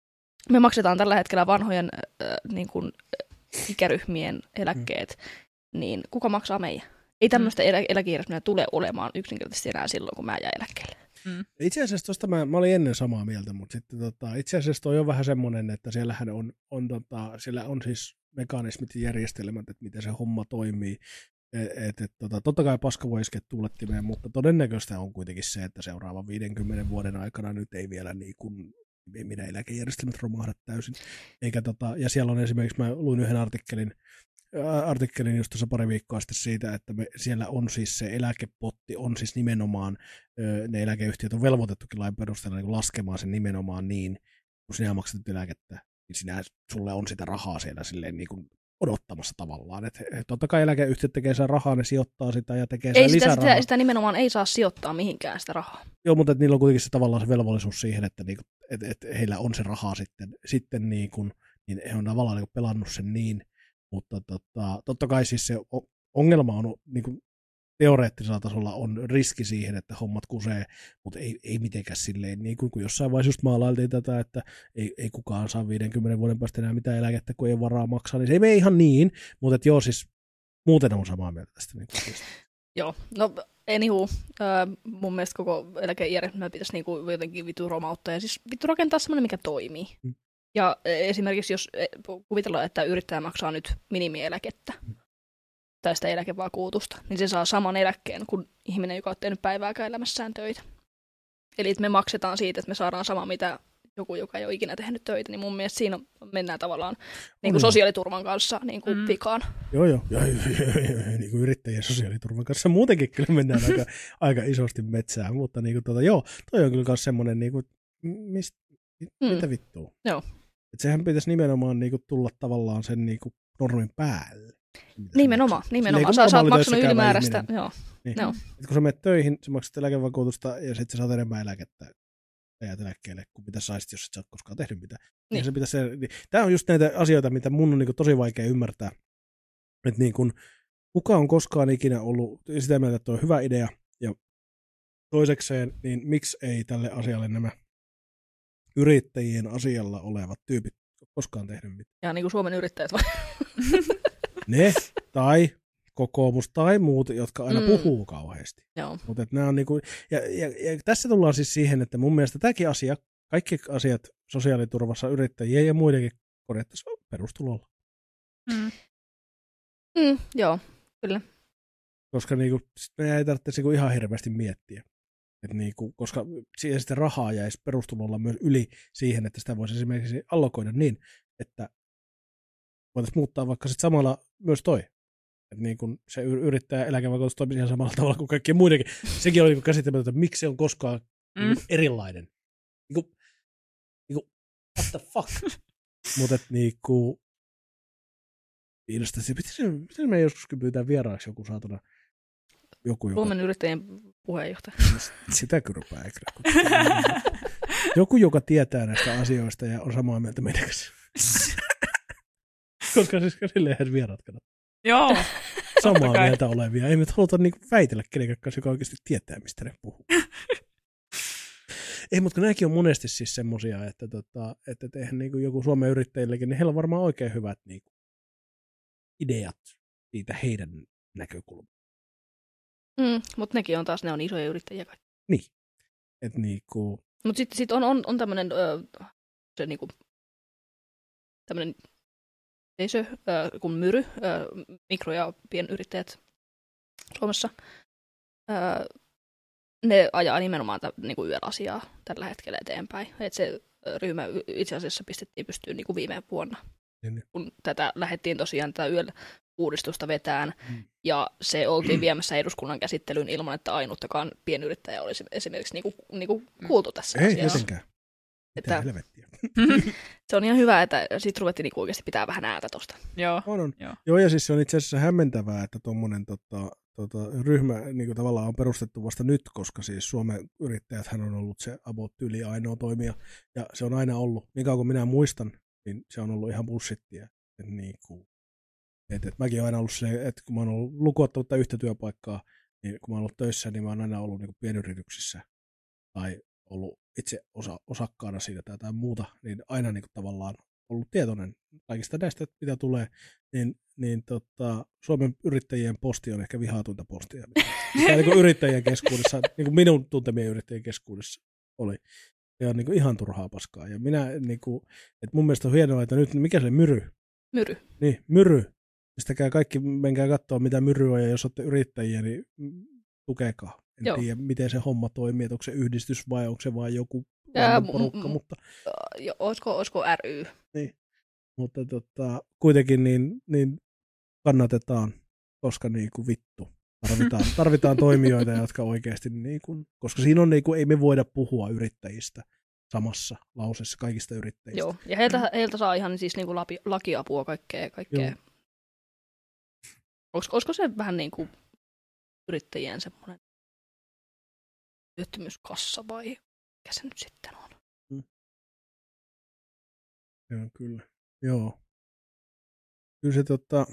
Me maksetaan tällä hetkellä vanhojen äh, niin kuin, ikäryhmien eläkkeet, mm. niin kuka maksaa meidän? Ei tämmöistä mm. elä- eläkejärjestelmää tule olemaan yksinkertaisesti enää silloin, kun mä jään eläkkeelle. Mm. Itse asiassa tuosta mä, mä olin ennen samaa mieltä, mutta sitten tota, itse asiassa toi on vähän semmoinen, että siellähän on, on, tota, siellä on siis mekanismit ja järjestelmät, että miten se homma toimii. Et, et, tota, totta kai paska voi iskeä tuulettimeen, mutta todennäköistä on kuitenkin se, että seuraavan viidenkymmenen vuoden aikana nyt ei vielä niin kuin, ei meidän eläkejärjestelmät romahda täysin. Eikä, tota, ja siellä on esimerkiksi, mä luin yhden artikkelin, ää, artikkelin just tuossa pari viikkoa sitten siitä, että me, siellä on siis se eläkepotti, on siis nimenomaan, ö, ne eläkeyhtiöt on velvoitettukin lain perusteella niin laskemaan sen nimenomaan niin, kun sinä maksat eläkettä, niin sinä, sulle on sitä rahaa siellä silleen niin kuin odottamassa tavallaan. Että totta kai eläkeyhtiöt tekee sen rahaa, ne sijoittaa sitä ja tekee sen lisää rahaa. Sitä, sitä nimenomaan ei saa sijoittaa mihinkään sitä rahaa. Joo, mutta niillä on kuitenkin se tavallaan se velvollisuus siihen, että niinku, et, et heillä on se rahaa sitten, sitten niinku, niin he on tavallaan niinku pelannut sen niin, mutta tota, totta kai siis se ongelma on niinku, teoreettisella tasolla on riski siihen, että hommat kusee, mutta ei, ei mitenkään silleen, niin kuin kun jossain vaiheessa just maalailtiin tätä, että ei, ei kukaan saa viidenkymmenen vuoden päästä enää mitään eläkettä, kun ei ole varaa maksaa, niin se ei mene ihan niin, mutta että joo, siis muuten on samaa mieltä tästä. Niin siis. Joo, no anywho, äh, mun mielestä koko eläkejärjestelmä pitäisi niinku jotenkin vittu romauttaa ja siis vittu rakentaa semmoinen, mikä toimii. Hmm. Ja esimerkiksi jos kuvitellaan, että yrittäjä maksaa nyt minimieläkettä, hmm. tai sitä eläkevakuutusta, niin se saa saman eläkkeen kuin ihminen, joka on tehnyt päivääkään elämässään töitä. Eli että me maksetaan siitä, että me saadaan sama, mitä joku, joka ei ole ikinä tehnyt töitä, niin mun mielestä siinä mennään tavallaan niin kuin sosiaaliturvan kanssa niin kuin mm. vikaan. Joo, joo. Ja, niin kuin yrittäjien sosiaaliturvan kanssa muutenkin kyllä mennään aika, aika isosti metsään, mutta niin kuin, tuota, joo, toi on kyllä myös semmoinen, niin kuin, mist, mm. mitä vittua. Joo. Että sehän pitäisi nimenomaan niin kuin, tulla tavallaan sen niin kuin, normin päälle. Nimenomaan, nimenomaan. Sä, sä oot maksanut ylimääräistä. Joo. Niin. Joo. Kun sä menet töihin, sä maksat eläkevakuutusta ja sitten sä saat enemmän eläkettä ja jäät eläkkeelle, kuin mitä saisit, jos et sä oot koskaan tehnyt mitään. Niin. Se pitäisi, niin. Tämä on just näitä asioita, mitä mun on niin kuin tosi vaikea ymmärtää. Että niin kuin, kuka on koskaan ikinä ollut sitä mieltä, että on hyvä idea, ja toisekseen, niin miksi ei tälle asialle nämä yrittäjien asialla olevat tyypit ole koskaan tehnyt mitään? Ja niin kuin Suomen yrittäjät vai? Ne, tai kokoomus, tai muut, jotka aina mm. puhuu kauheasti. Mutta nämä on niinku, ja, ja, ja tässä tullaan siis siihen, että mun mielestä tämäkin asia, kaikki asiat sosiaaliturvassa yrittäjien ja muidenkin korjattaisiin perustulolla. Mm. Mm, joo, kyllä. Koska niinku, me ei tarvitse niinku ihan hirveästi miettiä. Et niinku, koska siihen sitten rahaa jäisi perustulolla myös yli siihen, että sitä voisi esimerkiksi allokoida niin, että voitaisiin muuttaa vaikka sitten samalla myös toi. Että niin kun se yrittäjä eläkevakuutus toimii ihan samalla tavalla kuin kaikkien muidenkin. Sekin oli niin käsittämätöntä, että miksi se on koskaan mm. niin erilainen. Niin kuin, niin kuin, what the fuck? Mutta niin kuin, pitäisi, pitäisi me joskus pyytää vieraaksi joku saatana. Joku, joka... Suomen yrittäjien puheenjohtaja. Sitä kyrpää ei kyllä. Joku, joka tietää näistä asioista ja on samaa mieltä meidän kanssa. Koska siis silleen vieraat kannattaa. Joo. Samaa mieltä olevia. Ei me haluta niinku väitellä kenenkään kanssa, joka oikeasti tietää, mistä ne puhuu. Ei, mutta nämäkin on monesti siis semmosia, että, tota, että eihän niinku joku Suomen yrittäjillekin, niin heillä on varmaan oikein hyvät niinku ideat siitä heidän näkökulmasta. Mm, mutta nekin on taas, ne on isoja yrittäjiä kaikki. Niin. Et niinku... Mutta sitten sit on, on, on tämmöinen se niinku, tämmöinen yhteisö kuin Myry, mikro- ja pienyrittäjät Suomessa. Ö, ne ajaa nimenomaan t- niinku Y L-asiaa tällä hetkellä eteenpäin. Et se ryhmä itse asiassa pistettiin pystyyn niinku viime vuonna, niin. kun tätä lähdettiin tosiaan tätä Y L-uudistusta vetään, mm. ja se oltiin viemässä eduskunnan käsittelyyn ilman, että ainuttakaan pienyrittäjä olisi esimerkiksi niinku, niinku kuultu tässä ei, asiassa. Ei Mitä helvettiä. Se on ihan hyvä, että sitten ruvettiin niinku oikeasti pitää vähän ääntä tosta. Joo. On, on. Joo. Joo, ja siis se on itse asiassa hämmentävää, että tuommoinen tota, tota, ryhmä niin kuin tavallaan on perustettu vasta nyt, koska siis Suomen yrittäjäthän on ollut se about-tyyli ainoa toimija, ja se on aina ollut, niin kauan kuin minä muistan, niin se on ollut ihan bullshittia. Että niin kuin, et, et mäkin olen aina ollut se, että kun mä oon ollut lukuottamatta yhtä työpaikkaa, niin kun mä oon ollut töissä, niin mä oon aina ollut niin kuin pienyrityksissä, tai ollut itse osa, osakkaana siinä tai jotain muuta, niin aina niin kuin tavallaan ollut tietoinen kaikista näistä, mitä tulee, niin, niin tota, Suomen yrittäjien posti on ehkä vihaatunta postia. Mikä niin kuin yrittäjien keskuudessa, niin kuin minun tuntemien yrittäjien keskuudessa oli. Se on niin kuin ihan turhaa paskaa. Ja minä, niin kuin, että mun mielestä on hienoa, että nyt, mikä se myry? Myry. Niin, myry. Pistäkää kaikki, menkää katsoa, mitä myry on, ja jos olette yrittäjiä, niin tukekaa. En Joo. tiedä, miten se homma toimii, että onko se yhdistys vai onko se vain joku Ää, porukka, m- mutta... Jo, olisiko, olisiko ry? Niin, mutta tota, kuitenkin niin, niin kannatetaan, koska niin kuin vittu. Tarvitaan, tarvitaan toimijoita, jotka oikeasti, niin kuin, koska siinä on, niin kuin, ei me voida puhua yrittäjistä samassa lauseessa, kaikista yrittäjistä. Joo, ja heiltä, heiltä saa ihan siis niin kuin lapi, lakiapua kaikkea. kaikkea. Olisiko, olisiko se vähän niin kuin yrittäjien semmoinen työttömyyskassa vai mikä se nyt sitten on? Hmm. Joo, kyllä. Joo. Kyllä se tota...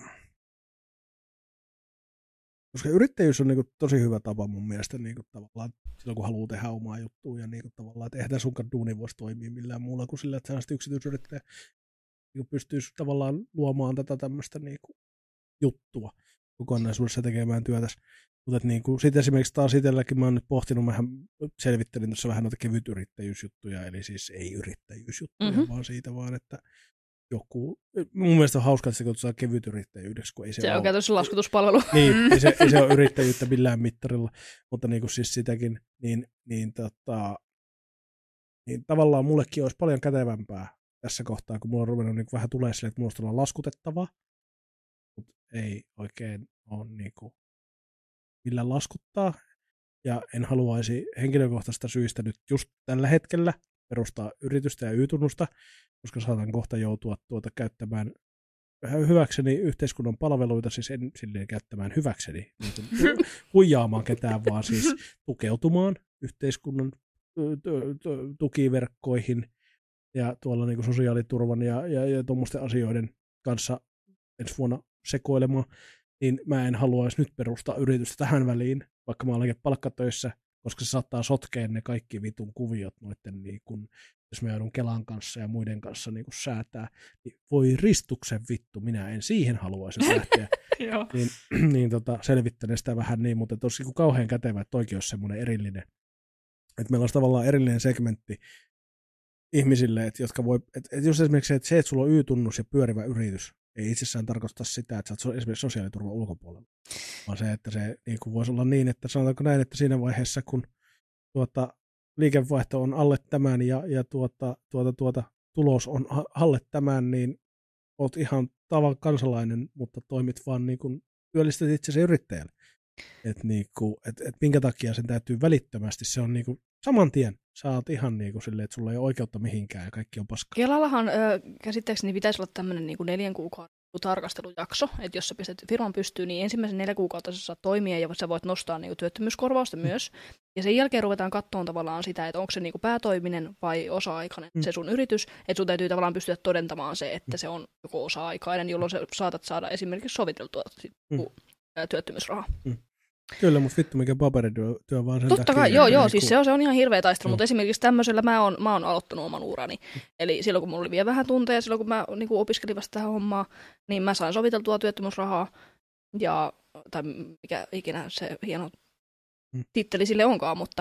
Koska yrittäjyys on niinku tosi hyvä tapa mun mielestä niinku tavallaan silloin, kun haluaa tehdä omaa juttua ja niinku tavallaan, että eihän tämä sunkaan duuni voisi toimia millään muulla kuin sillä, että sellaista yksityisyrittäjä niinku pystyisi tavallaan luomaan tätä tämmöistä niinku juttua kokonaisuudessa tekemään työtä. Mutta niinku, sitten esimerkiksi taas itselläkin mä oon nyt pohtinut, mähän selvittelin tuossa vähän noita kevytyrittäjyysjuttuja, eli siis ei yrittäjyysjuttuja, mm-hmm. vaan siitä vaan, että joku, mun mielestä on hauska, että se kutsutaan kevytyrittäjyydeksi, kun ei se, se on käytössä laskutuspalvelu. Niin, ei se, ei se ole yrittäjyyttä millään mittarilla, mutta niin kuin siis sitäkin, niin, niin, tota, niin tavallaan mullekin olisi paljon kätevämpää tässä kohtaa, kun mulla on ruvennut niin vähän tulee sille, että mulla on laskutettavaa, mutta ei oikein ole niin kuin millään laskuttaa, ja en haluaisi henkilökohtaisesta syistä nyt just tällä hetkellä perustaa yritystä ja Y-tunnusta, koska saatan kohta joutua tuota käyttämään hyväkseni yhteiskunnan palveluita, siis en silleen käyttämään hyväkseni, niin huijaamaan ketään, vaan siis tukeutumaan yhteiskunnan tukiverkkoihin ja tuolla niin kuin sosiaaliturvan ja, ja, ja tuommoisten asioiden kanssa ensi vuonna sekoilemaan, niin mä en haluaisi nyt perustaa yritystä tähän väliin, vaikka mä olenkin palkkatöissä, koska se saattaa sotkea ne kaikki vitun kuviot noiden, niin kun, jos mä joudun Kelan kanssa ja muiden kanssa niin kun säätää, niin voi ristuksen vittu, minä en siihen haluaisi lähteä. niin niin tota, selvittänyt sitä vähän niin, mutta tosi kun kauhean kätevä, että toikin olisi semmoinen erillinen, että meillä olisi tavallaan erillinen segmentti ihmisille, että jotka voi, että, että just esimerkiksi että se, että sulla on Y-tunnus ja pyörivä yritys, ei itsessään tarkoita sitä, että sä oot esimerkiksi sosiaaliturvan ulkopuolella, vaan se, että se niin kuin voisi olla niin, että sanotaanko näin, että siinä vaiheessa, kun tuota, liikevaihto on alle tämän ja, ja tuota, tuota, tuota, tulos on alle tämän, niin oot ihan tavan kansalainen, mutta toimit vaan niin kuin työllistät itsesi yrittäjälle. Että niin et, et minkä takia sen täytyy välittömästi, se on niin kuin saman tien. Sä oot ihan niin kuin silleen, että sulla ei ole oikeutta mihinkään ja kaikki on paskaa. Kelallahan ö, käsittääkseni pitäisi olla tämmöinen niin kuin neljän kuukauden tarkastelujakso, että jos sä pistät firman pystyyn, niin ensimmäisen neljä kuukautta sä saat toimia ja sä voit nostaa niin kuin työttömyyskorvausta mm. myös. Ja sen jälkeen ruvetaan katsomaan tavallaan sitä, että onko se niin kuin päätoiminen vai osa-aikainen mm. se sun yritys, että sun täytyy tavallaan pystyä todentamaan se, että mm. se on joko osa-aikainen, jolloin sä saatat saada esimerkiksi soviteltua mm. työttömyysrahaa. Mm. Kyllä, mutta vittu mikä paperityö vaan sen Totta takia. kai, joo, joo, niin siis se on, se on ihan hirveä taistelu, no. Mutta esimerkiksi tämmöisellä mä oon, mä oon aloittanut oman urani. Eli silloin kun mulla oli vielä vähän tunteja, silloin kun mä niin kuin opiskelin vasta tähän hommaan, niin mä sain soviteltua työttömyysrahaa, ja, tai mikä ikinä se hieno hmm. titteli sille onkaan, mutta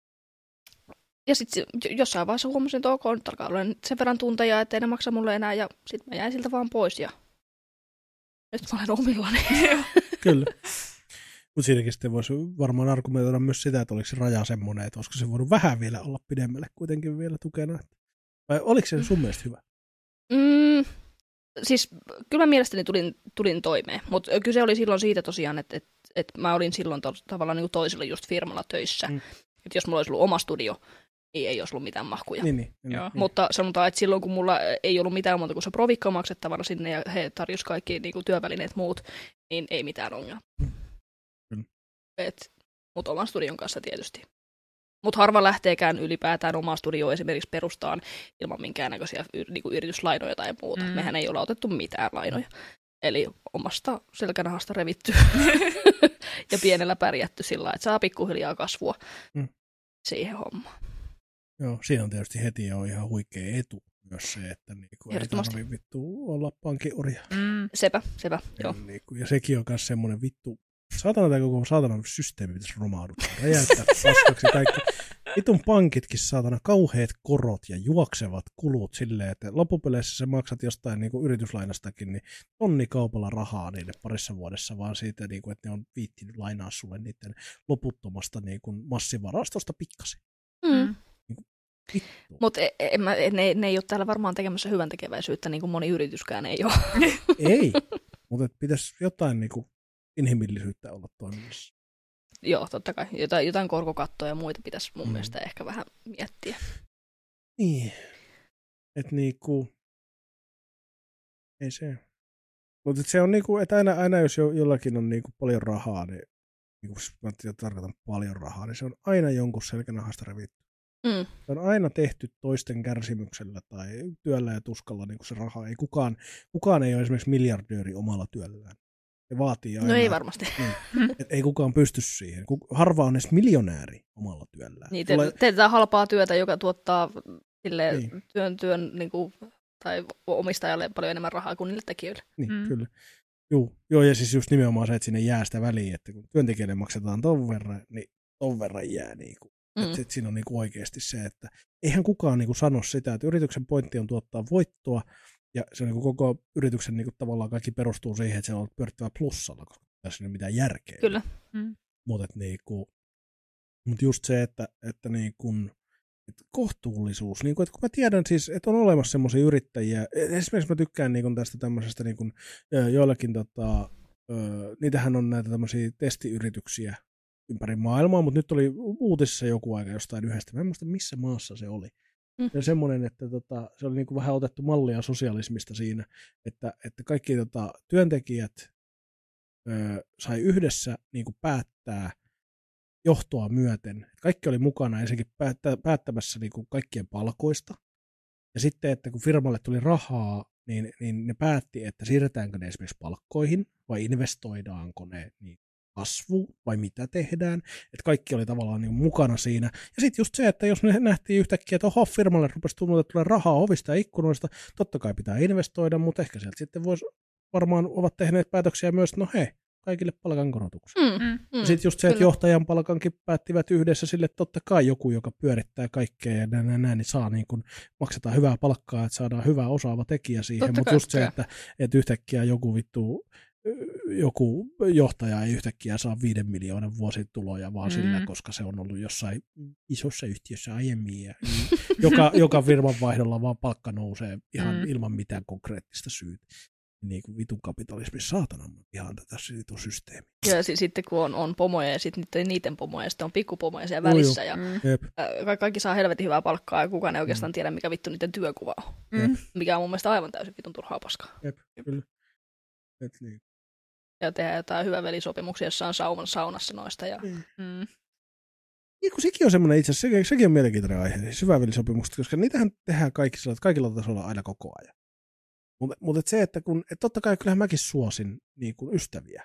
ja sitten jossain vaiheessa huomasin, että ok, nyt alkaa olla sen verran tunteja, ettei ne maksa mulle enää, ja sitten mä jäin siltä vaan pois, ja nyt mä olen omillani. Kyllä. Mutta siinäkin sitten voisi varmaan argumentoida myös sitä, että oliko se raja semmoinen, että olisiko se voinut vähän vielä olla pidemmälle kuitenkin vielä tukena. Vai oliko se sun mielestä hyvä? Mm, siis kyllä mä mielestäni tulin, tulin toimeen, mutta kyse oli silloin siitä tosiaan, että, että, että mä olin silloin to, tavallaan niin kuin toisella just firmalla töissä. Mm. Että jos mulla olisi ollut oma studio, niin ei olisi ollut mitään mahkuja. Niin, niin, niin, Joo. niin. Mutta sanotaan, että silloin kun mulla ei ollut mitään muuta kuin se provikka maksettavana sinne ja he tarjosivat kaikki niin kuin työvälineet muut, niin ei mitään ongelmaa. Mm. Mutta oman studion kanssa tietysti. Mutta harva lähteekään ylipäätään omaa studioa esimerkiksi perustaan ilman minkäännäköisiä y- niinku yrityslainoja tai muuta. Mm. Mm. Mehän ei ole otettu mitään lainoja. Eli omasta selkänahasta revitty ja pienellä pärjätty sillä lailla, että saa pikkuhiljaa kasvua Mm. siihen hommaan. Joo, siinä on tietysti heti jo ihan huikea etu myös se, että niinku ei Ehdottomasti. tarvitse vittu olla pankinoria. Mm. Sepä, sepä, joo. Ja, niinku, ja sekin on myös semmoinen vittu, saatana tämä koko saatanan systeemi pitäisi romahduttaa, räjäyttää paskaksi kaikki. Vitun pankitkin saatana kauheat korot ja juoksevat kulut silleen, että loppupeleissä sä maksat jostain niinku yrityslainastakin, niin tonni kaupalla rahaa niille parissa vuodessa, vaan siitä, niinku, että ne on viittinyt lainaa sulle niiden loputtomasta niinku massivarastosta pikkasen. Mm. Vittu. Mutta ne, ne ei ole täällä varmaan tekemässä hyvän tekeväisyyttä, niin kuin moni yrityskään ei ole. Ei, mutta pitäisi jotain niinku inhimillisyyttä olla toiminnassa. Joo, totta kai. Jotain, jotain korkokattoja ja muita pitäisi mun Mm. mielestä ehkä vähän miettiä. Niin. Että niinku, ei se. Mutta se on niinku, että aina, aina jos jo, jollakin on niinku paljon rahaa, niin niinku, jos mä tarkoitan paljon rahaa, niin se on aina jonkun selkänahasta revitty. Mm. Se on aina tehty toisten kärsimyksellä tai työllä ja tuskalla niinku se raha. Ei kukaan, kukaan ei ole esimerkiksi miljardööri omalla työllään. Se vaatii aina. No ei varmasti. Niin, et ei kukaan pysty siihen. Harva on edes miljonääri omalla työllään. Niin, te, Tulee- teetetään halpaa työtä, joka tuottaa silleen, Niin. työn, työn niin kuin, tai omistajalle paljon enemmän rahaa kuin niille tekijöille. Niin, Mm. kyllä. Joo, joo, ja siis just nimenomaan se, että sinne jää sitä väliin, että kun työntekijälle maksetaan ton verran, niin ton verran jää. Niin kuin. Mm. Että sit siinä on niin kuin oikeasti se, että eihän kukaan niin kuin sano sitä, että yrityksen pointti on tuottaa voittoa, ja se on niin kuin koko yrityksen niin kuin tavallaan kaikki perustuu siihen, että se on pyörittävä plussalla, koska tässä ei ole mitään järkeä. Kyllä. Mm. Mutta niinku, mut just se, että, että niinku, että kohtuullisuus, niinku, että kun mä tiedän siis, että on olemassa semmoisia yrittäjiä, esimerkiksi mä tykkään niinku tästä tämmöisestä, niinku, joillakin, tota, ö, niitähän on näitä tämmöisiä testiyrityksiä ympäri maailmaa, mutta nyt oli uutisissa joku aika jostain yhdestä, mä en muista missä maassa se oli. Mm. Ja semmoinen, että tota, se oli niinku vähän otettu mallia sosialismista siinä, että, että kaikki tota, työntekijät ö, sai yhdessä niinku päättää johtoa myöten. Kaikki oli mukana ensinnäkin päättä, päättämässä niinku kaikkien palkoista. Ja sitten, että kun firmalle tuli rahaa, niin, niin ne päätti, että siirretäänkö ne esimerkiksi palkkoihin vai investoidaanko ne niin kasvu vai mitä tehdään. Että kaikki oli tavallaan niin mukana siinä. Ja sitten just se, että jos me nähtiin yhtäkkiä, että oho, firmalle rupesi tuntua, että tulee rahaa ovista ja ikkunoista, totta kai pitää investoida, mutta ehkä sieltä sitten voisi varmaan ovat tehneet päätöksiä myös, että no hei, kaikille palkankorotuksia. Mm. Mm. Mm. Sitten just se, että Kyllä. johtajan palkankin päättivät yhdessä sille, että totta kai joku, joka pyörittää kaikkea ja näin, näin, näin, niin saa niin kuin, maksetaan hyvää palkkaa, että saadaan hyvä osaava tekijä siihen. Totta Mutta kai, just se, kyllä. että, että yhtäkkiä joku vittu, joku johtaja ei yhtäkkiä saa viiden miljoonan vuosituloja vaan Mm. sillä, koska se on ollut jossain isossa yhtiössä aiemmin. Ja joka, joka firman vaihdolla vaan palkka nousee ihan Mm. ilman mitään konkreettista syytä. Niin kuin vitun kapitalismi, saatana, ihan tätä vitun systeemiä. Ja s- sitten kun on, on pomoja ja sitten niiden, niiden pomoja ja sitten on pikkupomoja siellä Joo, välissä Mm. ja Jep. ää, ka- kaikki saa helvetin hyvää palkkaa ja kukaan ei oikeastaan tiedä, mikä vittu niiden työkuva on. Mm. Mikä on mun mielestä aivan täysin vitun turhaa paskaa. Jep, kyllä. Et niin. Ja tehdään jotain hyvä velisopimuksia, jossa on sauman saunassa noista. Ja... Mm. Niin kun sekin on semmoinen itse asiassa, sekin, sekin on mielenkiintoinen aihe, siis syvävelisopimukset, koska niitähän tehdään kaikilla, kaikilla tasoilla aina koko ajan. Mutta mut et se, että kun, et totta kai kyllähän mäkin suosin niin kuin ystäviä.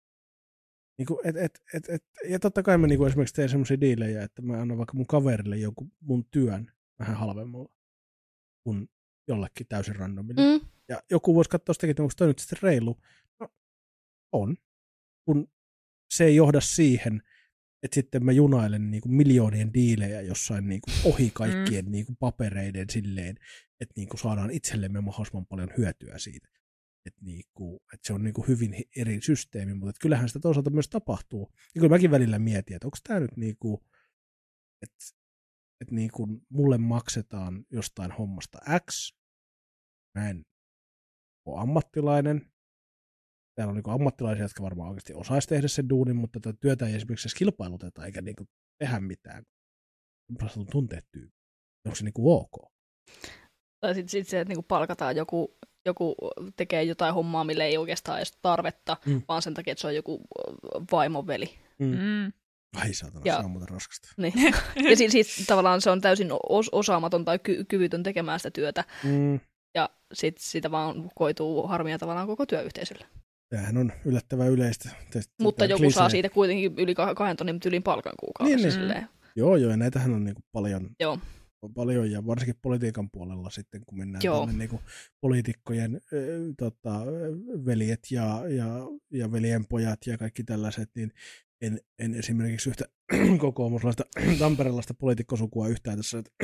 Niin kuin, et, et, et, et, ja totta kai mä niin kuin esimerkiksi teen semmoisia diilejä, että mä annan vaikka mun kaverille jonkun mun työn vähän halvemmalla kuin jollekin täysin randomille. Mm. Ja joku voisi katsoa sitäkin, että onko toi nyt sitten reilu. No, on. Kun se ei johda siihen, että sitten mä junailen niinku miljoonien diilejä jossain niinku ohi kaikkien mm. niinku papereiden silleen, että niinku saadaan itsellemme mahdollisimman paljon hyötyä siitä. Että niinku, et se on niinku hyvin eri systeemi, mutta et kyllähän sitä toisaalta myös tapahtuu. Ja kyllä mäkin välillä mietin, että onko tämä nyt niinku, että et niinku mulle maksetaan jostain hommasta X, mä en ole ammattilainen. Täällä on niin ammattilaisia, jotka varmaan oikeasti osaisi tehdä sen duunin, mutta tätä työtä ei esimerkiksi edes kilpailuteta eikä niin tehdä mitään. Mä tunteet tyyppi. onko se niin kuin ok? Tai sitten sit se, että niinku palkataan joku, joku tekee jotain hommaa, mille ei oikeastaan edes tarvetta, mm. vaan sen takia, että se on joku vaimonveli. Mm. Mm. Ai saatana, Ja- se on muuten raskasta. Niin. Ja siis, siis tavallaan se on täysin os- osaamaton tai ky- kyvytön tekemään sitä työtä. Mm. Ja sit sitä vaan koituu harmia tavallaan koko työyhteisölle. Tämähän on yllättävän yleistä. Tästä- Mutta tämä joku klisee. saa siitä kuitenkin yli kah- kahden tonnin tyylin palkan kuukaudessa. Niin, niin. silleen. Joo, joo, ja näitähän on niin kuin paljon, Joo. paljon, ja varsinkin politiikan puolella sitten, kun mennään Joo. tuonne niin kuin poliitikkojen äh, tota, veljet ja, ja, ja veljenpojat ja kaikki tällaiset, niin en, en esimerkiksi yhtä kokoomuslaista tamperelaista poliitikkosukua yhtään tässä, että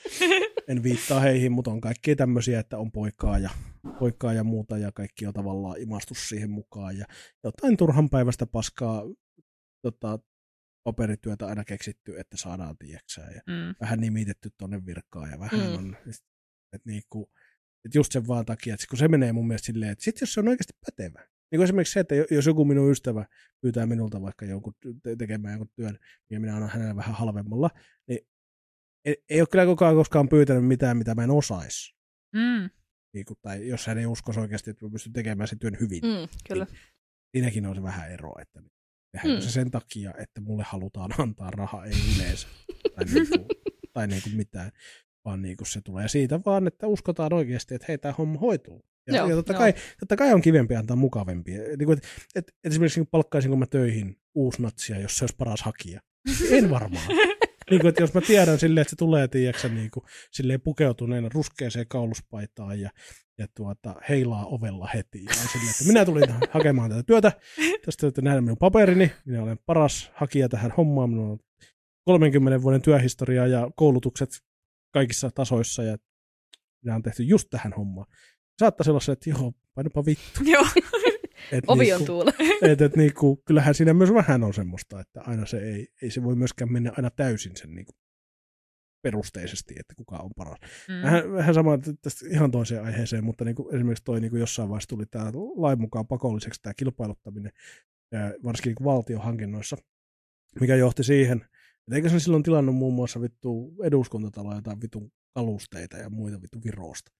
en viittaa heihin, mutta on kaikkia tämmöisiä, että on poikaa ja, poikaa ja muuta, ja kaikki on tavallaan imastus siihen mukaan, ja jotain turhan päivästä paskaa tota, paperityötä aina keksitty, että saadaan tieksää, ja Mm. vähän nimitetty tonne virkaan, ja vähän Mm. on, että niinku, että just sen vaan takia, että kun se menee mun mielestä silleen, että sit jos se on oikeasti pätevä, niin kuin esimerkiksi se, että jos joku minun ystävä pyytää minulta vaikka jonkun te- tekemään jonkun työn, ja minä annan hänelle vähän halvemmalla, niin ei, ei ole kyllä koko koskaan pyytänyt mitään, mitä mä en osaisi. Mm. Niin kuin, tai jos hän ei uskoisi oikeasti, että mä pystyn tekemään sen työn hyvin. Mm, kyllä. Siinäkin on se vähän ero, että tehdäänkö Mm. se sen takia, että mulle halutaan antaa rahaa, ei yleensä. tai niinku, tai niinku mitään. Vaan niinku se tulee siitä vaan, että uskotaan oikeasti, että hei, tämä homma hoituu. Ja, Joo, ja totta, joo. kai, totta kai on kivempi antaa mukavempi. Niin et, et, esimerkiksi palkkaisinko mä töihin uusnatsia, jos se olisi paras hakija. En varmaan. Niin kuin, että jos mä tiedän silleen, että se tulee, tiiäksä, niin kuin, silleen pukeutuneena ruskeaseen kauluspaitaan ja, ja tuota, heilaa ovella heti. Ja silleen, että minä tulin tähän hakemaan tätä työtä. Tästä täytyy nähdä minun paperini. Minä olen paras hakija tähän hommaan. Minulla on kolmenkymmenen vuoden työhistoria ja koulutukset kaikissa tasoissa. Ja minä on tehty just tähän hommaan. Saattaisi olla se, että joo, painapa vittu. Joo. Et Ovi on niinku- tuolla. et, et, niinku, kyllähän siinä myös vähän on semmoista, että aina se ei, ei se voi myöskään mennä aina täysin sen niinku perusteisesti, että kuka on paras. Mm. Vähän, vähän sama tästä ihan toiseen aiheeseen, mutta niinku, esimerkiksi toi niinku jossain vaiheessa tuli tämä lain mukaan pakolliseksi tämä kilpailuttaminen, ja varsinkin niinku valtiohankinnoissa, mikä johti siihen, että eikö se silloin tilannut muun muassa vittu eduskuntataloja, jotain vitun kalusteita ja muita vittu Virosta.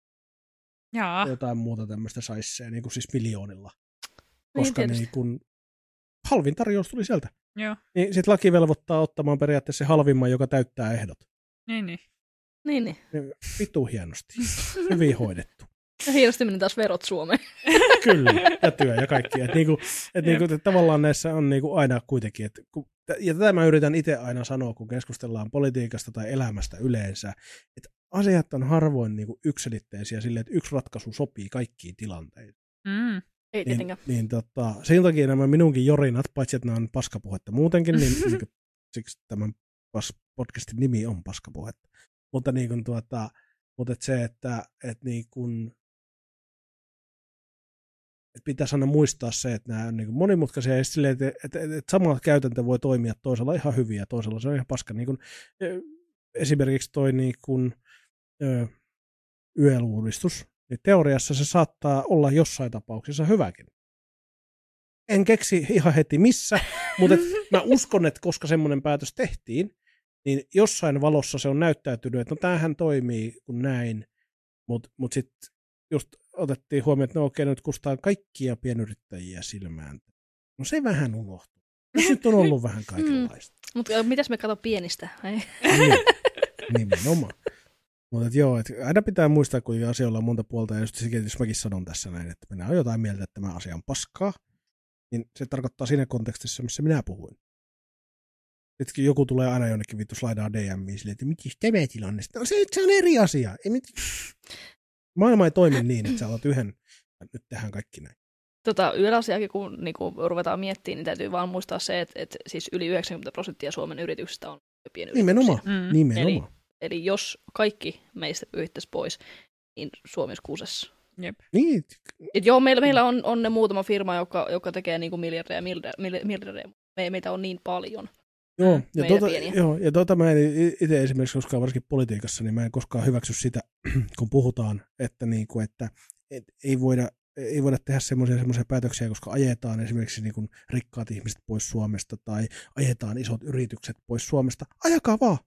Jaa. Jotain muuta tämmöistä saisee, niin kuin siis miljoonilla. Niin, Koska tietysti. niin kun halvin tarjous tuli sieltä. Joo. Niin sitten laki velvoittaa ottamaan periaatteessa se halvimman, joka täyttää ehdot. Niin, niin. Niin, niin. Niin Vittu hienosti. Hyvin hoidettu. Ja hienosti meni taas verot Suomeen. Kyllä. Ja työ ja kaikki. Et niinku, et niinku, et tavallaan näissä on niinku aina kuitenkin. Et kun, ja tätä mä yritän itse aina sanoa, kun keskustellaan politiikasta tai elämästä yleensä, että asiat on harvoin niinku yksilitteisiä silleen, että yksi ratkaisu sopii kaikkiin tilanteisiin. Mm. Ei Niin, tietenkään. niin tota, sen takia nämä minunkin jorinat, paitsi että nämä on paskapuhetta muutenkin, niin, niin kuin, siksi tämän pas- podcastin nimi on paskapuhetta. Mutta niin kuin, tuota, mutta et se, että et niin kuin, et pitäisi aina muistaa se, että nämä on niin kuin monimutkaisia ja silleen, että, että, että, että sama käytäntö voi toimia toisella ihan hyvin ja toisella se on ihan paska. Niin kuin, esimerkiksi toi niin kuin, Y E L-uudistus, niin teoriassa se saattaa olla jossain tapauksessa hyväkin. En keksi ihan heti missä, mutta et mä uskon, että koska semmoinen päätös tehtiin, niin jossain valossa se on näyttäytynyt, että no tämähän toimii kuin näin, mutta mut sitten just otettiin huomioon, että no okei, nyt kustaa kaikkia pienyrittäjiä silmään. No se vähän unohtuu. Nyt on ollut vähän kaikenlaista. Mutta mitäs me kato pienistä? Ei. Niin, nimenomaan. Mutta joo, et aina pitää muistaa, kun asioilla on monta puolta, ja just sekin, jos mäkin sanon tässä näin, että minä olen jotain mieltä, että tämä asia on paskaa, niin se tarkoittaa siinä kontekstissa, missä minä puhuin. Sitten joku tulee aina jonnekin vittu slaidaa D M:iin silleen, että mikä tämä tilanne? No se, se on eri asia. Ei mit... Maailma ei toimi niin, että sä olet yhden, ja nyt tehdään kaikki näin. Tota, yläasiakin, kun niinku, ruvetaan miettimään, niin täytyy vaan muistaa se, että, että siis yli yhdeksänkymmentä prosenttia Suomen yrityksistä on pienyrityksiä. Nimenomaan, Mm. nimenomaan. Eli jos kaikki meistä pyyttäisi pois, niin Suomi olisi kuusessa. Jep. Niin, Et joo, meillä, meillä on, on ne muutama firma, joka, joka tekee niinku miljardeja, miljardeja, miljardeja. Me, meitä on niin paljon. joo, ja meidän tuota, pieniä. joo, ja tuota mä en itse esimerkiksi koskaan, varsinkin politiikassa, niin mä en koskaan hyväksy sitä, kun puhutaan, että, niinku, että et ei voida ei voida tehdä semmoisia semmoisia päätöksiä, koska ajetaan esimerkiksi niin kuin rikkaat ihmiset pois Suomesta tai ajetaan isot yritykset pois Suomesta. Ajakaa vaan!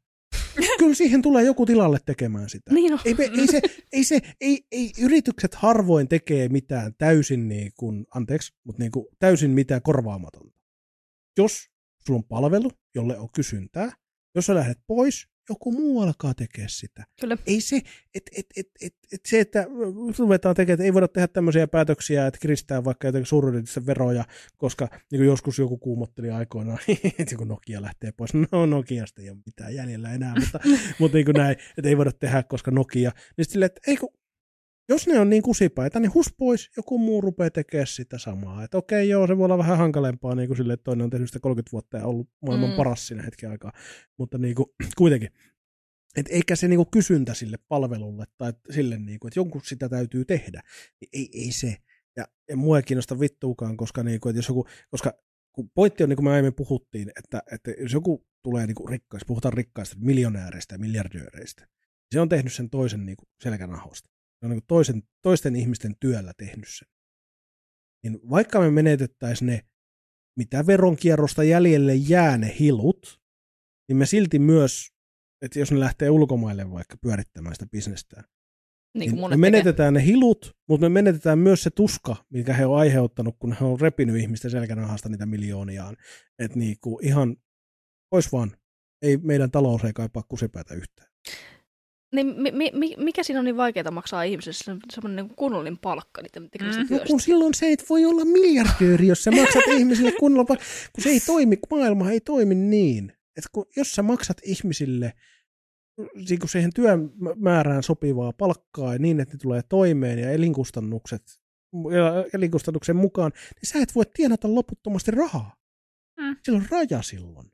kyllä siihen tulee joku tilalle tekemään sitä. Niin on. Ei, me, ei, se, ei, se, ei, ei yritykset harvoin tekee mitään täysin niin kuin, anteeksi, mutta niin kuin täysin mitään korvaamatonta. Jos sulla on palvelu, jolle on kysyntää, jos sä lähdet pois, joku muu alkaa tekemään sitä. Kyllä. Ei se, että et, et, et, et se, että ruvetaan tekemään, että ei voida tehdä tämmöisiä päätöksiä, että kiristää vaikka jotenkin suuryritysten veroja, koska niin joskus joku kuumotteli aikoinaan, että joku Nokia lähtee pois. No Nokiasta ei ole mitään jäljellä enää, mutta, mutta niin kuin näin, että ei voida tehdä, koska Nokia. Niin sitten silleen, että ei kun, jos ne on niin kusipäitä, niin hus pois, joku muu rupeaa tekemään sitä samaa. Että okei, joo, se voi olla vähän hankalempaa, niin kuin sille, että toinen on tehnyt sitä kolmekymmentä vuotta ja ollut maailman mm. paras siinä hetken aikaa. Mutta niin kuin, kuitenkin, että eikä se niin kuin kysyntä sille palvelulle tai sille, niin kuin, että jonkun sitä täytyy tehdä. Ei, ei se. Ja, ja mua ei kiinnosta vittuukaan, koska, niin kuin, että jos joku, koska kun pointti on, niin kuin me aiemmin puhuttiin, että, että jos joku tulee niin kuin rikkaista, puhutaan rikkaista, miljardööreistä ja miljardööreistä, se on tehnyt sen toisen niin kuin selkänahosta. Se on niin toisen, toisten ihmisten työllä tehnyt sen. Niin vaikka me menetettäisiin ne, mitä veronkierrosta jäljelle jää ne hilut, niin me silti myös, että jos ne lähtee ulkomaille vaikka pyörittämään sitä bisnestään, niin, niin me menetetään ne hilut, mutta me menetetään myös se tuska, mikä he on aiheuttanut, kun he on repinyt ihmisten selkänahasta niitä miljooniaan. Että niin kuin ihan pois vaan. Ei, meidän talous ei kaipaa kusipäätä yhtään. Niin mi, mi, mikä siinä on niin vaikeaa maksaa ihmiselle? Se on semmoinen niin kunnollinen palkka niiden tekemistä mm. työstä. No kun silloin se ei voi olla miljardööri, jos sä maksat ihmisille kunnolla palkkaa, kun se ei toimi, kun maailma ei toimi niin. Että kun, jos sä maksat ihmisille niin siihen työmäärään sopivaa palkkaa ja niin, että ne tulee toimeen ja elinkustannukset ja elinkustannuksen mukaan, niin sä et voi tienata loputtomasti rahaa. Mm. Silloin on raja silloin.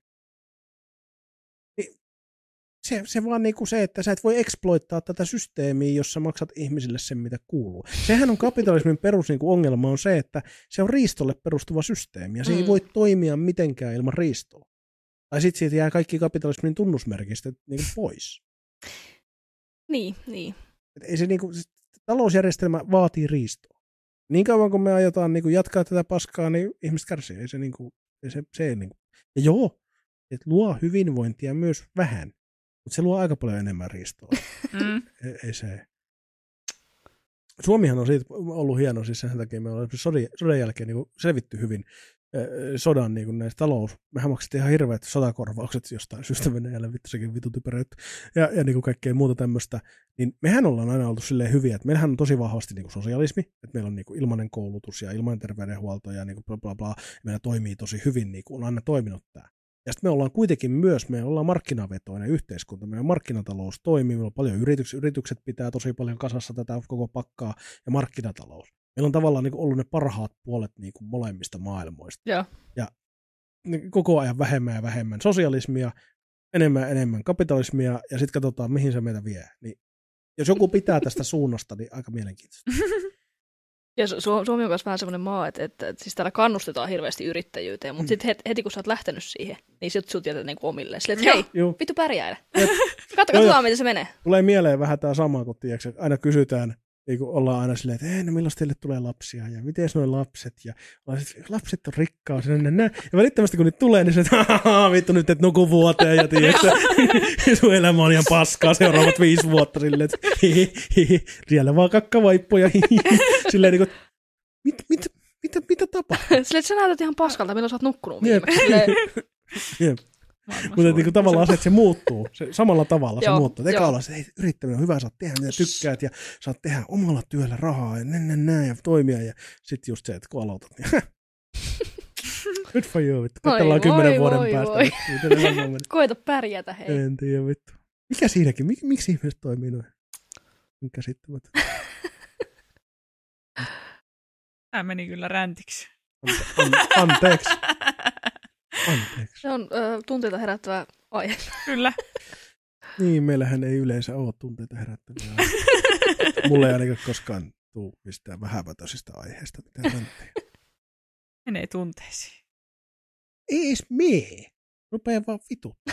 Se, se vaan niinku se, että sä et voi exploittaa tätä systeemiä, jos sä maksat ihmisille sen, mitä kuuluu. Sehän on kapitalismin perus niinku ongelma on se, että se on riistolle perustuva systeemi, ja se mm. ei voi toimia mitenkään ilman riistoa. Tai sitten siitä jää kaikki kapitalismin tunnusmerkistä niinku pois. Niin, niin. Et ei se niinku, talousjärjestelmä vaatii riistoa. Niin kauan kun me aiotaan niinku jatkaa tätä paskaa, niin ihmiset kärsii. Ei se niinku, ei se, se ei niinku. Ja joo, et luo hyvinvointia myös vähän. Mutta se luo aika paljon enemmän riistoa. Mm. Ei, ei se. Suomihan on siitä ollut hieno, siis sen takia me ollaan sodan, sodan jälkeen niin selvitty hyvin äh, sodan niin näistä talous. Mehän maksettiin ihan hirveät sotakorvaukset jostain syystä Venäjälle, vittu sekin vitu typeröitty, ja, ja niin kaikkea muuta tämmöistä. Niin mehän ollaan aina oltu silleen hyviä, että meillähän on tosi vahvasti niin sosialismi, että meillä on niin ilmainen koulutus ja ilmainen terveydenhuolto ja niin bla bla bla. Meillä toimii tosi hyvin, niin on aina toiminut tämä. Ja sitten me ollaan kuitenkin myös, me ollaan markkinavetoinen yhteiskunta, meidän markkinatalous toimii, meillä on paljon yrityksiä, yritykset pitää tosi paljon kasassa tätä koko pakkaa ja markkinatalous. Meillä on tavallaan niin kuin ollut ne parhaat puolet niin kuin molemmista maailmoista. Ja, ja niin koko ajan vähemmän ja vähemmän sosialismia, enemmän ja enemmän kapitalismia ja sitten katsotaan, mihin se meitä vie. Niin, jos joku pitää tästä suunnasta, niin aika mielenkiintoista. Ja Su- Suomi on myös vähän semmoinen maa, että, että, että siis täällä kannustetaan hirveästi yrittäjyyteen, mutta mm. sitten heti, heti kun sä oot lähtenyt siihen, niin sit sut jätetään niinku omilleen. Silleen, että hei, Joo. vittu pärjäile. Katso, katsotaan, miten se menee. Tulee mieleen vähän tämä sama, kun tiiäksä, aina kysytään, niin kun ollaan aina silleen, että ei, no milloin teille tulee lapsia, ja miten nuo lapset, ja sit, lapset on rikkaus, ja näin. Ja välittömästi kun niitä tulee, niin se, että vittu nyt et nuku vuoteen, ja tiiäksä, sun elämä on ihan paskaa seuraavat viisi vuotta, silleen, että hihi, hihi, siellä vaan kakkavaippoja, hihi, silleen niin kuin, mit, mit, mitä, mitä tapahtuu? Silleen, että sä näytät ihan paskalta, milloin sä oot nukkunut viimeksi. Jep. Mutta niin tavallaan se, että se muuttuu. Se, samalla tavalla se muuttuu. Eka ollaan se, että yrittäminen on hyvä, saat tehdä mitä tykkäät ja saat tehdä omalla työllä rahaa ja näin, näin ja toimia. Ja sitten just se, että kun aloitat, niin good for you, vittu. Katsellaan kymmenen vuoden voi, päästä. Voi. Koeta pärjätä, hei. En tiedä, vittu. Mikä siinäkin? Mik, miksi ihmiset toimii noin? Käsittämättä. Tämä meni kyllä räntiksi. Ante- an- anteeksi. Anteeksi. Se on ö, tunteita herättävä aihe. Kyllä. Niin, meillähän ei yleensä ole tunteita herättäviä aiheita. Mulle ei ainakaan koskaan tule mistään vähäpätöisistä aiheista mitään rantteja. Menee tunteisiin. Ei edes mee. Rupea vaan vituttaa.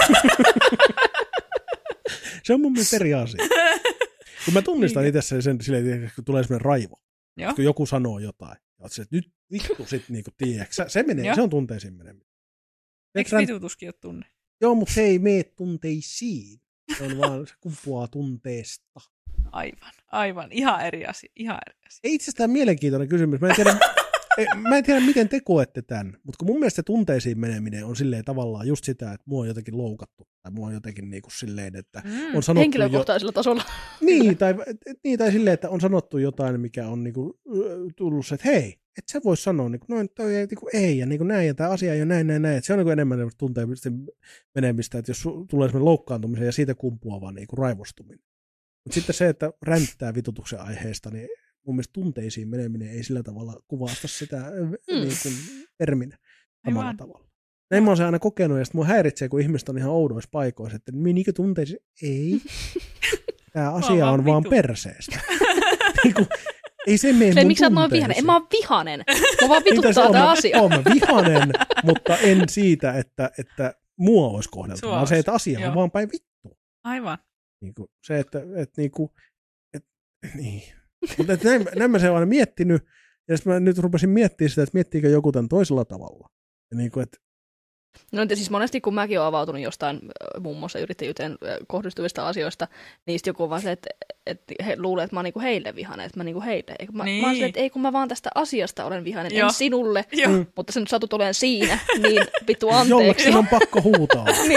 Se on mun mielestä eri asia. Kun mä tunnistan niin. Itse sen silleen, kun tulee semmoinen raivo. Kun joku sanoo jotain. Ja se, että nyt vittu sit niinku tiedätkö. Se menee, se on tunteisiin meneminen. Eikö vitutuskin ole tunne? Joo, mutta se ei mene tunteisiin. Se on vaan, se kumpuaa tunteesta. Aivan, aivan. Ihan eri asia. Ihan eri asia. Ei itsestään mielenkiintoinen kysymys. Mä en tiedä, ei, mä en tiedä miten te koette tämän, mutta kun mun mielestä se tunteisiin meneminen on silleen tavallaan just sitä, että mua on jotenkin loukattu. Tai mua on jotenkin niin kuin silleen, että Mm. on sanottu Henkilökohtaisella jo... tasolla. Niin, tai, niin, tai silleen, että on sanottu jotain, mikä on niin kuin, tullut se, että hei, et sä vois sanoa, niin kuin, noin, toi ei, niin kuin, ei, ja niin kuin näin, ja tämä asia ei ole näin, näin, näin. Että se on niin kuin enemmän tunteiden menemistä, että jos tulee semmoinen loukkaantumisen ja siitä kumpuava niin kuin raivostuminen. Mutta sitten se, että ränttää vitutuksen aiheesta, niin mun mielestä tunteisiin meneminen ei sillä tavalla kuvasta sitä mm. niin kuin terminä samalla Aivan. tavalla. Näin mä oon se aina kokenut, ja sitten mua häiritsee, kun ihmiset on ihan oudoissa paikoissa, että menikö tunteisiin? Ei. Tämä asia vaan on vaan vitu. perseestä. niin kuin, ei se mene Ei, mun miksi sä oot noin vihanen? En mä oon vihanen. Mä vaan vituttaa tää asia. Oon mä vihanen, mutta en siitä, että, että mua olisi kohdeltu, Sua vaan se, olisi. että asia Joo. on vaan päin vittu. Aivan. Niin kuin, se, että, että niin kuin, et, niin. Mutta että näin, näin mä se olen aina miettinyt, ja sitten mä nyt rupesin miettimään sitä, että miettiikö joku tämän toisella tavalla. Ja niin kuin, että No siis monesti kun mäkin olen avautunut jostain äh, muun muassa yrittäjyyteen äh, kohdistuvista asioista, niin sitten joku on vaan se, että, että he luulee, että mä oon niinku heille vihainen, että mä niinku heille. Eikä mä, Niin. mä oon silleen, että ei kun mä vaan tästä asiasta olen vihainen, Joo. en sinulle, Joo. Mm. mutta sä nyt satut olemaan siinä, niin vittu anteeksi. jollekin on pakko huutaa. Niin.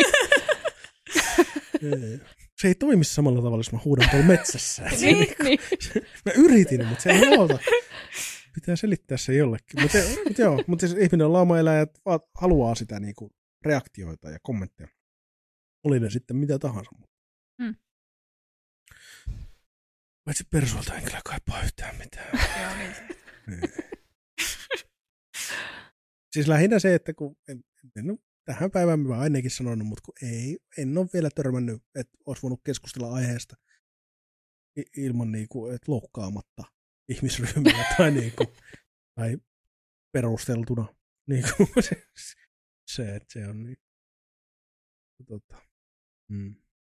Ei. Se ei toimi samalla tavalla, jos mä huudan tuolla metsässä. niin, niin. Mä yritin, mutta se ei auta. Pitää selittää se jollekin. Mutta mut joo, mutta siis ihminen on lauma-eläjä, että haluaa sitä niinku reaktioita ja kommentteja. Oli ne sitten mitä tahansa. Hmm. Paitsi persuolta en kyllä kaipaa yhtään mitään. Joo, niin. Niin. Siis lähinnä se, että kun en, en ole tähän päivään mä ainakin sanonut, mutta kun ei, en ole vielä törmännyt, että olisi voinut keskustella aiheesta ilman niinku, että loukkaamatta ihmisryhmiä tai, niinku, tai perusteltuna. Niinku, se, se, että se on niin. Tota, mm.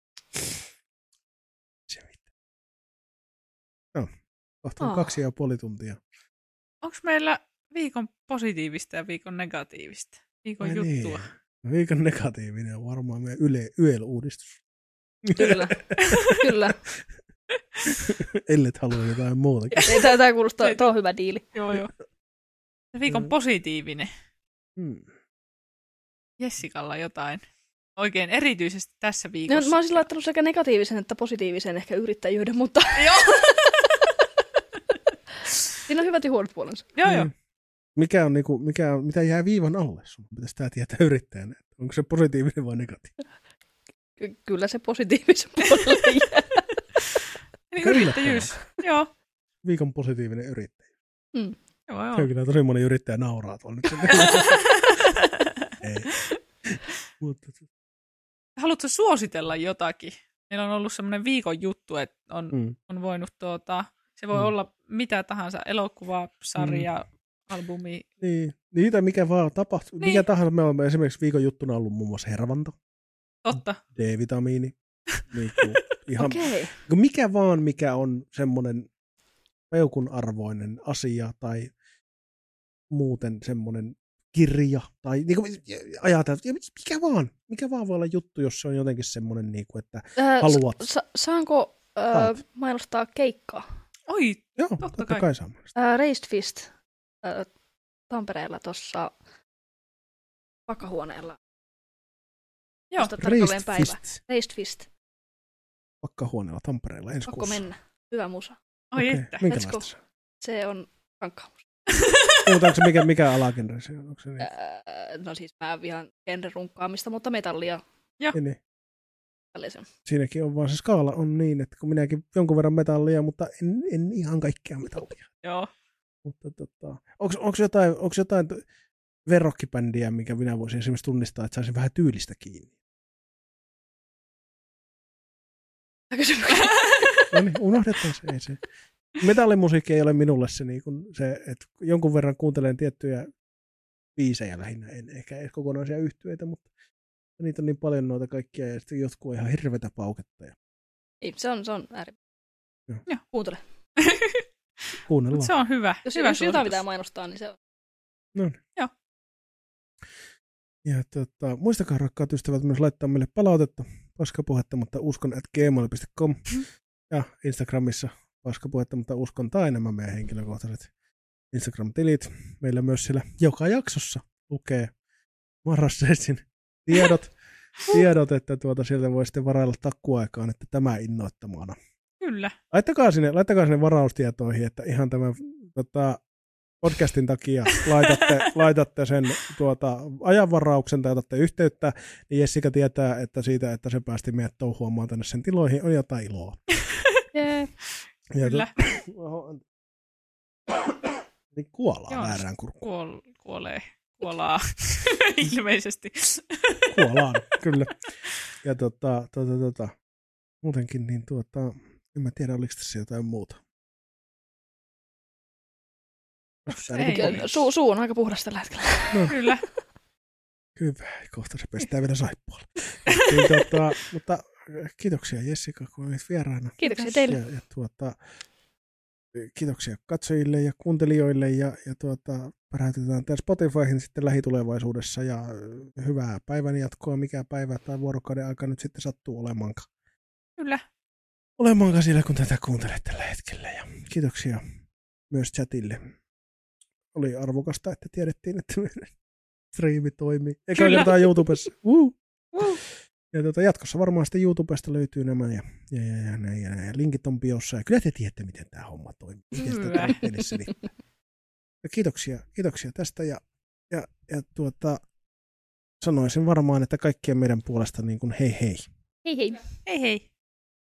Se mitä. Joo, kohta on Oh. kaksi ja puoli tuntia. Onko meillä viikon positiivista ja viikon negatiivista? Viikon Ai juttua. Niin. Viikon negatiivinen on varmaan meidän yle, Y E L-uudistus. Kyllä, kyllä. Ellet halua jotain muutakin. Ei, tää, tää kuulostaa, tuo on hyvä diili. Joo, joo. Ja viikon Mm. positiivinen. Hmm. Jessikalla jotain. Oikein erityisesti tässä No, viikossa. mä olisin laittanut sekä negatiivisen että positiivisen ehkä yrittäjyyden, mutta Joo, siinä on hyvät ja huonot puolensa. joo, joo. Mm. Mikä on, niinku, mikä on, mitä jää viivan alle? Sun pitäisi tää tietää yrittäjänä. Onko se positiivinen vai negatiivinen? Ky- kyllä se positiivisen puolelle jää. Eli Kyllä. yrittäjyys. Joo, Viikon positiivinen yrittäjä. Mm. joo, joo. Se on kyllä tosi moni yrittäjä nauraa tuolla nyt. Ei. Mutta, Haluatko suositella jotakin? Meillä on ollut semmoinen viikon juttu, että on, mm. on voinut tuota, se voi Mm. olla mitä tahansa, elokuva, sarja, albumi. Niin, niitä mikä vaan tapahtuu. Niin. Mikä tahansa me olemme esimerkiksi viikon juttuna ollut muun muassa hervanta, Totta. D-vitamiini. Niin kuin, ihan, Okei. okay. Mikä vaan, mikä on semmoinen peukun arvoinen asia tai muuten semmoinen kirja tai niin kuin, ajatellaan, mikä vaan, mikä vaan voi olla juttu, jos se on jotenkin semmoinen, niin kuin, että Äh, haluat. sa- saanko äh, Saat. mainostaa keikkaa? Oi, Joo, totta totta kai. kai saa mainostaa. Äh, Raised Fist äh, Tampereella tuossa pakahuoneella. joo. Muista tarkalleen Raised päivä. Fist Raised Fist. Pakkahuoneella Tampereella ensi Pakko kuussa. mennä. Hyvä musa. Oi Okei, että. minkälaista Let's se on? Se on rankkaus. Mutta onko se mikä, mikä alagenre se on? Onko se niin? Äh, no siis mä vihan genre-runkkaamista, mutta metallia. Niin, niin. Tällaisen. Siinäkin on vaan se skaala on niin, että kun minäkin jonkun verran metallia, mutta en, en ihan kaikkea metallia. Joo. Mutta tota, onko jotain, onks jotain t- verrokkibändiä, mikä minä voisin esimerkiksi tunnistaa, että saisin vähän tyylistä kiinni? No niin, unohdetaan se. Ei se. Metallimusiikki ei ole minulle se, niin kuin se, että jonkun verran kuuntelen tiettyjä biisejä lähinnä, en ehkä edes kokonaisia yhtyeitä, mutta niitä on niin paljon noita kaikkia, ja sitten jotkut on ihan hirvetä pauketta. Ja Ei, se on, se on ääri. Joo. Joo. Kuuntele. kuunnellaan. Mut se on hyvä. Jos, hyvä jos jotain suositus. pitää mainostaa, niin se on. No niin. Joo. Ja tota, muistakaa rakkaat ystävät myös laittaa meille palautetta paskapuhetta, mutta uskon at gmail piste com ja Instagramissa paskapuhetta, mutta uskon tai nämä meidän henkilökohtaiset Instagram-tilit. Meillä myös siellä joka jaksossa lukee Marrasseitsin tiedot, tiedot, että tuota sieltä voi sitten varailla takkuaikaan, että tämä innoittamana. Kyllä. Laittakaa sinne, laittakaa sinne varaustietoihin, että ihan tämän tota, podcastin takia laitatte, laitatte sen tuota, ajanvarauksen tai otatte yhteyttä, niin Jessica tietää, että siitä, että se päästi meidät touhuamaan tänne sen tiloihin, on jotain iloa. Yeah. Ja Kyllä. Tu- niin kuolaa Joo, väärään kurkkuun. Kuol, kuolee. Kuolaa. Ilmeisesti. Kuolaan, kyllä. Ja tota, tota, tota, muutenkin, niin tuota, en mä tiedä, oliko tässä jotain muuta. Ei. Niin Suu, suu on aika puhdas tällä hetkellä. no, Kyllä. hyvä, kohta se pestää vielä saippualla. niin, tota, mutta kiitoksia Jessica, kun olit vieraana. Kiitoksia teille. Ja, ja tuota, kiitoksia katsojille ja kuuntelijoille ja, ja tuota, päräytetään tämän Spotifyhin sitten lähitulevaisuudessa ja hyvää päivän jatkoa, mikä päivä tai vuorokauden aika nyt sitten sattuu olemaankaan. Kyllä. Olemaankaan siellä, kun tätä kuuntelet tällä hetkellä. Ja kiitoksia myös chatille. Oli arvokasta, että tiedettiin, että meidän striimi toimii. Eikä kertaa YouTubessa. Uh. Uh. Ja tuota, jatkossa varmaan sitten YouTubesta löytyy nämä ja, ja, ja, ja, näin, ja, näin. Ja linkit on biossa. Ja kyllä te tiedätte, miten tämä homma toimii. Miten sitä Hyvä. teille selittää. Ja kiitoksia, kiitoksia tästä ja, ja, ja tuota, sanoisin varmaan, että kaikkien meidän puolesta niin kuin hei hei. Hei hei. Hei hei.